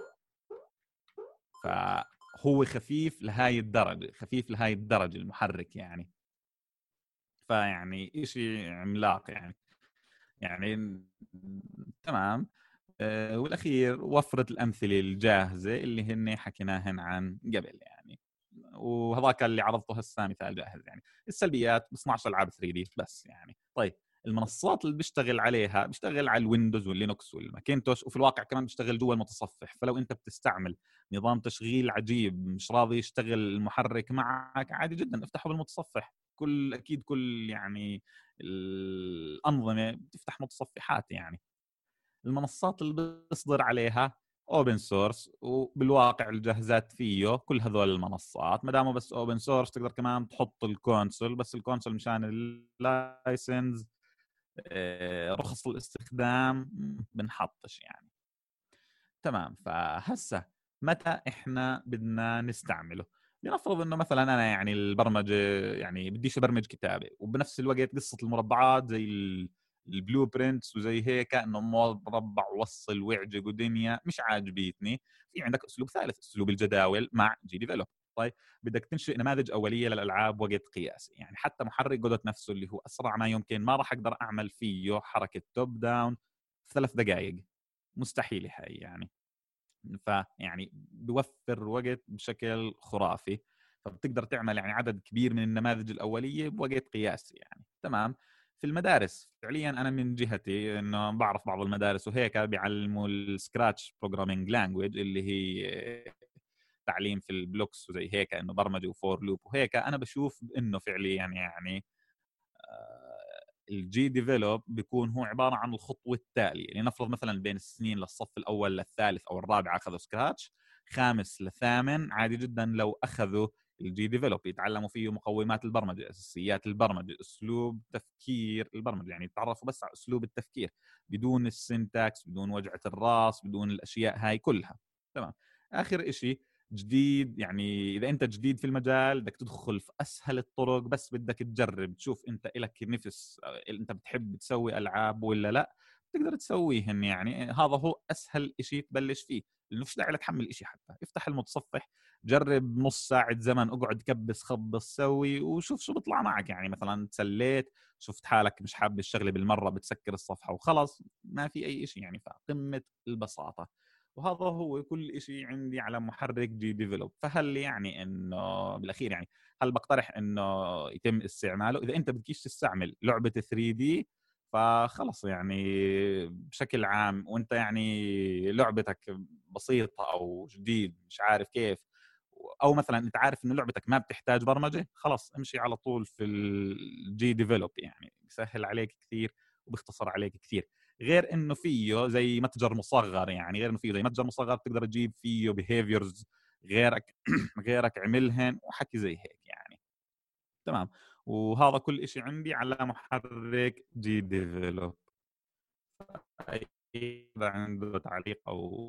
فهو خفيف لهاي الدرجه، خفيف لهاي الدرجه المحرك يعني. فيعني شيء عملاق يعني. يعني تمام. أه والاخير وفرت الامثله الجاهزه اللي هن حكيناهن عن قبل يعني، وهذاك اللي عرضته هسه مثال جاهز يعني. السلبيات بصنعش العاب ثري دي بس يعني. طيب المنصات اللي بيشتغل عليها، بيشتغل على الويندوز واللينكس والماكنتوش، وفي الواقع كمان بيشتغل جوا المتصفح. فلو انت بتستعمل نظام تشغيل عجيب مش راضي يشتغل المحرك معك، عادي جدا افتحه بالمتصفح. كل اكيد كل يعني الانظمه بتفتح متصفحات يعني. المنصات اللي بيصدر عليها اوبن سورس، وبالواقع الجهازات فيه كل هذول المنصات ما داموا بس اوبن سورس تقدر كمان تحط الكونسول، بس الكونسول مشان اللايسنس رخص الاستخدام بنحطش يعني. تمام. فهسه متى احنا بدنا نستعمله؟ لنفرض انه مثلا انا يعني البرمجه يعني بديش ابرمج كتابه، وبنفس الوقت قصه المربعات زي البلو برينتس وزي هيك انه مربع وصل واعجق ودنيا مش عاجبيتني. في عندك اسلوب ثالث، اسلوب الجداول مع جي ديفلوب. طيب بدك تنشئ نماذج اوليه للالعاب وقت قياسي، يعني حتى محرك جودت نفسه اللي هو اسرع ما يمكن ما راح اقدر اعمل فيه حركه توب داون في ثلاث دقائق، مستحيل هاي يعني. فيعني بيوفر وقت بشكل خرافي، فبتقدر تعمل يعني عدد كبير من النماذج الأولية بوقت قياسي يعني. تمام. في المدارس فعليا أنا من جهتي إنه بعرف بعض المدارس وهيك بيعلموا السكراتش بروجرامينج لانجويج اللي هي تعليم في البلوكس وزي هيك إنه برمجة وفور لوب وهيك. أنا بشوف إنه فعليا يعني الجي ديفلوب بيكون هو عباره عن الخطوه التاليه. يعني نفرض مثلا بين السنين للصف الاول للثالث او الرابع اخذوا سكراتش، خامس لثامن عادي جدا لو اخذوا الجي ديفلوب يتعلموا فيه مقومات البرمجه، اساسيات البرمجه، اسلوب تفكير البرمجه، يعني يتعرفوا بس على اسلوب التفكير بدون السنتاكس، بدون وجعه الراس، بدون الاشياء هاي كلها. تمام. اخر شيء جديد، يعني اذا انت جديد في المجال بدك تدخل في اسهل الطرق، بس بدك تجرب تشوف انت لك نفس انت بتحب تسوي العاب ولا لا، تقدر تسويهن. يعني هذا هو اسهل شيء تبلش فيه، لانه فيش داعي تحمل شيء، حتى افتح المتصفح جرب نص ساعه زمن، اقعد كبس خبص سوي وشوف شو بيطلع معك. يعني مثلا تسليت شفت حالك مش حابب الشغله بالمره بتسكر الصفحه وخلص، ما في اي شيء يعني. فقمه البساطه. وهذا هو كل شيء عندي على محرك جي ديفلوب. فهل يعني انه بالاخير يعني هل بقترح انه يتم استعماله اذا انت بدكيش تستعمل لعبه ثري دي؟ فخلص يعني بشكل عام وانت يعني لعبتك بسيطه او جديد مش عارف كيف، او مثلا انت عارف انه لعبتك ما بتحتاج برمجه، خلص امشي على طول في الجي ديفلوب، يعني بيسهل عليك كثير وبيختصر عليك كثير. غير انه فيه زي متجر مصغر، يعني غير انه فيه زي متجر مصغر تقدر تجيب فيه بيهيفيرز غيرك غيرك عملهن وحكي زي هيك يعني. تمام. وهذا كل شيء عندي على محرك جي ديفلوب. اي عنده تعليق او؟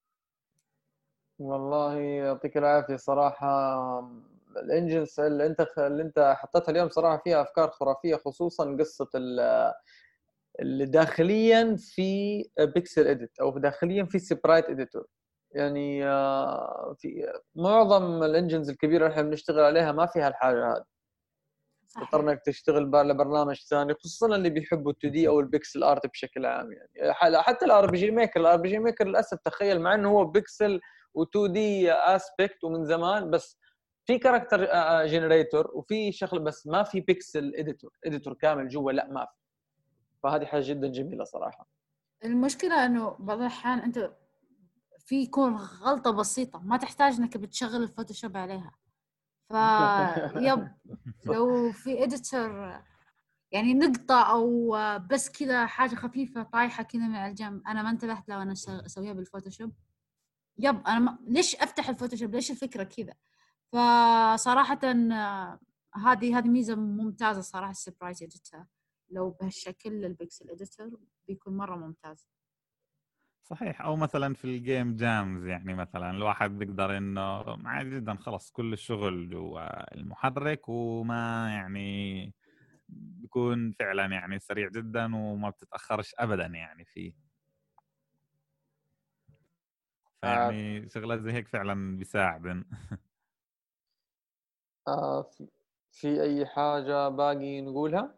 والله يعطيك العافيه صراحه. الانجنز اللي انت اللي انت حطيتها اليوم صراحه فيها افكار خرافيه، خصوصا قصه اللي داخليا في بيكسل اديت او داخليا في سبرايت اديتور. يعني في معظم الانجنز الكبيره اللي احنا بنشتغل عليها ما فيها الحاجه هذه. تضطر انك تشتغل لبرنامج ثاني، خصوصا اللي بيحبوا التو دي او البيكسل ارت بشكل عام. يعني حتى الار بي جي ميكر الار بي جي ميكر للاسف تخيل مع انه هو بيكسل و2 دي اسبكت ومن زمان، بس في كاركتر جنريتور وفي شغله، بس ما في بيكسل اديتور اديتور كامل جوا، لا ما في. فهذه حاجه جدا جميله صراحه. المشكلة انه بعض الاحيان انت في يكون غلطة بسيطة ما تحتاج انك بتشغل الفوتوشوب عليها. ف يب لو في اديتور يعني نقطة او بس كذا حاجة خفيفة طايحة كذا من على الجنب انا ما انتبهت لها وانا اسويها بالفوتوشوب، يب انا ما... ليش افتح الفوتوشوب؟ ليش الفكرة كذا؟ فصراحة هذه هذه ميزة ممتازة صراحة. السبرايت اديتور لو بهالشكل البيكسل اديتور بيكون مرة ممتاز. صحيح. او مثلا في الجيم جامز، يعني مثلا الواحد بيقدر انه عادي جدا خلص كل الشغل جوا المحرك وما يعني بيكون فعلا يعني سريع جدا وما بتتاخرش ابدا يعني فيه. آه فيعني شغلات زي هيك فعلا بيساعدن. آه في, في اي حاجه باقي نقولها؟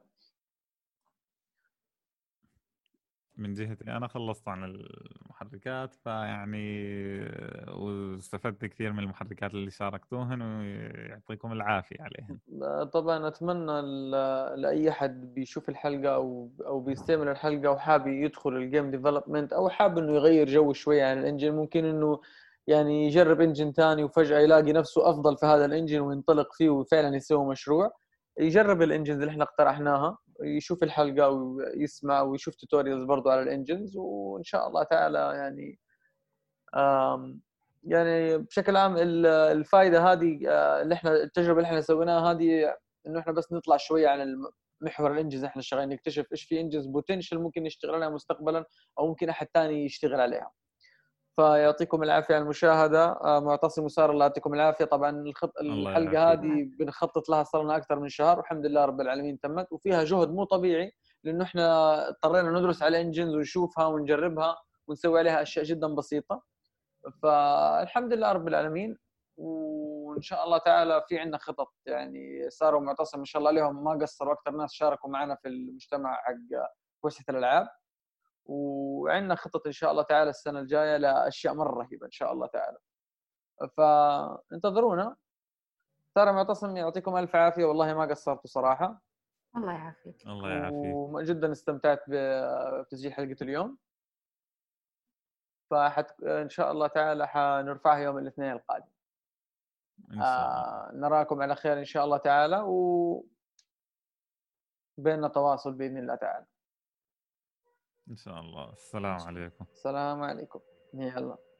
من جهتي أنا خلصت عن المحركات، فيعني واستفدت كثير من المحركات اللي شاركتوهن ويعطيكم العافية عليهن. طبعا اتمنى لاي حد بيشوف الحلقه او او بيستمع الحلقه وحابب يدخل الجيم ديفلوبمنت او حابب انه يغير جو شويه عن الانجن، ممكن انه يعني يجرب انجن ثاني وفجاه يلاقي نفسه افضل في هذا الانجن وينطلق فيه وفعلا يسوي مشروع. يجرب الانجنز اللي احنا اقترحناها، يشوف الحلقه ويسمع ويشوف توتوريالز برضو على الانجنز، وان شاء الله تعالى يعني يعني بشكل عام الفائده هذه اللي احنا التجربه اللي احنا سويناها هذه انه احنا بس نطلع شويه عن محور الانجز، احنا شغالين نكتشف ايش في انجز بوتنشل ممكن نشتغل عليها مستقبلا او ممكن احد ثاني يشتغل عليها. فيعطيكم العافيه على المشاهده. معتصم وساره الله يعطيكم العافيه. طبعا الخط... الحلقه هذه بنخطط لها صار لنا اكثر من شهر والحمد لله رب العالمين تمت، وفيها جهد مو طبيعي لانه احنا اضطرينا ندرس على انجنز ونشوفها ونجربها ونسوي عليها اشياء جدا بسيطه. فالحمد لله رب العالمين، وان شاء الله تعالى في عندنا خطط. يعني ساره ومعتصم ما شاء الله عليهم ما قصروا، اكثر ناس شاركوا معنا في المجتمع حق وسعة الالعاب، وعندنا خطط ان شاء الله تعالى السنه الجايه لاشياء مره رهيبه ان شاء الله تعالى. فانتظرونا. ساره معتصم يعطيكم الف عافيه، والله ما قصرتوا صراحه. الله يعافيك. الله يعافيك. وجدا استمتعت بتسجيل حلقه اليوم، فحت ان شاء الله تعالى حنرفعها يوم الاثنين القادم ان شاء الله. آه نراكم على خير ان شاء الله تعالى، و بيننا تواصل باذن الله تعالى ان شاء الله. السلام عليكم. السلام عليكم. يلا.